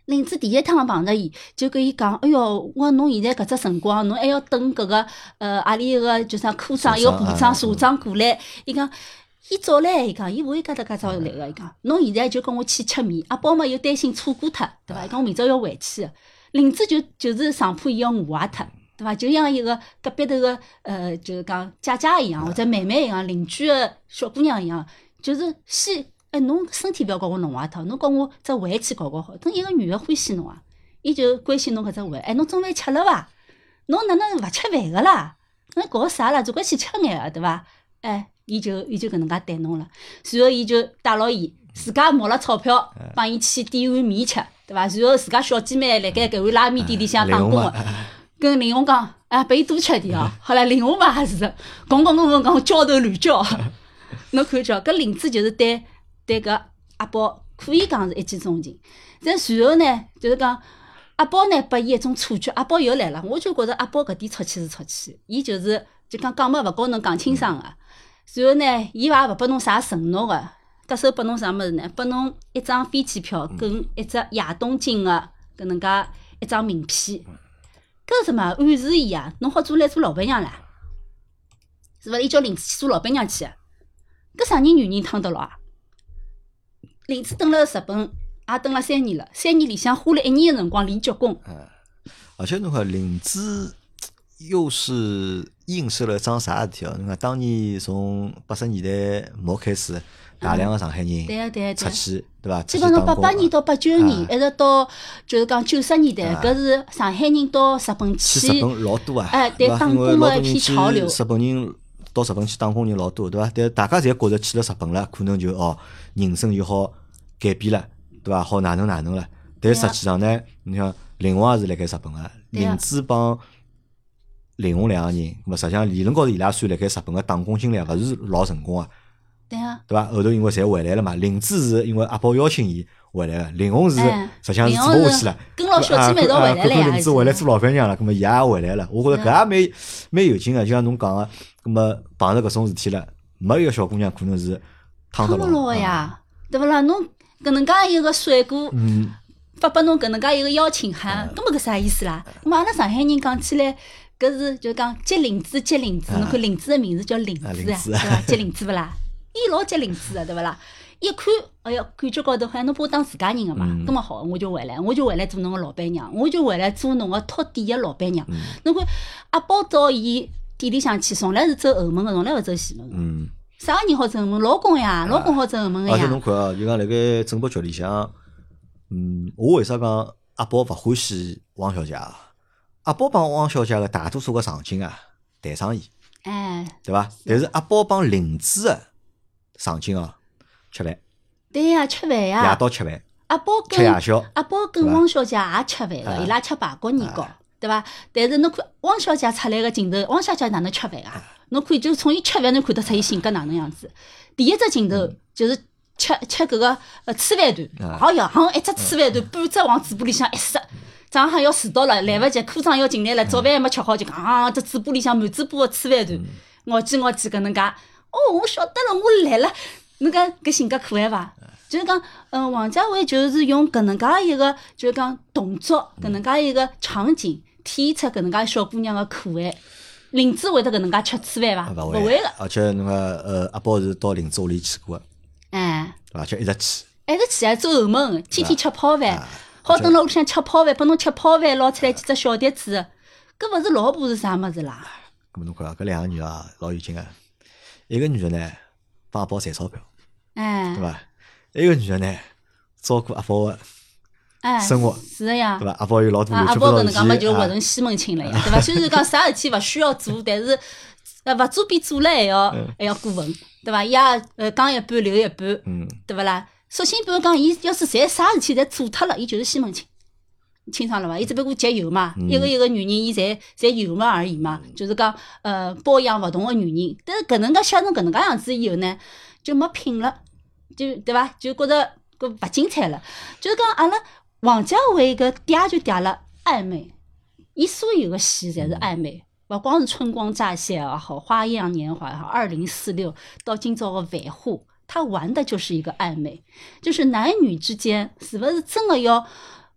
林子第一趟碰着伊，就跟伊讲：“哎哟，我侬现在搿只辰光，侬还要等搿个阿里一个就啥科长、一个部长、社长过来。”伊讲：“伊早来，伊讲伊勿会介早来个。伊讲侬现在就跟我去吃面，阿宝嘛又担心错过脱，对伐？伊讲我明朝要回去个。林子就是上铺伊要饿坏脱，对伐？就像一个隔壁头个就是讲姐姐一样，或者妹妹一样，邻居个小姑娘一样，就是先。”侬身体勿要搞我弄坏脱，侬跟我只胃去搞好。等一个女个欢喜侬啊，伊就关心侬搿只胃。侬中饭吃了伐？侬哪能勿吃饭个啦？侬搞啥啦？总归去吃眼个，对伐？伊就搿能介对侬了。随后伊就带牢伊，自家冒了钞票帮伊去点碗面吃，对伐？随后自家小姐妹辣盖搿碗拉面店里向打工个，跟林红讲，拨伊多吃点哦。后来林红嘛也是讲焦头烂额。侬看叫搿林子就是对搿阿宝可以讲是一见钟情，但随后呢，就是讲阿宝呢拨伊一种错觉，阿宝又来了，我就觉着阿宝搿点出气是出气，伊就讲嘛勿跟侬讲清爽个，随后呢，伊也勿拨侬啥承诺个，得手拨侬啥物事呢？拨侬一张飞机票跟一只夜东京个搿能介一张名片，搿什么暗示伊啊，侬好做老板娘啦，是伐？伊叫林子去做老板娘去，搿啥人女人趟得牢啊？林子蹲辣日本也蹲了3年了，3年里向花了1年的辰光练脚功。 而且侬看林子又是映射了桩啥事体哦？侬看当年从80年代末开始，大量的上海人出去，对伐？ 基本上88年到89年，一直到就是讲90年代，搿是上海人到日本去日本老多啊， 对打工的一批潮流。 日本人到日本去打工人老多，对伐？但大家侪觉着去了日本了，可能就人生就好改变了，对伐？好哪能了？但实际上呢，你像林红也是辣盖日本个，林子帮林红两个人，咁实际上理论高头伊拉算辣盖日本个打工经历勿是老成功个， 对啊， 对伐？后头因为侪回来了嘛，林子是因为阿宝邀请伊回来个，林红是实际上是做勿下去了， 跟牢小姐妹一道回来了呀。 林子回来做老板娘了，咁伊也回来了。我觉着搿也蛮有劲个，就像侬讲个，咁么碰着搿种事体了，没一个小姑娘可能是趟得牢呀，对勿啦？侬搿能介一个甩锅，发拨侬搿能介一个邀请函，搿么搿啥意思啦？咁阿拉上海人讲起来，搿是就讲接林子，侬看林子的名字叫林子啊，对伐？接林子勿啦？伊老接林子的，对勿啦？一看，哎哟，感觉高头好像侬把我当自家人个嘛，搿么好，我就回来做侬个老板娘，我就回来做侬个托底个老板娘。侬看阿宝到伊店里向去，从来是走后门个，从来勿走前门。啥个人好走后门？老公呀，老公好走后门个呀。 而且侬看啊，就讲辣盖整部剧里向，我为啥讲阿宝勿欢喜汪小姐啊？阿宝帮汪小姐个大多数个场景啊，谈生意，对伐？但是阿宝帮林子个场景哦，吃饭。 对呀，吃饭呀。 夜到吃饭。 阿宝跟吃夜宵。 阿宝跟汪小姐也吃饭个，伊拉吃排骨年糕，对伐？但是侬看汪小姐出来个镜头，汪小姐哪能吃饭啊？侬可以就从伊吃饭，侬看得出伊性格哪能样子。第一只镜头就是吃搿个粢饭团，好呀，一只粢饭团半只往嘴巴里向一塞，早上要迟到了，来勿及，科长要进来了，早饭还没吃好，就讲这嘴巴里向满嘴巴个粢饭团，咬几搿能介。我晓得了，我来了。侬讲搿性格可爱伐？就是讲，王家卫就是用搿能介一个，就是讲动作，搿能介一个场景，体现出搿能介小姑娘个可爱。林子会得搿能介吃粢饭伐？勿会个。 而且侬看，阿宝是到林子屋里去过个，对伐？就一直去还走后门，天天吃泡饭，好蹲辣屋里向吃泡饭，拨侬吃泡饭，捞出来几只小碟子，搿勿是老婆是啥物事啦？ 搿么侬看搿两个女啊，老有劲个。一个女的呢，帮阿宝赚钞票，对伐？一个女的呢，照顾阿宝个生活， 是个呀， 对伐？阿宝有老多阿宝搿能介嘛，就活成西门庆了呀，对伐？虽然讲啥事体勿需要做，但是勿做比做了还要过分，对伐？伊也讲一半留一半，对勿啦？索性比如讲，伊要是侪啥事体侪做脱了，伊就是西门庆，清爽了伐？伊只不过节油嘛，一个女人，伊侪油嘛而已嘛，就是讲包养勿同个女人，但是搿能介写成搿能介样子以后呢，就没品了，就对伐？就觉着搿勿精彩了，就是讲阿拉王家卫搿嗲就嗲了暧昧，伊所有个戏侪是暧昧，勿光是春光乍泄也好，花样年华也好，2046到今朝个繁花，他玩的就是一个暧昧，就是男女之间是勿是真的要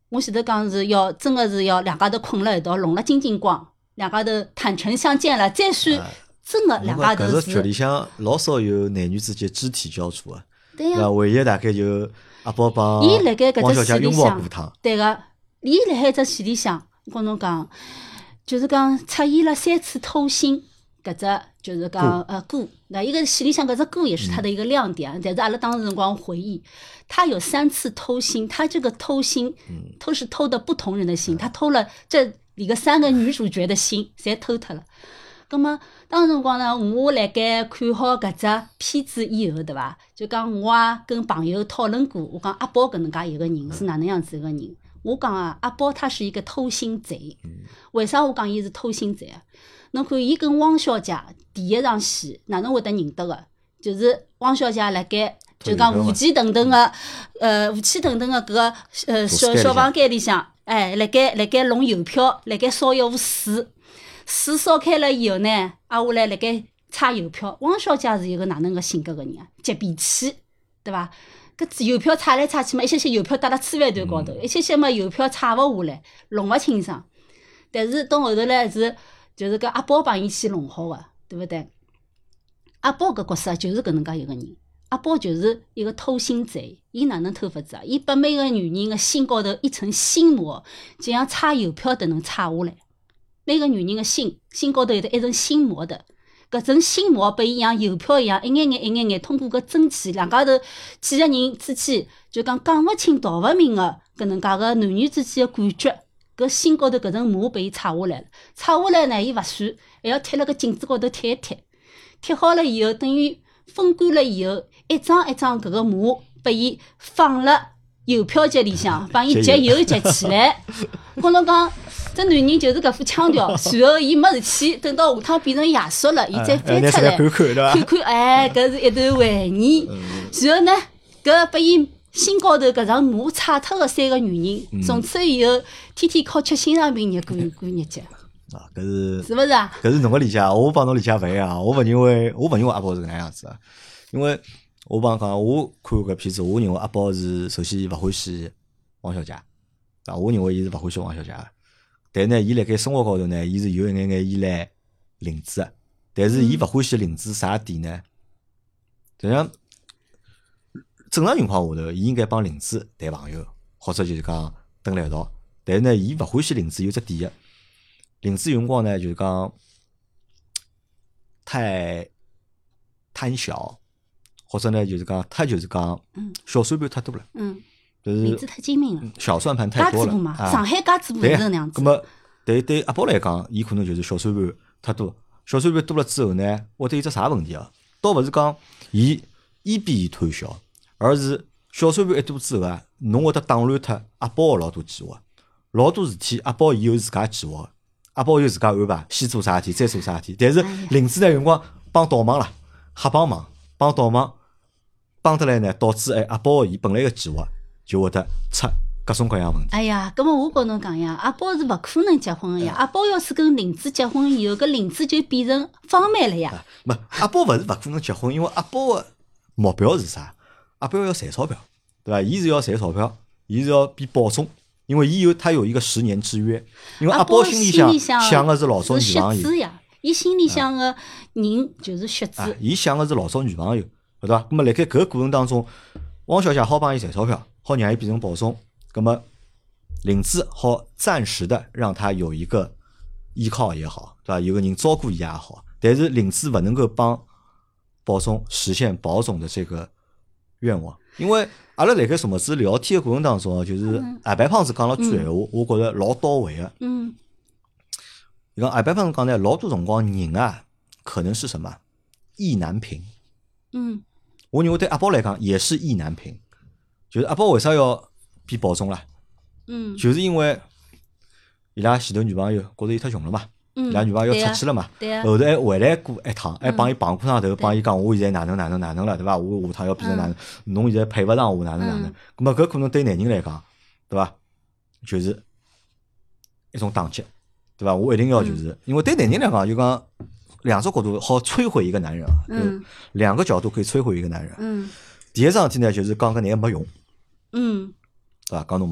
我前头讲是要真个是要两家头困辣一道，弄了精精光，两家头坦诚相见了，再算真个两家头搿只剧里向老少有男女之间肢体交触个， 对呀， 唯一大概就阿宝帮伊辣盖搿汪小姐拥抱只戏里向过趟， 对个，伊辣海只戏里向，我跟侬讲，就是讲出现了3次偷腥，搿只就是讲歌，那一个戏里向搿只歌也是它的一个亮点，但是阿拉当时辰光回忆，他有3次偷腥，他这个偷腥，都是偷的不同人的心，他偷了这里个3个女主角的心，侪偷脱了。咁么当时辰光呢，我辣盖看好搿只片子以后，对伐？就讲我也跟朋友讨论过，我讲阿宝搿能介一个人是哪能样子一个人？我讲啊，阿宝他是一个偷腥贼。为啥我讲伊是偷腥贼啊？侬看伊跟汪小姐第一场戏哪能会得认得个？就是汪小姐辣盖就讲武器等等个搿个小房间里向，哎，辣盖弄邮票，辣盖烧一壶水。水烧开了以后呢，挨下来辣盖拆邮票。汪小姐是一个哪能个性格个人啊？急脾气，对伐？搿邮票拆来拆去嘛，一些邮票搭辣吃饭团高头，一些嘛邮票拆勿下来，弄勿清爽。但是到后头来就是搿阿宝帮伊去弄好个，对勿对？阿宝搿角色就是搿能介一个人。阿宝就是一个偷腥贼，伊哪能偷法子啊？伊把每个女人个心高头一层心膜，就像拆邮票等能拆下来。每个女人的心高头有得一层心膜的，搿层心膜被伊像邮票一样一眼眼通过搿蒸汽，两家头几个人之间就讲勿清道勿明个搿能介个男女之间的感觉，搿心高头搿层膜被伊拆下来了。拆下来呢，伊勿算，还要贴辣搿镜子高头贴一贴，贴好了以后，等于风干了以后，一张一张搿个膜被伊放了邮票机里向，帮伊集邮集起来。跟侬讲。这男人就是搿副腔调，随后伊没事体，等到下趟变成夜宿了，伊再翻出来看看，哎，搿是一段怀念。然后呢，搿拨伊心高头搿层膜拆脱个3个女人，从此以后天天靠吃心脏病日过日节。 啊，搿是勿是啊？ 搿是侬个理解，我帮侬理解勿一样。我勿认为阿宝是搿能样子啊，因为我帮讲，我看搿片子，我认为阿宝是首先勿欢喜汪小姐，啊，我认为伊是勿欢喜汪小姐。但呢，伊辣盖生活高头呢，伊是有一眼眼依赖林子的。但是伊勿欢喜林子啥点呢？就像正常情况下头，伊应该帮林子谈朋友，或者就是讲蹲辣一道。但是呢，伊勿欢喜林子有只点个，林子有辰光呢，就是讲太贪小，或者呢就是讲小算盘太多了。就是林子太精明了， 小算盘太多了嘛，上海家嘴部是那样子。 咁么对阿宝来讲，伊可能就是小算盘太多，小算盘多了之后呢，会得有只啥问题啊？倒勿是讲伊比伊贪小，而是小算盘一多之后啊，侬会得打乱脱阿宝个老多计划，老多事体阿宝伊有自家计划，阿宝有自家安排，先做啥事体，再做啥事体。但是林子呢，有辰光帮倒忙啦，瞎帮忙，帮倒忙，帮得来呢，导致阿宝伊本来个计划。就会得出各种各样问题。 哎呀，咁么我跟侬讲呀，阿宝是勿可能结婚个呀。阿宝要是跟林子结婚以后，搿林子就变成方妹了呀。 没，阿宝勿是勿可能结婚，因为阿宝个目标是啥？阿宝要赚钞票，对伐？伊是要赚钞票，伊是要变保总，因为他有一个10年之约。因为阿宝心里想的是老早女朋友呀，伊心里想个人就是血子。 伊想的是老早女朋友，对伐？咁么辣盖搿个过程当中，汪小姐好帮伊赚钞票。好让伊变成保送，那么林子好暂时的让他有一个依靠也好，对吧？有个人照顾伊也好，但是林子不能够帮保送实现保总的这个愿望，因为阿拉辣盖什么子聊天的过程当中，就是阿白胖子讲了句闲话，我觉得老到位的。你讲阿白胖子讲呢，老多辰光人啊，可能是什么意难平。我认为对阿宝来讲也是意难平。就是阿宝为啥要变保总啦？就是因为伊拉前头女朋友觉着伊太穷了嘛，伊拉女朋友要出去了嘛，后头还回来过一趟，还帮伊碰过上头，帮伊讲我现在哪能了，对伐？我下趟要变成哪能，侬现在配勿上我哪能。咁么搿可能对男人来讲，对伐？就是一种打击，对伐？我一定要就是因为对男人来讲，就讲两种角度好摧毁一个男人啊，两个角度可以摧毁一个男人。第一桩事体呢，就是讲搿男人没用。对伐？讲侬没用。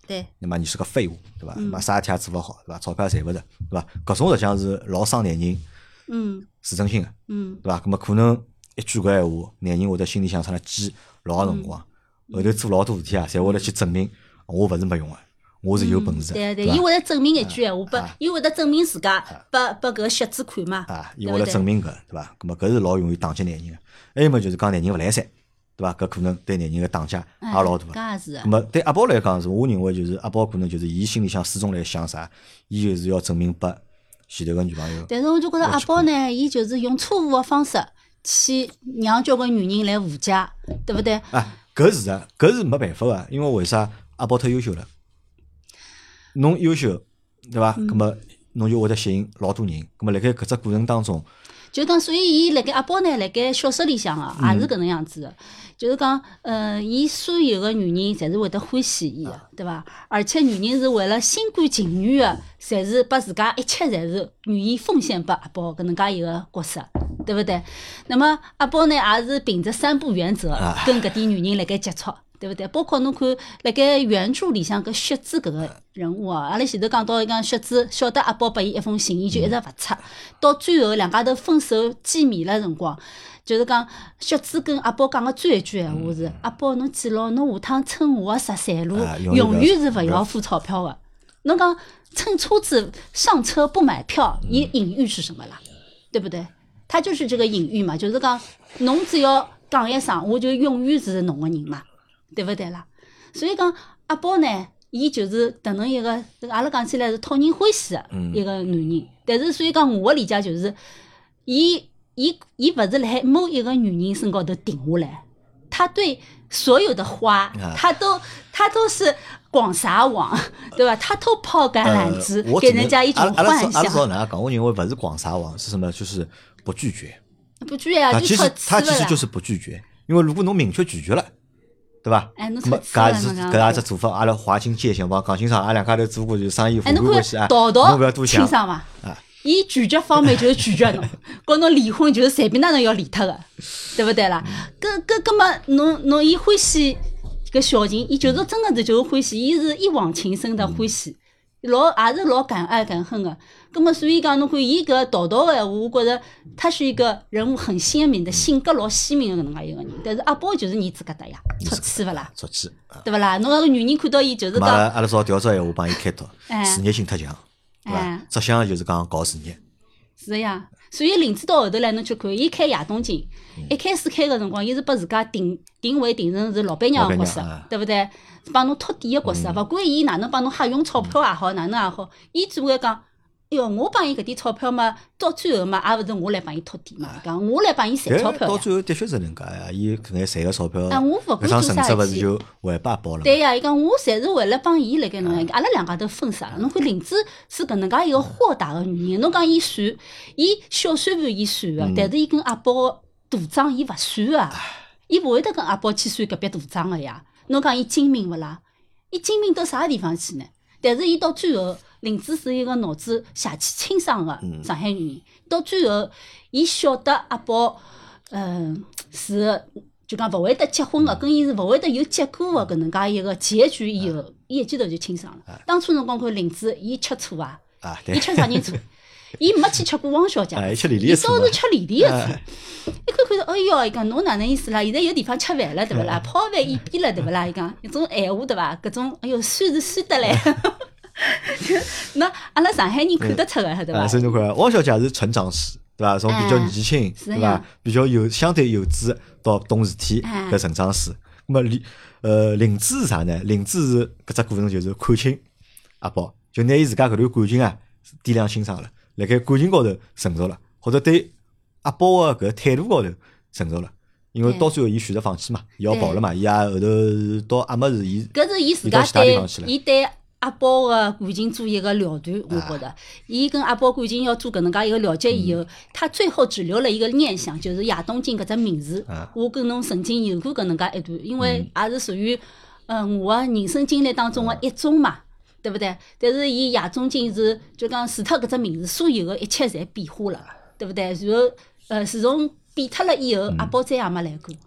对， 那么你是个废物，对伐？那么啥事体也做勿好，对伐？钞票赚勿着，对伐？搿种实际上是老伤男人自尊心个，对伐？那么可能一句搿闲话，男人会得心里向出来记老长辰光，后头做老多事体啊，侪会得去证明我勿是没用个，我是有本事的， 对，伊会得证明一句闲话，伊会得证明自家，拨搿血子看嘛。 伊会得证明搿，对伐？那么搿是老容易打击男人个。还有么就是讲男人勿来三，对伐？搿可能对男人个打击也老大个。 搿也是。 那么对阿宝来讲是，我认为就是阿宝可能就是伊心里向始终来想啥，伊就是要证明拨前头个女朋友。 但是我就觉着阿宝呢，伊就是用错误个方式去让交关女人来误解，对勿对？ 搿是啊，搿是没办法个，因为为啥阿宝太优秀了？侬优秀，对伐？咁么侬就会得吸引老多人。咁么辣盖搿只过程当中， 就讲，所以伊辣盖阿宝呢，辣盖小说里向啊，也是搿能样子个。就是讲，伊所有个女人侪是会得欢喜伊个，对伐？而且女人是为了心甘情愿个，侪是把自家一切侪是愿意奉献拨阿宝搿能介一个角色，对勿对？那么阿宝呢，也是凭着3不原则跟搿点女人辣盖接触。对不对？包括侬看，辣盖原著里向搿雪子搿个人物啊，阿拉前头讲到，讲雪子晓得阿宝拨伊一封信，伊就一直勿出，到最后两家头分手见面了辰光，就是讲雪子跟阿宝讲个最后一句闲话是：阿宝，侬记牢，侬下趟乘我个13路，永远是勿要付钞票个。侬讲乘车子上车不买票，伊隐喻是什么啦？对不对？他就是这个隐喻嘛，就是讲侬只要讲一声，我就永远是侬个人嘛。对勿对啦？所以讲阿宝呢，伊就是等能一个，阿拉讲起来是讨人欢喜的一个男人。但是所以讲我的理解就是，伊勿是辣海某一个女人身高头定下来，他对所有的花，他都是广撒网，对吧？他都抛橄榄枝，给人家一种幻想。 阿拉照哪讲？我认为勿是广撒网，是什么？就是不拒绝。 不拒绝啊，就他其实就是不拒绝，因为如果侬明确拒绝了。对伐？搿也只做法，阿拉划清界限，帮讲清爽，阿拉两家头做过就生意互换关系啊，侬勿要多想。 清爽伐？伊拒绝方面就是拒绝侬，跟侬离婚就是随便哪能要离脱个，对勿对啦？搿么侬伊欢喜搿小情，伊就是真个是就是欢喜，伊是一往情深的欢喜，也是老敢爱敢恨个。搿么所以讲，侬看伊搿道个闲话，我觉着他是一个人物很鲜明的，性格老鲜明的搿能介一个人。但是阿宝就是儿子疙瘩呀，出气勿啦？ 出气， 对勿啦？侬搿个女人看到伊就是讲， 阿拉少调只闲话帮伊开脱，事业心太强，对伐？只想就是讲搞事业。 是呀，所以林子到后头来，侬去看，伊开亚东金，一开始开个辰光，伊是把自家定位定成是老板娘个角色，对勿对？帮侬托底个角色，勿管伊哪能帮侬瞎用钞票也好，哪能也好，伊只会讲。哟，我帮伊搿点钞票嘛，到最后嘛，也勿是我来帮伊托底嘛，讲我来帮伊赚钞票。 到最后的确是能介呀，伊搿眼赚个钞票， 我勿管做啥事体， 勿是就还拨阿宝了？ 对呀，伊讲我侪是为了帮伊辣盖弄，阿拉两家头分啥？侬看林子是搿能介一个豁达个女人，侬讲伊算，伊小算盘伊算个，但是伊跟阿宝大账伊勿算个，伊勿会得跟阿宝去算搿笔大账个呀。侬讲伊精明勿啦？伊精明到啥地方去呢？但是伊到最后。林子是一个脑子邪气清爽的上海女人，到最后，伊晓得阿宝，是就讲勿会得结婚的，跟伊是勿会得有结果的搿能介一个结局以后，伊一记头就清爽了。当初辰光看林子，伊吃醋啊，伊吃啥人醋？伊没去吃过汪小姐，伊倒是吃李丽的醋。伊看看说，哎哟，伊讲侬哪能意思啦？现在有地方吃饭了，对勿啦？泡饭一边了，对勿啦？伊讲一种闲话，对伐？搿种哎哟，酸是酸得来。那阿拉上海人看得出个，对伐？ 所以侬看，汪小姐是成长史，对伐？从比较年轻，对伐？比较相对幼稚到懂事体搿成长史。那么林子是啥呢？林子是搿只过程就是看清阿宝，就拿伊自家搿段感情啊掂量清爽了，辣盖感情高头成熟了，或者对阿宝个搿态度高头成熟了。因为到最后伊选择放弃嘛，伊要跑了嘛，伊也后头到阿么是伊， 搿是伊自家对，伊对。阿宝个感情做一个了断，我觉得，伊跟阿宝感情要做搿能介一个了结以后，他最后只留了一个念想，就是亚东金搿只名字，我跟侬曾经有过搿能介一段，因为也是属于我个人生经历当中个一种嘛，对不对？但是伊亚中金是就讲除脱搿只名字，所有个一切侪变化了，对不对？然后自从变脱了以后，阿宝再也没来过。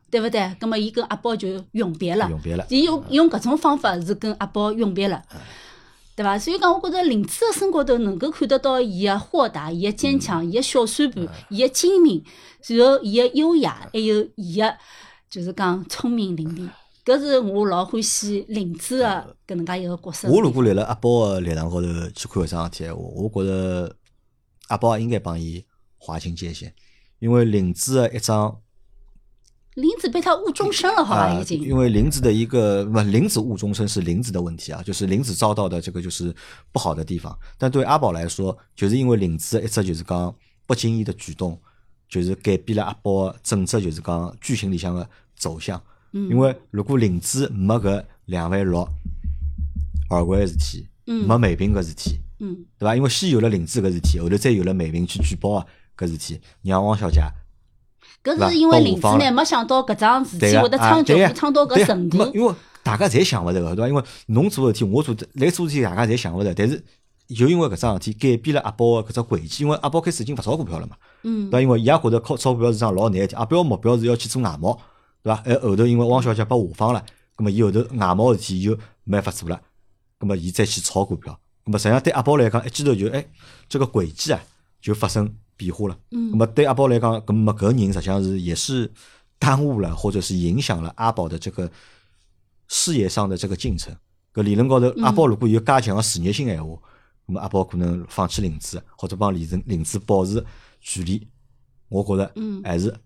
对勿对？葛末伊跟阿宝就永别了， 永别了， 伊用搿种方法是跟阿宝永别了。对伐？所以讲，我觉着林子个身高头能够看得到伊个豁达、伊个坚强、伊个小算盘、伊个精明，然后伊个优雅，还有伊个就是讲聪明伶俐。搿是我老欢喜林子个搿能介一个角色。 我如果立辣阿宝个立场高头去看搿桩事体闲话，我觉着阿宝应该帮伊划清界限，因为林子个一张。 林子被他误终身了，好吧，已经。 因为林子的一个林子误终身是林子的问题啊，就是林子遭到的这个就是不好的地方。但对阿宝来说，就是因为林子一直就是讲不经意的举动，就是改变了阿宝整只就是讲剧情里向的走向。因为如果林子没搿两位六耳环的事体，没美平搿事体，对伐？因为先有了林子搿事体，后头再有了美平去举报啊搿事体，让汪小姐。 搿是因为林子呢没想到搿桩事体会得撑脚步撑到搿程度， 因为大家侪想勿着个，对伐？因为侬做事体，我做来做事体，大家侪想勿着，但是就因为搿桩事体改变了阿宝个搿只轨迹，因为阿宝开始已经勿炒股票了嘛，对伐？因为伊也觉着炒股票是桩老难的事体，阿宝目标是要去做外贸，对伐？后头因为汪小姐被下放了，葛末伊后头外贸事体伊就没办法做了，葛末伊再去炒股票，葛末实际上对阿宝来讲，一记头就这个轨迹啊就发生变化了，那么对阿宝来讲，搿么搿人实际上是也是耽误了或者是影响了阿宝的这个事业上的这个进程。搿理论高头，阿宝如果有加强个事业性闲话，那么阿宝可能放弃林子，或者帮林子保持距离，我觉得还是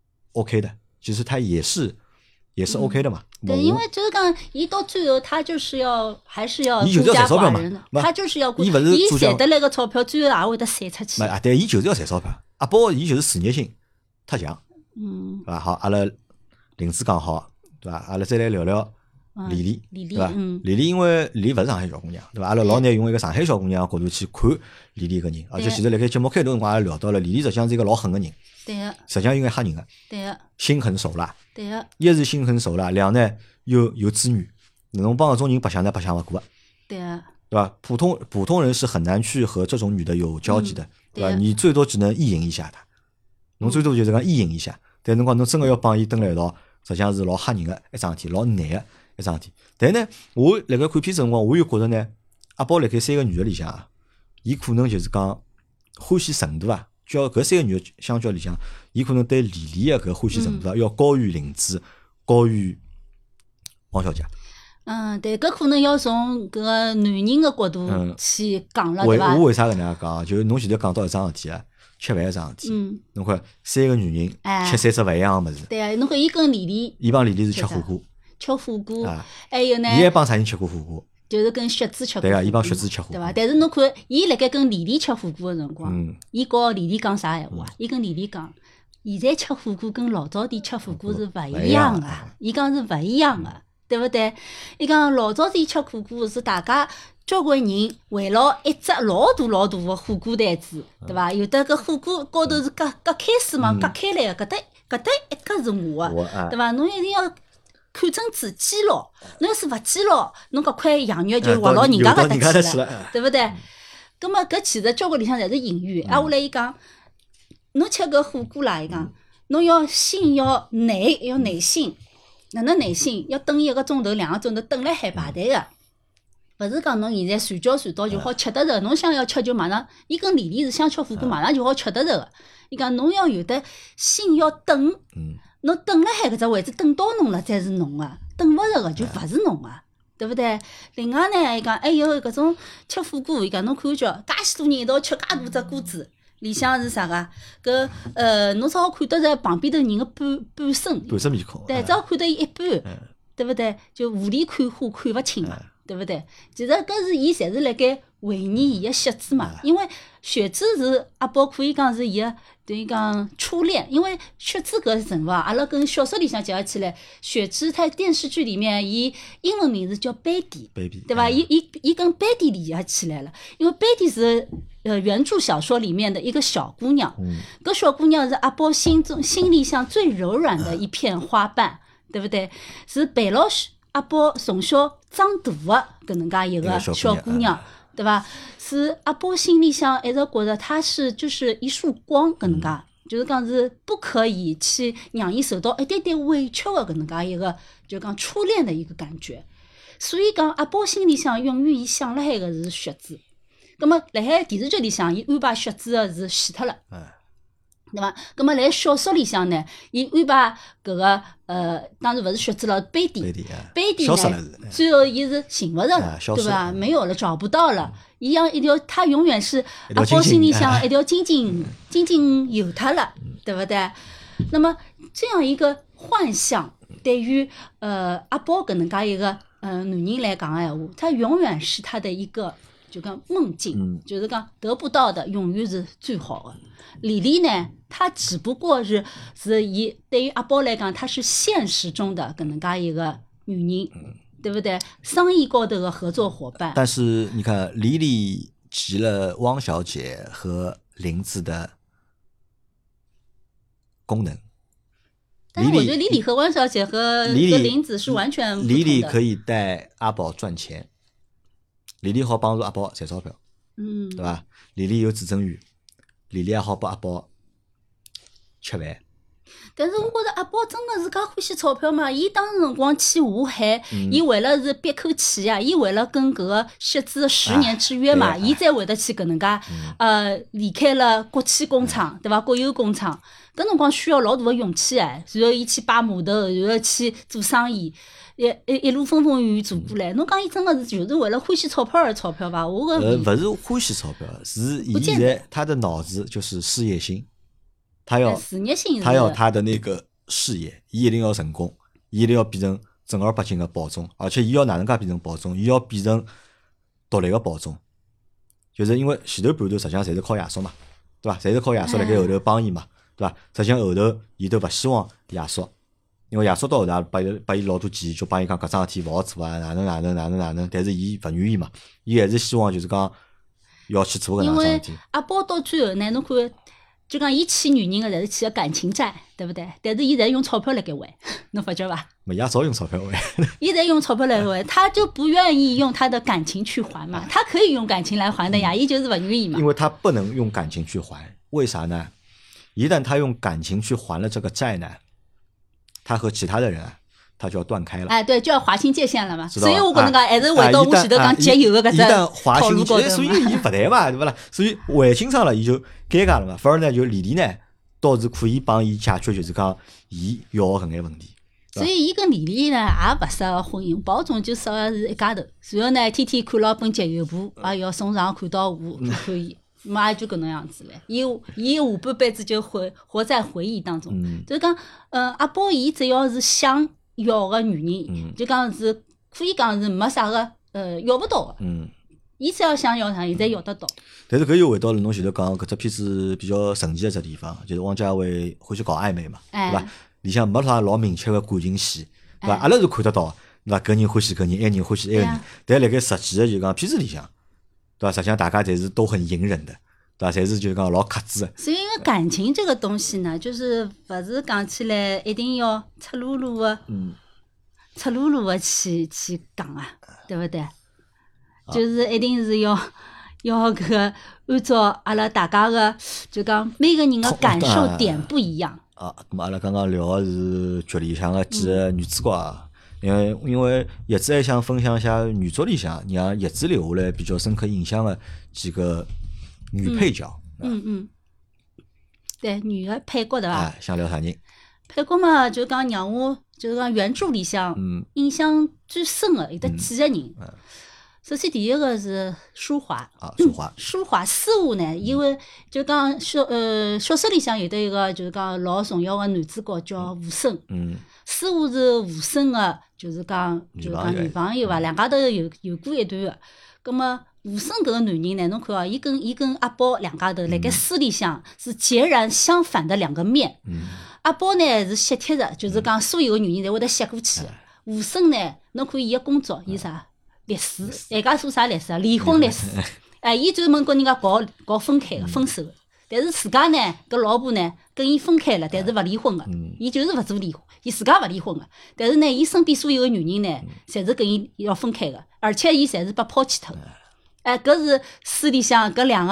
OK 的。其实他也是 OK 的嘛。 对，因为就是讲，伊到最后他就是还是要伊就是要赚钞票嘛， 他就是要伊赚得来个钞票，最后也会得散出去。 对，伊就是要赚钞票。阿宝伊就是事业性太强，对伐？好，阿拉林子讲好，对伐？阿拉再来聊聊李丽，对伐？李丽因为李丽勿是上海小姑娘，对伐？阿拉老难用一个上海小姑娘角度去看李丽搿人，而且其实辣盖节目开头辰光也聊到了，李丽实际上是一个老狠个人， 对个， 实际上应该吓人个， 对个， 心狠手辣， 对个， 一是心狠手辣，两呢又有资源，侬帮搿种人白相呢白相勿过个， 对个， 对吧？普通人是很难去和这种女的有交集的，对吧？你最多只能意淫一下她，侬最多就是讲意淫一下，但辰光侬真的要帮伊蹲辣一道，实际上是老吓人个一桩事体，老难个一桩事体。但呢，我辣盖看片子辰光，我又觉着呢，阿宝辣盖三个女的里向啊，伊可能就是讲欢喜程度啊，叫搿三个女的相较里向，伊可能对李丽个搿欢喜程度啊，要高于林子，高于汪小姐。 对，搿可能要从搿个男人个角度去讲了，对伐？ 我为啥搿能样讲？就是侬前头讲到一桩事体啊，吃饭一桩事体，侬看三个女人吃三只勿一样个物事。 对啊，侬看伊跟李丽， 伊帮李丽是吃火锅， 还有呢， 伊还帮啥人吃过火锅？ 就是跟雪子吃火锅。 对啊，伊帮雪子吃火锅， 对伐？但是侬看，伊辣盖跟李丽吃火锅个辰光，伊告李丽讲啥闲话？伊跟李丽讲，现在吃火锅跟老早点吃火锅是勿一样个，伊讲是勿一样个。对勿对？伊讲老早子吃火锅是大家交关人围牢一只老大个火锅台子，对伐？有的搿火锅高头是隔开水嘛，隔开来个，搿搭一格是我个，对伐？侬一定要看准子记牢，侬要是勿记牢，侬搿块羊肉就滑牢人家搿搭去了，对勿对？葛末搿其实交关里向侪是隐喻。挨下来伊讲，侬吃搿火锅啦，伊讲侬要心要耐心。哪能耐心？要等1个钟头、2个钟头，等辣海排队个，勿是讲侬现在传叫传到就好吃得着。侬想要吃就马上，伊跟李丽是想吃火锅，马上就好吃得着个。伊讲侬要有的心要等，侬等辣海搿只位置等到侬了才是侬个，等勿着个就勿是侬个，对勿对？另外呢，伊讲还有搿种吃火锅，伊讲侬看叫介许多人一道吃介大只锅子。里向是啥个？搿侬只好看得着旁边头人个半身面孔， 对，只好看得伊一半，对勿对？就雾里看花，看勿清嘛，对勿对？其实搿是伊侪是辣盖回忆伊个雪子嘛，因为雪子是阿宝可以讲是伊个等于讲初恋，因为雪子搿人物啊，阿拉跟小说里向结合起来，雪子在电视剧里面，伊英文名字叫 Baby， 对伐？伊跟 Baby 联合起来了，因为 Baby 是原著小说里面的一个小姑娘，搿小姑娘是阿宝心里向最柔软的一片花瓣，对不对？是陪牢阿宝从小长大的搿能介一个小姑娘，对伐？是阿宝心里向一直觉得她是就是一束光搿能介就是讲是不可以去让伊受到一点点委屈的搿能介一个，就讲初恋的一个感觉。所以讲阿宝心里向永远伊想辣海个是雪子。葛末辣海电视剧里向，伊安排雪子个是死脱了。对伐？葛末辣小说里向呢，伊安排搿个当然勿是雪子了，贝蒂呢，最后伊是寻勿着了，对伐？没有了，找不到了。一条，他永远是阿宝心里向一条金晶有脱了，对不对？那么这样一个幻象，对于阿宝搿能介一个男人来讲闲话，他永远是他的一个就讲梦境，就是讲得不到的永远是最好的。李丽呢，她只不过是以对于阿宝来讲，她是现实中的搿能介一个女人。对不对？商业高头的合作伙伴。 但是你看，李李集了汪小姐和林子的功能。 但是我觉得李李和汪小姐和林子是完全不同的。 李李可以带阿宝赚钱，李李好帮助阿宝赚钞票，对吧？李李有自尊欲，李李也好帮阿宝吃饭。 但是我觉着阿宝真的是介欢喜钞票嘛？伊当时辰光去武汉，伊为了是憋口气呀，伊为了跟搿个雪子10年之约嘛，伊才会得去搿能介离开了国企工厂，对伐？国有工厂，搿辰光需要老大的勇气哎。然后伊去摆码头，然后去做生意，一路风风雨雨做过来。侬讲伊真的是就是为了欢喜钞票而钞票伐？我勿是欢喜钞票，是伊现在他的脑子就是事业心。他要他的那个事业，伊一定要成功，伊一定要变成正儿八经的保总，而且伊要哪能介变成保总？伊要变成独立的保总，就是因为前头半段实际上侪是靠爷叔嘛，对伐？侪是靠爷叔辣盖后头帮伊嘛，对伐？实际上后头伊都勿希望爷叔，因为爷叔到后头拨伊老多建议，就帮伊讲搿桩事体勿好做啊，哪能，但是伊勿愿意嘛，伊还是希望就是讲要去做搿桩事体。 因为阿宝到最后呢，侬看。就讲伊欠女人个侪是欠个感情债，对不对？但是伊侪用钞票来给还，侬发觉伐？ 没也早用钞票还， 伊侪用钞票来还，他就不愿意用他的感情去还嘛？他可以用感情来还的呀，伊就是勿愿意嘛。 因为他不能用感情去还，为啥呢？一旦他用感情去还了这个债呢，他和其他的人他就要断开了。 哎，对，就要划清界限了嘛。所以我觉着讲还是回到我前头讲节油的搿只套路高头嘛。 所以伊勿谈嘛，对勿啦？所以还清爽了，伊就尴尬了嘛。反而呢，就李丽呢，倒是可以帮伊解决，就是讲伊要搿眼问题。 所以伊跟李丽呢也勿适合婚姻，保总就适合是一家头。然后呢，天天看牢本节油簿，也要从上看到下，看伊。嘛也就搿能样子唻，伊下半辈子就活在回忆当中。就是讲，阿宝伊只要是想要个女人，就讲是可以讲是没啥个要不到个。伊只要想要啥，伊侪要得到。 但是搿又回到了侬前头讲搿只片子比较神奇的一只地方，就是汪家卫欢喜搞暧昧嘛，对伐？里向没啥老明确的感情线，对伐？阿拉是看得到，对伐？搿人欢喜搿人，埃人欢喜埃个人，但辣盖实际的就讲片子里向，对伐？实际上大家侪是都很隐忍的。对吧？侪是就是讲老克制的。 所以，因为感情这个东西呢，就是勿是讲起来一定要赤裸裸的去讲啊，对不对？就是一定是要搿个按照阿拉大家的就讲每个人的感受点不一样。 咁阿拉刚刚聊的是剧里向的几个女主角啊，因为叶子还想分享一下女作里向让叶子留下来比较深刻印象的几个。女配角， 对，女的配角对伐？ 想聊啥人？ 配角嘛，就讲让我就是讲原著里向印象最深的有得几个人。首先第一个是舒华，舒华师傅呢，因为就讲小说里向有得一个就是讲老重要的男主角叫吴声，师傅是吴声的，就是讲女朋友伐，两家头有过一段的，咁么。吴声搿个男人呢，侬看哦，伊跟阿宝两家头辣盖书里向是截然相反的两个面。阿宝呢是吸铁的，就是讲所有的女人侪会得吸过去。吴声呢，侬看伊个工作，伊啥律师，人家说啥律师啊？离婚律师。伊专门跟人家搞分开的、分手的。但是自家呢，搿老婆呢跟伊分开了，但是勿离婚的。伊就是勿做离婚，伊自家勿离婚的。但是呢，伊身边所有的女人呢，侪是跟伊要分开的，而且伊侪是被抛弃脱的。搿是书里向搿两个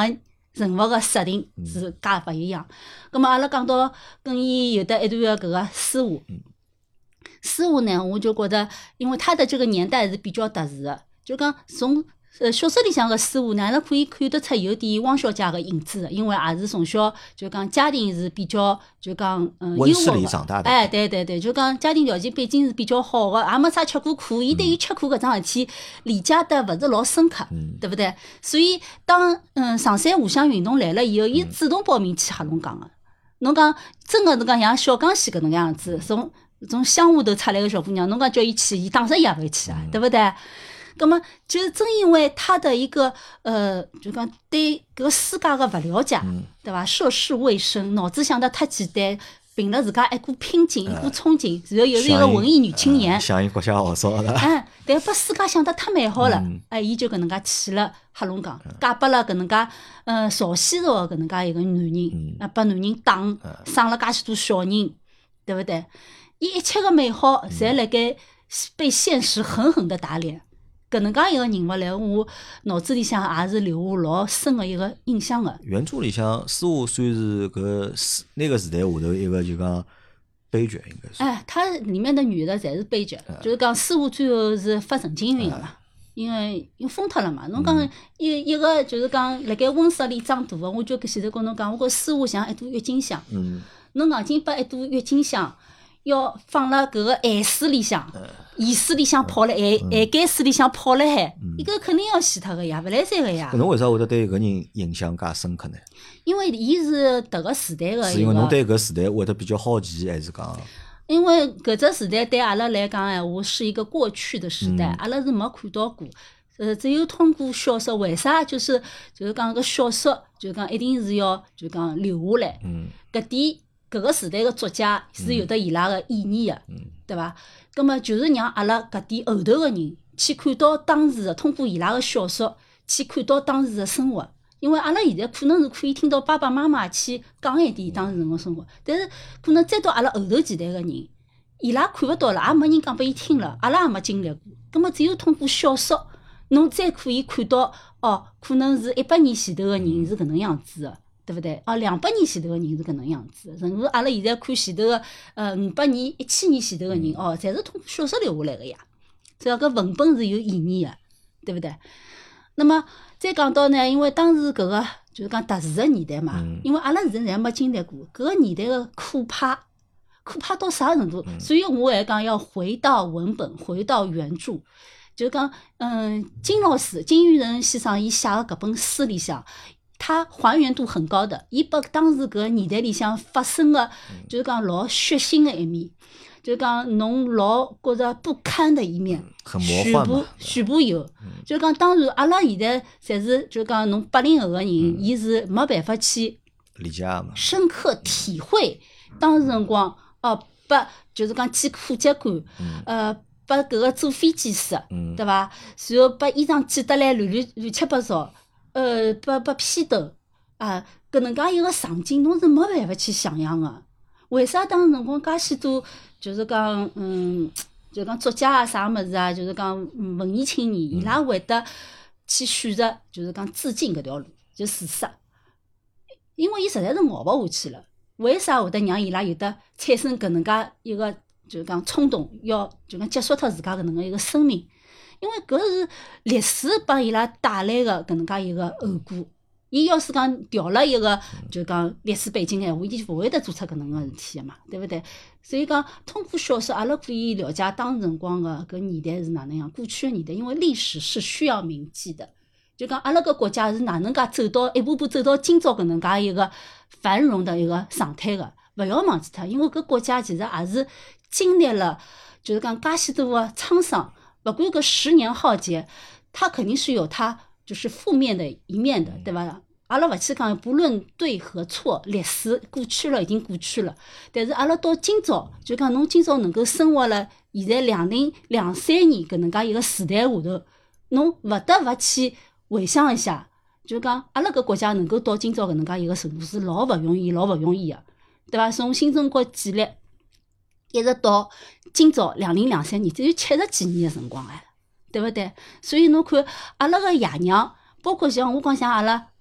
人物个设定是介勿一样。葛末阿拉讲到跟伊有得一段搿个私下，私下呢，我就觉得，因为他的这个年代是比较特殊的，就讲从小说里向个私下呢，阿拉可以看得出有点汪小姐个影子的，因为也是从小就讲家庭是比较就讲温室里长大的。 哎，对对对，就讲家庭条件背景是比较好个，也没啥吃过苦，伊对于吃苦搿桩事体理解得勿是老深刻，对不对？所以当上山下乡运动来了以后，伊主动报名去黑龙江个。侬讲真个，侬讲像小刚线搿能样子，从乡下头出来个小姑娘，侬讲叫伊去，伊打死也勿会去啊，对不对？咁么，就是正因为他的一个就讲对搿个世界个勿了解，对伐？涉世未深，脑子想得太简单，凭了自家一股拼劲，一股冲劲，然后又是一个文艺女青年， 响应国家号召的。 但把世界想得太美好了，伊就搿能介去了黑龙江，嫁拨了搿能介潮西族搿能介一个男人，把男人打，生了介许多小人，对不对？伊一切个美好，侪辣盖被现实狠狠地打脸。搿能介一个人物来，我脑子里向也是留下老深个一个印象个。 原著里向似乎算是搿那个时代下头一个就讲悲剧，应该是。 它里面的女的侪是悲剧，就是讲师傅最后是发神经病个嘛，因为疯脱了嘛。侬讲一个就是讲辣盖温室里长大个，我就前头跟侬讲，我觉师傅像一朵郁金香。侬硬劲把一朵郁金香要放辣搿个海水里向。盐水里向泡了海盖水里向泡了海，伊搿肯定要死脱个呀，勿来三个呀。 侬为啥会得对搿人印象介深刻呢？ 因为伊是迭个时代个。 是因为侬对搿时代会得比较好奇，还是讲？ 因为搿只时代对阿拉来讲闲话是一个过去的时代，阿拉是没看到过。只有通过小说，为啥就是讲搿小说，就讲一定是要就讲留下来。搿点搿个时代个作家是有得伊拉个意义个，对伐？葛末就是让阿拉搿点后头个人去看到当时的，通过伊拉个小说去看到当时的生活。因为阿拉现在可能是可以听到爸爸妈妈去讲一点当时人个生活，但是可能再到阿拉后头几代个人，伊拉看勿到了，也没人讲拨伊听了，阿拉也没经历过。葛末只有通过小说，侬再可以看到，可能是100年前头个人是搿能样子个。对不对？200年前头个人是搿能样子，甚至阿拉现在看前头个500年、1000年前头个人侪是通过小说留下来个呀。所以搿文本是有意义个，对不对？那么再讲到呢，因为当时搿个就是讲特殊个年代嘛，因为阿拉现在侪没经历过搿个年代个可怕到啥程度？所以我还讲要回到文本，回到原著。就讲金老师金玉仁先生伊写个搿本书里向。它还原度很高的，伊把当时搿年代里向发生的，就是讲老血腥的一面，就是讲侬老觉着不堪的一面， 很魔幻嘛， 全部有。就是讲，当然阿拉现在侪是，就是讲侬80后个人，伊是没办法去理解嘛， 深刻体会当时辰光把就是讲见苦节官，把搿个坐飞机师，对伐？然后把衣裳剪得来乱七八糟。把批斗啊，搿能介一个场景，侬是没办法去想象个。为啥当时辰光介许多，就是讲就讲作家啊啥物事啊，就是讲文艺青年，伊拉会得去选择，就是讲致敬搿条路，就自杀。因为伊实在是熬勿下去了。为啥会得让伊拉有得产生搿能介一个，就是讲冲动，要就讲结束脱自家搿能个一个生命？因为搿是历史帮伊拉带来的搿能介一个后果。伊要是讲调了一个就讲历史背景闲话，伊就勿会得做出搿能个事体个嘛，对勿对？所以讲通过小说，阿拉可以了解当时辰光个搿年代是哪能样，过去个年代，因为历史是需要铭记的。就讲阿拉搿国家是哪能介走到一步步走到今朝搿能介一个繁荣的一个状态个，勿要忘记脱，因为搿国家其实也是经历了就是讲介许多个沧桑。不管个10年浩劫，它肯定是有它就是负面的一面的，对吧？阿拉勿去讲，不论对和错，历史过去了已经过去了。但是阿拉到今朝，就讲侬今朝能够生活了现在2023年搿能介一个时代下头，侬勿得勿去回想一下，就讲阿拉搿国家能够到今朝搿能介一个程度是老勿容易个，对伐？从新中国建立一直到今朝2023年，只有70几年的辰光对不对？所以侬看阿拉个爷娘，包括像我讲像阿拉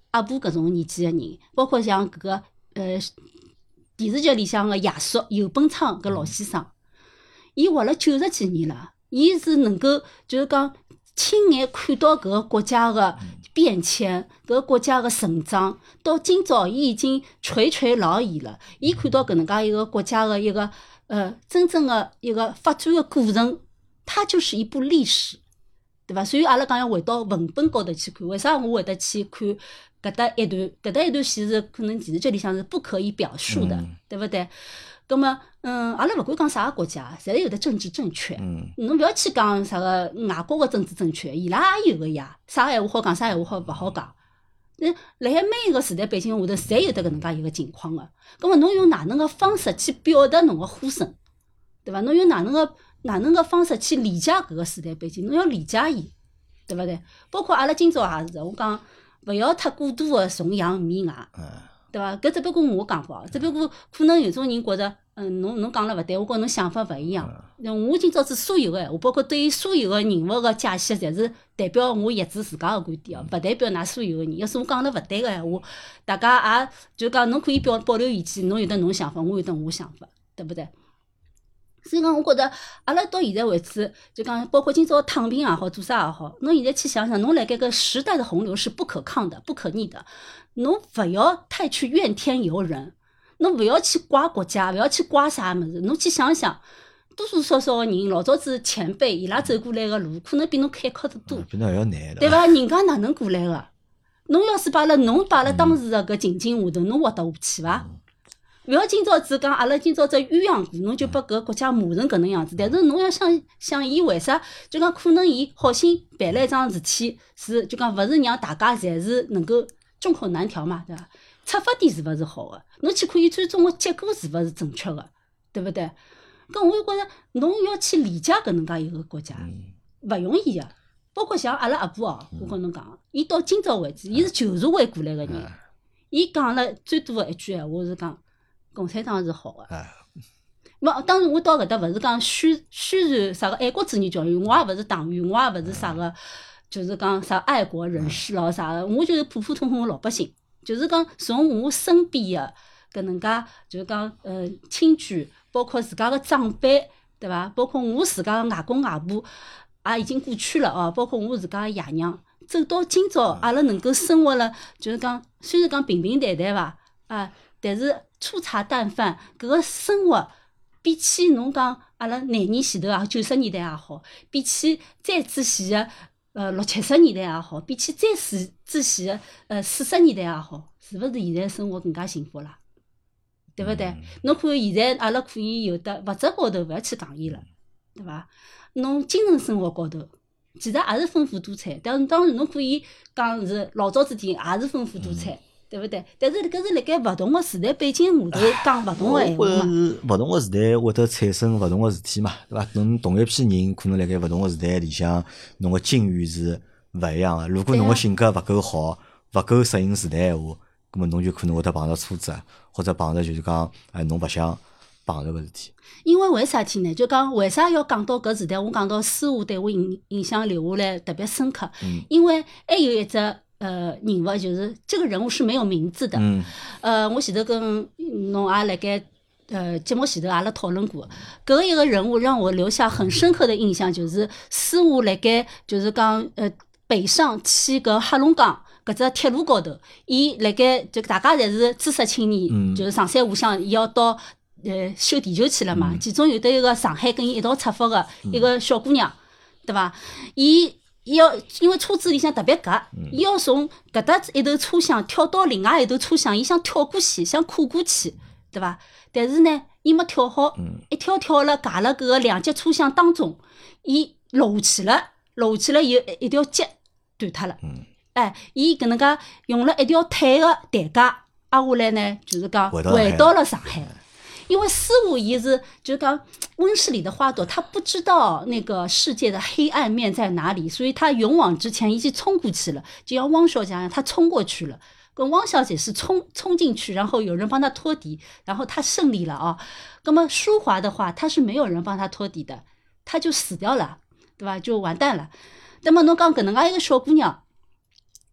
阿婆搿种年纪个人，包括像搿个电视剧里向个爷叔游本昌搿老先生，伊活了90几年了，伊是能够就是讲亲眼看到搿个国家个变迁，搿个国家个成长，到今朝伊已经垂垂老矣了。伊看到搿能介一个国家个一个真正个一个发展个过程，它就是一部历史，对伐？所以阿拉讲要回到文本高头去看，为啥我会得去看搿搭一段戏是可能电视剧里向是不可以表述的，对勿对？葛末阿拉勿管讲啥个国家，侪有得政治正确。侬勿要去讲啥个外国个政治正确，伊拉也有个呀，啥闲话好讲，啥闲话好勿好讲。辣海每一个时代背景下头，侪有得搿能介一个情况个。葛末侬用哪能个方式去表达侬个呼声，对伐？侬用哪能个方式去理解搿个时代背景？侬要理解伊，对勿对？包括阿拉今朝也是，我讲勿要太过度个崇洋媚外，对伐？搿只不过我讲法，只不过可能有种人觉着，侬讲了勿对，我跟侬想法勿一样。我今朝子所有个闲话，包括对于所有个人物个解析，侪是代表我一致自家个观点哦，勿代表㑚所有个人。要是我讲了勿对个闲话，大家也就讲侬可以保留意见，侬有得侬想法，我有得我想法，对不对？所以讲，我觉着阿拉到现在为止，就讲包括今朝躺平也好，做啥也好，侬现在去想想，侬辣盖个时代的洪流是不可抗的、不可逆的，侬勿要太去怨天尤人，侬勿要去怪国家，勿要去怪啥物事，侬去想想，多多少少个人老早子前辈伊拉走过来个路，可能比侬开阔得多， 比侬还要难， 对伐？人家哪能过来个？侬要是侬摆辣当时个搿情景下头，侬活得下去伐？勿要今朝子讲，阿拉今朝只鸳鸯股，侬就把搿国家骂成搿能样子。但是侬要想伊为啥？就讲可能伊好心办了一桩事体，是就讲勿是让大家侪是能够众口难调嘛，对伐？出发点是勿是好个？侬去看伊最终个结果是勿是正确个，对勿对？搿我就觉着侬要去理解搿能介一个国家，勿容易个。包括像阿拉阿婆哦，我跟侬讲，伊到今朝为止，伊是旧社会过来个人，伊讲了最多个一句闲话是讲。共产党是好个，当然我到搿搭勿是讲宣传啥个爱国主义教育，我也勿是党员，我也勿是啥个，就是讲啥爱国人士咯啥个，我就是普普通通个老百姓，就是讲从我身边个搿能介，就是讲亲眷，包括自家个长辈，对伐？包括我自家个外公外婆也已经过去了哦，包括我自家个爷娘，走到今朝，阿拉能够生活了，就是讲虽然讲平平淡淡伐，但是粗茶淡饭，搿个生活比起侬讲阿拉廿年前头啊，90年代也好，比起再之前个60、70年代也好，比起再之前个40年代也好，是勿是现在生活更加幸福啦？对勿对？侬看现在阿拉可以有的物质高头勿要去讲伊了，对伐？侬精神生活高头其实也是丰富多彩，但当然侬可以讲是老早之前也是丰富多彩。对勿对？但是搿是辣盖勿同个时代背景下头讲勿同个闲话嘛。 是勿同个时代会得产生勿同个事体嘛，对伐？侬同一批人可能辣盖勿同个时代里向，侬个境遇是勿一样个。如果侬个性格勿够好，勿够适应时代闲话，葛末侬就可能会得碰到挫折，或者碰着就是讲，侬勿想碰着个事体。因为啥体呢？就讲为啥要讲到搿时代？我讲到书画对我影响留下来特别深刻，因为还有一只。人物就是这个人物是没有名字的。我前头跟侬也辣盖节目前头阿拉讨论过，搿一个人物让我留下很深刻的印象，就是书画辣盖就是讲北上去搿黑龙江搿只铁路高头，伊辣盖就大家侪是知识青年，就是上山下乡，伊要到修地球去了嘛。其中有得一个上海跟伊一道出发个一个小姑娘，对伐？伊要因为车子里向特别夹，伊要从搿搭一头车厢跳到另外一头车厢，伊想跳过去，想跨过去，对伐？但是呢，伊没跳好，一跳了夹了搿个两节车厢当中，伊落下去了以后一条脚断脱了。伊搿能介用了一条腿个代价，挨下来呢，就是讲回到了上海。因为师傅伊是就是讲温室里的花朵，他不知道那个世界的黑暗面在哪里，所以他勇往直前，一起冲过去了。就像汪小姐一样，他冲过去了，跟汪小姐是冲进去，然后有人帮他托底，然后他胜利了啊。那么舒华的话，他是没有人帮他托底的，他就死掉了，对吧？就完蛋了。那么侬讲搿能介一个小姑娘，伊是辣盖搿只铁路高头，伊要从搿搭一头车厢跳到另外一头车厢，伊想跳过去，对伐？但是呢，伊没跳好，一跳了夹了搿个两节车厢当中，伊落下去了，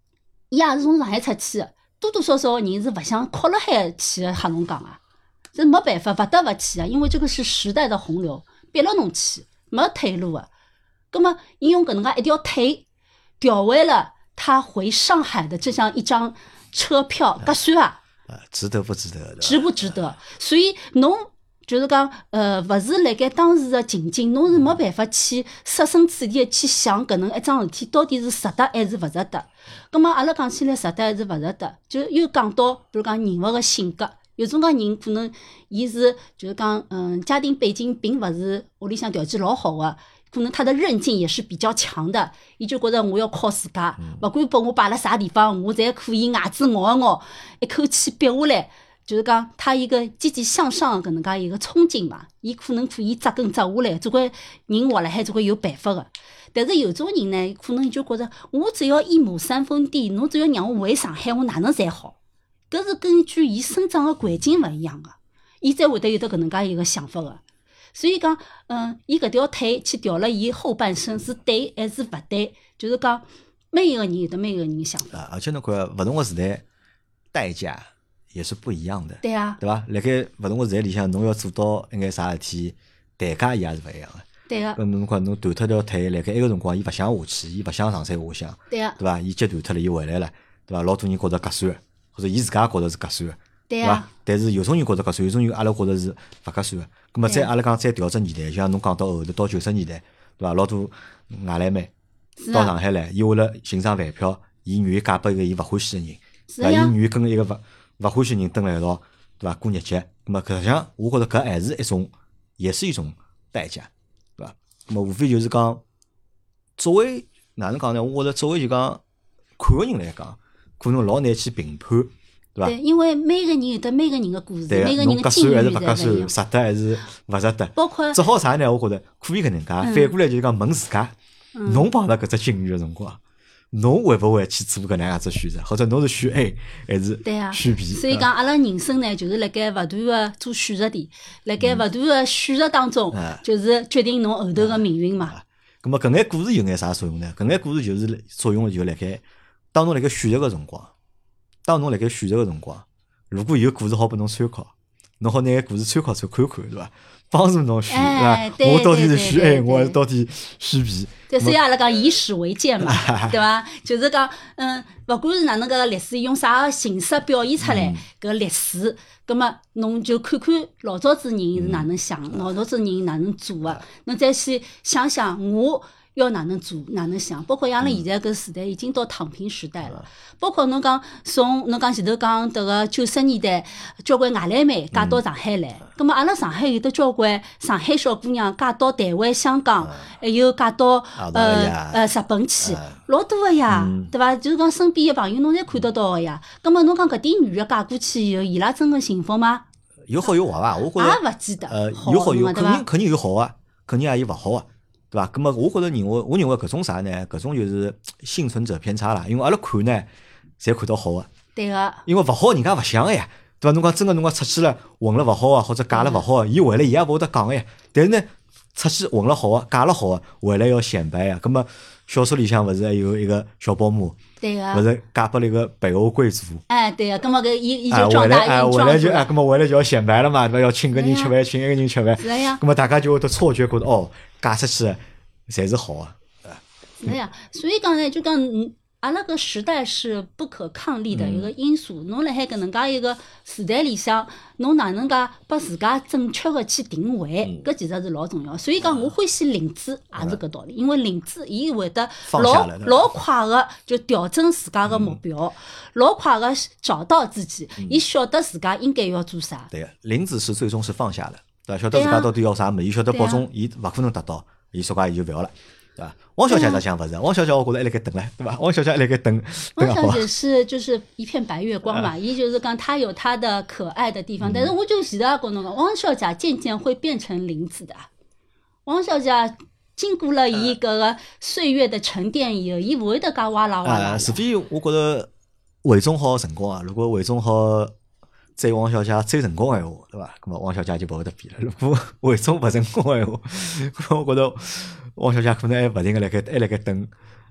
伊也是从上海出去的，多多少少个人是勿想靠辣海去的黑龙江啊，这没办法，勿得勿去啊，因为这个是时代的洪流，逼了侬去，没退路的。葛么，伊用搿能介一条腿调回了他回上海的这样一张车票，搿算伐？ 值得不值得？ 值不值得？所以侬就是讲，勿是辣盖当时的情境，侬是没办法去设身处地去想搿能一桩事体到底是值得还是勿值得。葛么阿拉讲起来值得还是勿值得，就又讲到比如讲人物的性格，有种介人可能伊是就是讲，家庭背景并勿是屋里向条件老好的。可能他的韧劲也是比较强的，伊就觉着我要靠自家，勿管拨我摆辣啥地方，我侪可以牙齿咬一咬，一口气憋下来。就是讲他一个积极向上的搿能介一个冲劲嘛，伊可能可以扎根扎下来，总归人活辣海总归有办法的。但是有种人呢，可能就觉着我只要一亩三分地，侬只要让我回上海，我哪能侪好？搿是根据伊生长的环境勿一样的，伊才会得有得搿能介一个想法的。所以讲，伊搿条腿去调了伊后半生是对还是勿对？就是讲，每一个人有得每一个人想法。 而且侬看，勿同个时代，代价也是不一样的。 对啊， 对伐？辣盖勿同个时代里向，侬要做到一眼啥事体，代价伊也是勿一样个。 对个。 咁侬看，侬断脱条腿，辣盖埃个辰光，伊勿想下去，伊勿想上山下乡。 对个。 对伐？伊截断脱了，伊回来了，对伐？老多人觉着合算，或者伊自家也觉着是合算。 对伐？但是有种人觉着合算，有种人阿拉觉着是勿合算个。咁么再阿拉讲再调只年代，像侬讲到后头到90年代，对伐？老多外来妹到上海来，伊为了寻张饭票，伊愿意嫁拨一个伊勿欢喜个人，对伐？伊愿意跟一个勿欢喜人蹲辣一道，对伐？过日脚。咁么搿像我觉着搿还是一种，也是一种代价，对伐？咁么无非就是讲，作为哪能讲呢？我觉着作为就讲看个人来讲，可能老难去评判。 对，因为每个人有得每个人的故事，每个人的境遇侪勿一样。 值得还是勿值得？ 包括只好啥呢？我觉着可以搿能介，反过来就是讲问自家，侬碰到搿只境遇个辰光，侬会勿会去做搿能样子选择？或者侬是选 A 还是选 B？ 所以讲，阿拉人生呢，就是辣盖勿断个做选择题，辣盖勿断个选择当中，就是决定侬后头个命运嘛。 咁么搿眼故事有眼啥作用呢？搿眼故事就是作用就辣盖当侬辣盖选择个辰光。当侬辣盖选择个辰光，如果有故事好拨侬参考，侬好拿个故事参考看看，对伐？帮助侬选，对伐？我到底是选 A，我还是到底选 B？ 对，所以阿拉讲以史为鉴嘛，对伐？就是讲，勿管是哪能个历史用啥形式表现出来，搿历史，葛末侬就看看老早子人是哪能想，老早子人哪能做个，侬再去想想我。要哪能做，哪能想？包括像阿拉现在搿时代已经到躺平时代了。包括侬讲从侬讲前头讲迭个90年代，交关外来妹嫁到上海来，葛末阿拉上海有得交关上海小姑娘嫁到台湾、香港，还有嫁到日本去，老多个呀，对伐？就是讲身边个朋友侬侪看得到个呀。葛末侬讲搿点女个嫁过去以后，伊拉真个幸福吗？ 有好有坏伐？我觉着也勿记得。 有好有，肯定有好个，肯定也有勿好个。对伐？咁么，我觉着我认为搿种啥呢？搿种就是幸存者偏差啦。因为阿拉看呢，侪看到好个。 对个。 因为勿好，人家勿想个呀，对伐？侬讲真个，侬讲出去了混了勿好个，或者嫁了勿好个，伊回来伊也勿会得讲个呀。但是呢，出去混了好个，嫁了好个，回来要显摆呀。咁么，小说里向勿是还有一个小保姆？ 对个。 勿是嫁拨了一个北欧贵族？ 对个。咁么搿伊就撞大运回来就咁么回来就要显摆了嘛，对伐？要请搿人吃饭，请一个人吃饭。 是呀。 咁么大家就会得错觉觉得哦，嫁出去侪是好啊。 是呀，所以讲呢，就讲阿拉个时代是不可抗力的一个因素。侬辣海搿能介一个时代里向，侬哪能介把自家正确个去定位，搿其实是老重要。所以讲，我欢喜林子也是搿道理，因为林子伊会得老快个就调整自家个目标，老快个找到自己，伊晓得自家应该要做啥。 对个，林子是最终是放下了，对伐？晓得自家到底要啥物事，伊晓得保中伊勿可能达到。伊说话伊就勿要了，对伐？汪小姐咋想勿是？汪小姐我觉着还辣盖等唻，对伐？汪小姐还辣盖等。 汪小姐是就是一片白月光嘛，伊就是讲她有她的可爱的地方，但是我就前头也跟侬讲，汪小姐渐渐会变成林子的。汪小姐经过了伊搿个岁月的沉淀以后，伊勿会得介哇啦哇啦。 除非我觉着韦忠好成功啊！如果韦忠好追汪小姐追成功闲话，对伐？咁么汪小姐就勿会得变了。如果韦忠勿成功闲话，我觉着汪小姐可能还勿停个辣盖等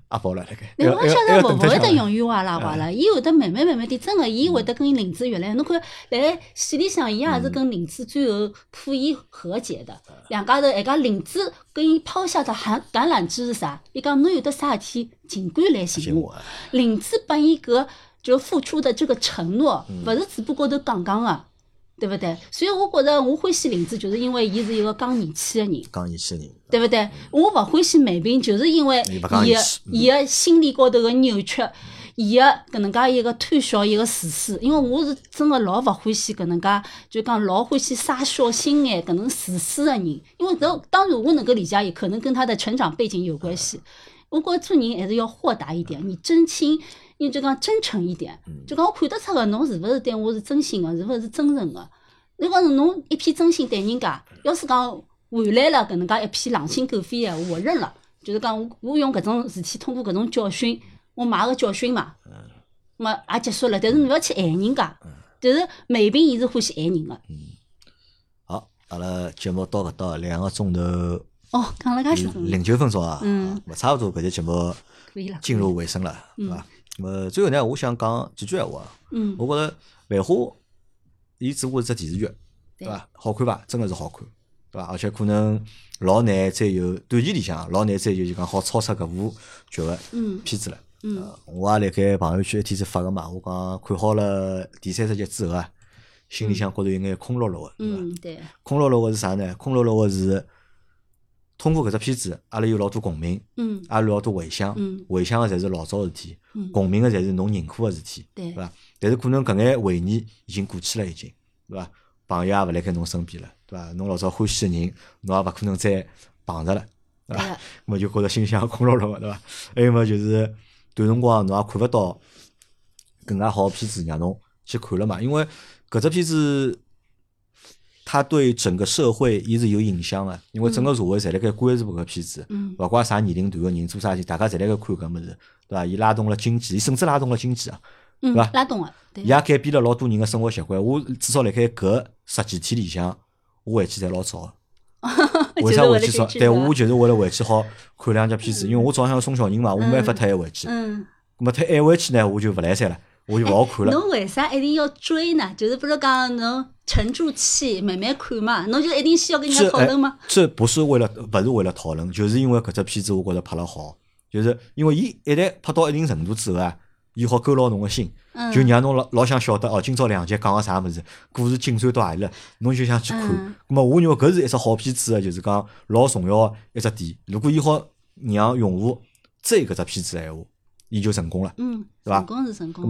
阿宝了辣盖。 那我想还要着勿会得等脱响永远哇啦哇啦，伊会得慢慢地，真个，伊会得跟林子越来，侬看辣戏里向，伊也是跟林子最后可以和解的。两家头还讲林子跟伊抛下的橄榄枝是啥？伊讲侬有得啥事体，尽管来寻我。林子把伊搿就付出的这个承诺，勿是嘴巴高头讲讲个。对不对？所以我觉着我欢喜林子，就是因为伊是一个讲义气的人， 讲义气的人， 对不对？我勿欢喜梅斌，就是因为伊个心理高头个扭曲，伊个搿能介一个贪小一个自私。因为我是真个老勿欢喜搿能介，就讲老欢喜耍小心眼搿能自私的人。因为搿当然我能够理解伊，可能跟他的成长背景有关系。我觉着做人还是要豁达一点，你真心。你就讲真诚一点，就讲我看得出个侬是勿是对我是真心个，是勿是真诚个？你讲侬一片真心对人家，要是讲换来了搿能介一片狼心狗肺个，我认了。就是讲我用搿种事体，通过搿种教训，我买个教训嘛，嘛也结束了。但是侬勿要去害人家。但是梅斌伊是欢喜害人个。 好，阿拉节目到搿搭2个钟头。 哦，讲了介许多。 09分钟啊，差勿多搿节节目可以了， 进入尾声了，对伐？最后呢，我想讲几句闲话。我觉着《繁花》伊只不过是只电视剧，对伐？好看伐？真个是好看，对伐？而且可能老难再有短期里向老难再有就讲好超出搿部剧个片子了。我也辣盖朋友圈一天子发个嘛，我讲看好了第30集之后啊，心里向觉着有眼空落落个， 对。 空落落个是啥呢？空落落个是。通过搿只片子，阿拉有老多共鸣，阿拉有老多回想，回想个侪是老早个事体，共鸣个侪是侬认可个事体，对伐？但是可能搿眼回忆已经过去了，已经，对伐？朋友也勿辣盖侬身边了，对伐？侬老早欢喜个人，侬也勿可能再碰着了，对伐？咾就觉着心里向空落落个，对伐？还有么就是段辰光侬也看勿到更加好个片子让侬去看了嘛，因为搿只片子。它对整个社会伊是有影响的，因为整个社会侪辣盖关注搿片子，勿怪啥年龄段个人做啥事体，大家侪辣盖看搿物事，对伐？伊拉动了经济，伊甚至拉动了经济啊，对伐？ 拉动个， 伊也改变了老多人个生活习惯。我至少辣盖搿10几天里向，我回去侪老早。为啥回去早？但我就是为了回去好看2集片子，因为我早上要送小人嘛，我没办法太晚回去。咾太晚回去呢，我就勿来三了。我就勿好看了。 侬为啥一定要追呢？就是比如讲侬沉住气慢慢看嘛，侬就一定需要跟人家讨论吗？ 这不是为了讨论，就是因为搿只片子我觉着拍了好，就是因为伊一旦拍到一定程度之后啊，伊好勾牢侬个心，就让侬老想晓得哦，今朝2集讲个啥物事，故事进展到何里了，侬就想去看。咁么我认为搿是一只好片子个，就是讲老重要个一只点。如果伊好让用户追搿只片子个闲话。伊就成功了，对伐？ 成功是成功。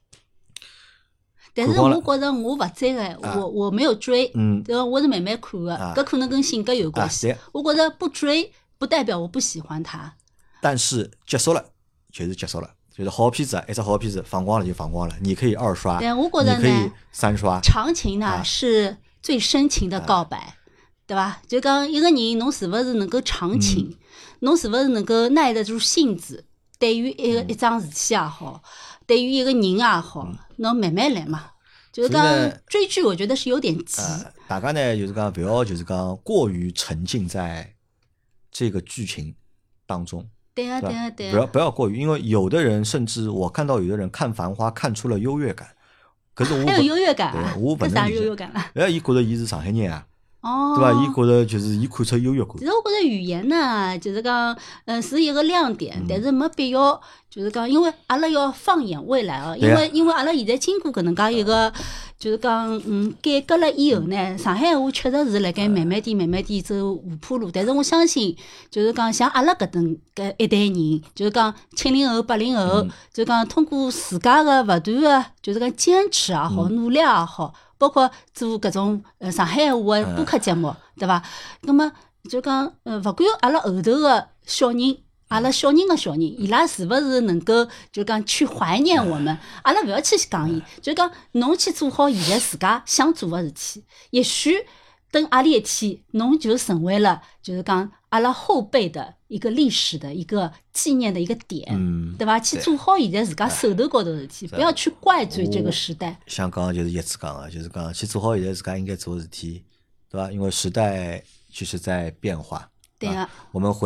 但是我觉着我勿追个，我没有追，我是慢慢看个，搿可能跟性格有关系。我觉着不追不代表我不喜欢他。 但是结束了就是结束了，就是好片子，一只好片子放光了就放光了，你可以2刷， 对，我觉着你可以3刷。 长情呢是最深情的告白，对伐？就讲一个人侬是勿是能够长情，侬是勿是能够耐得住性子。对于一桩事体也好，对于一个人也好，侬慢慢来嘛。就是讲追剧，我觉得是有点急。 大家呢，就是讲不要，就是讲过于沉浸在这个剧情当中。 对啊，对啊，对啊。 不要过于，因为有的人甚至我看到有的人看《繁花》看出了优越感，可是我还有优越感啊？ 我不啥优越感啊？ 伊觉得伊是上海人啊。 哦， 对吧？伊觉得就是伊看出优越感。 其实我觉得语言呢，就是讲，是一个亮点，但是没必要，就是讲，因为阿拉要放眼未来啊，因为阿拉现在经过搿能介一个，就是讲，改革了以后呢，上海话确实是辣盖慢慢地走下坡路。但是我相信，就是讲像阿拉搿一代人，就是讲70后、80后，就是讲通过自家个勿断个，就是讲坚持也好，努力也好。包括做搿种上海话的播客节目，对伐？那么就讲勿管阿拉后头个小人，阿拉小人个小人，伊拉是勿是能够就讲去怀念我们？阿拉勿要去讲伊，就讲侬去做好现在自家想做个事体，也许等阿里一天，侬就成为了就是讲阿拉后辈的一个历史的一个纪念的一个点，对吧？去做好现在自家手头高头的事体，不要去怪罪这个时代。 想讲就是一次讲啊，就是讲去做好现在自家应该做的事体，对吧？因为时代其实在变化， 对啊。 我们回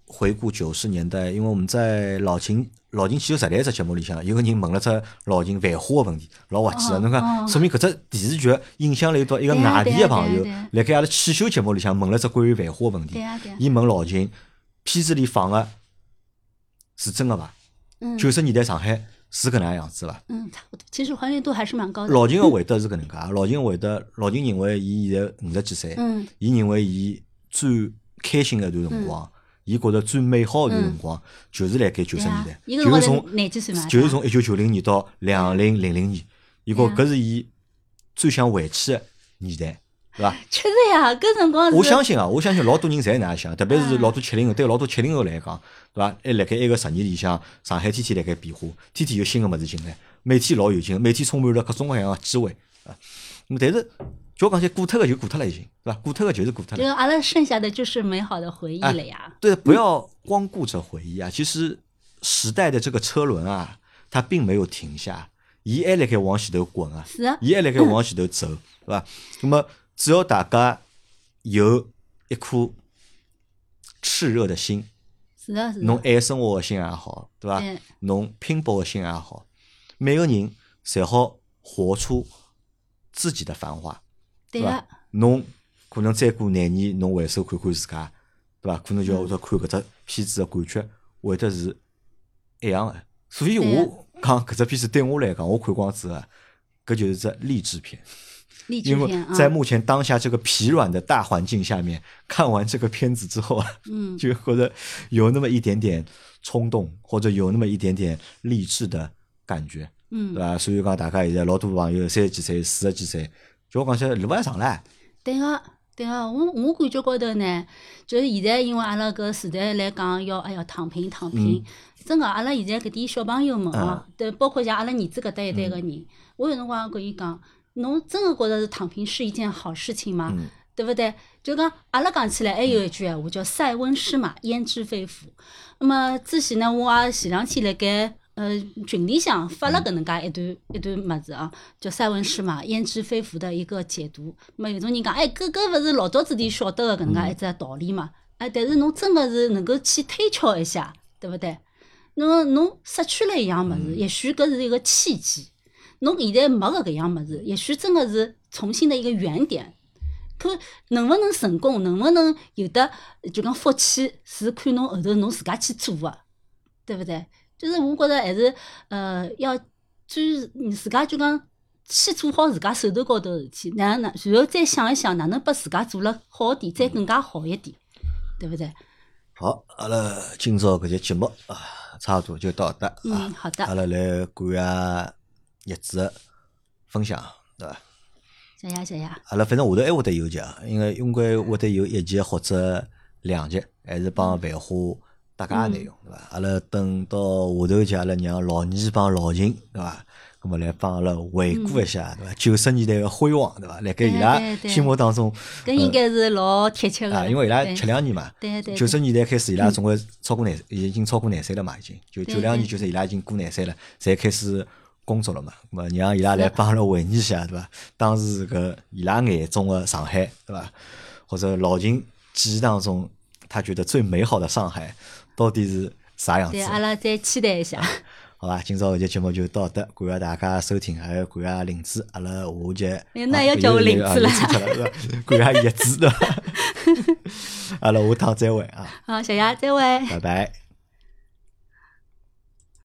回顾90年代，因为我们在老秦汽油时代这节目里向，有个人问了只老秦繁花个问题，老滑稽个。侬看，说明搿只电视剧影响了到一个外地个朋友，辣盖阿拉汽修节目里向问了只关于繁花个问题。伊问老秦，片子里放个是真个伐？90年代上海是搿能样子伐？ 差不多，其实还原度还是蛮高的。 老秦个回答是搿能介，老秦认为伊现在50几岁，伊认为伊最开心个一段辰光。伊觉着最美好的一段辰光，就是辣盖90年代，就是从1990年到2000年，伊觉搿是伊最想回去的年代，对伐？ 确实呀，搿辰光我相信老多人侪那样想，特别是老多70后，对老多70后来讲，对伐？还辣盖一个10年里向，上海天天辣盖变化，天天有新个物事进来，每天老有劲，每天充满了各种各样个机会啊。但是就讲些过脱个就过脱了，已经对吧？过脱个就是过脱了。 就阿拉剩下的就是美好的回忆了呀。 对，不要光顾着回忆啊！其实时代的这个车轮啊，它并没有停下，伊还辣盖往前头滚啊，伊还辣盖往前头走，对吧？那么只要大家有一颗炽热的心，侬爱生活的心也好，对吧？侬拼搏的心也好，每个人侪好活出自己的繁华。对伐？侬可能再过廿年，侬回首看看自家，对伐？可能就要看搿只片子的感觉，会得是一样的。所以我讲搿只片子对我来讲，我看光之后，搿就是只励志片。因为在目前当下这个疲软的大环境下面，看完这个片子之后，就或者有那么一点点冲动，或者有那么一点点励志的感觉，对伐？所以讲大家现在老多朋友30几岁、40几岁。就我讲些路也长了。 对个，我感觉高头呢，就是现在因为阿拉搿时代来讲，要躺平，真个阿拉现在搿点小朋友们啊，对，包括像阿拉儿子搿搭一代个人，我有辰光跟伊讲，侬真个觉着是躺平是一件好事情吗？对不对？就讲阿拉讲起来还有一句闲话叫塞翁失马焉知非福。那么之前呢，我也前两天辣盖群里向发了搿能介一段物事啊，叫塞翁失马焉知非福的一个解读。那么有种人讲，搿勿是老早子弟晓得个搿能介一只道理嘛？但是侬真个是能够去推敲一下，对不对？侬失去了一样物事，也许搿是一个契机。侬现在没搿样物事，也许真个是重新的一个原点。可能不能成功，能不能有的就讲福气，是看侬后头侬自家去做个，对不对？就是我觉着还是要就是自家就讲先做好自家手头高头的事体，然后再想一想哪能把自家做了好点，再更加好一点，对不对？ 好，阿拉今朝搿节节目啊，差不多就到这啊。 好的。 阿拉来感谢叶子的分享，对伐？ 谢谢。 阿拉反正下头还会得有集，应该会得有1集或者2集，还是帮繁花搭界内容，对伐？阿拉等到下头集，阿拉让老二帮老秦，对伐？咁么来帮阿拉回顾一下，对伐？90年代的辉煌，对伐？辣盖伊拉心目当中， 搿应该是老贴切个， 因为伊拉72年嘛， 对 90年代开始，伊拉总归超过廿，已经超过廿岁了嘛，已经就92年就是伊拉已经过廿岁了，侪开始工作了嘛，咁么让伊拉来帮阿拉回忆一下，对伐？当时搿伊拉眼中的上海，对伐？或者老秦记忆当中，他觉得最美好的上海到底是啥样子？ 对，阿拉再期待一下。 好吧，今朝搿节节目就到这，感谢大家收听，还有感谢林子，阿拉下节那要叫我林子了， 感谢叶子的，阿拉下趟再会啊！ 好，小丫再会， 拜拜。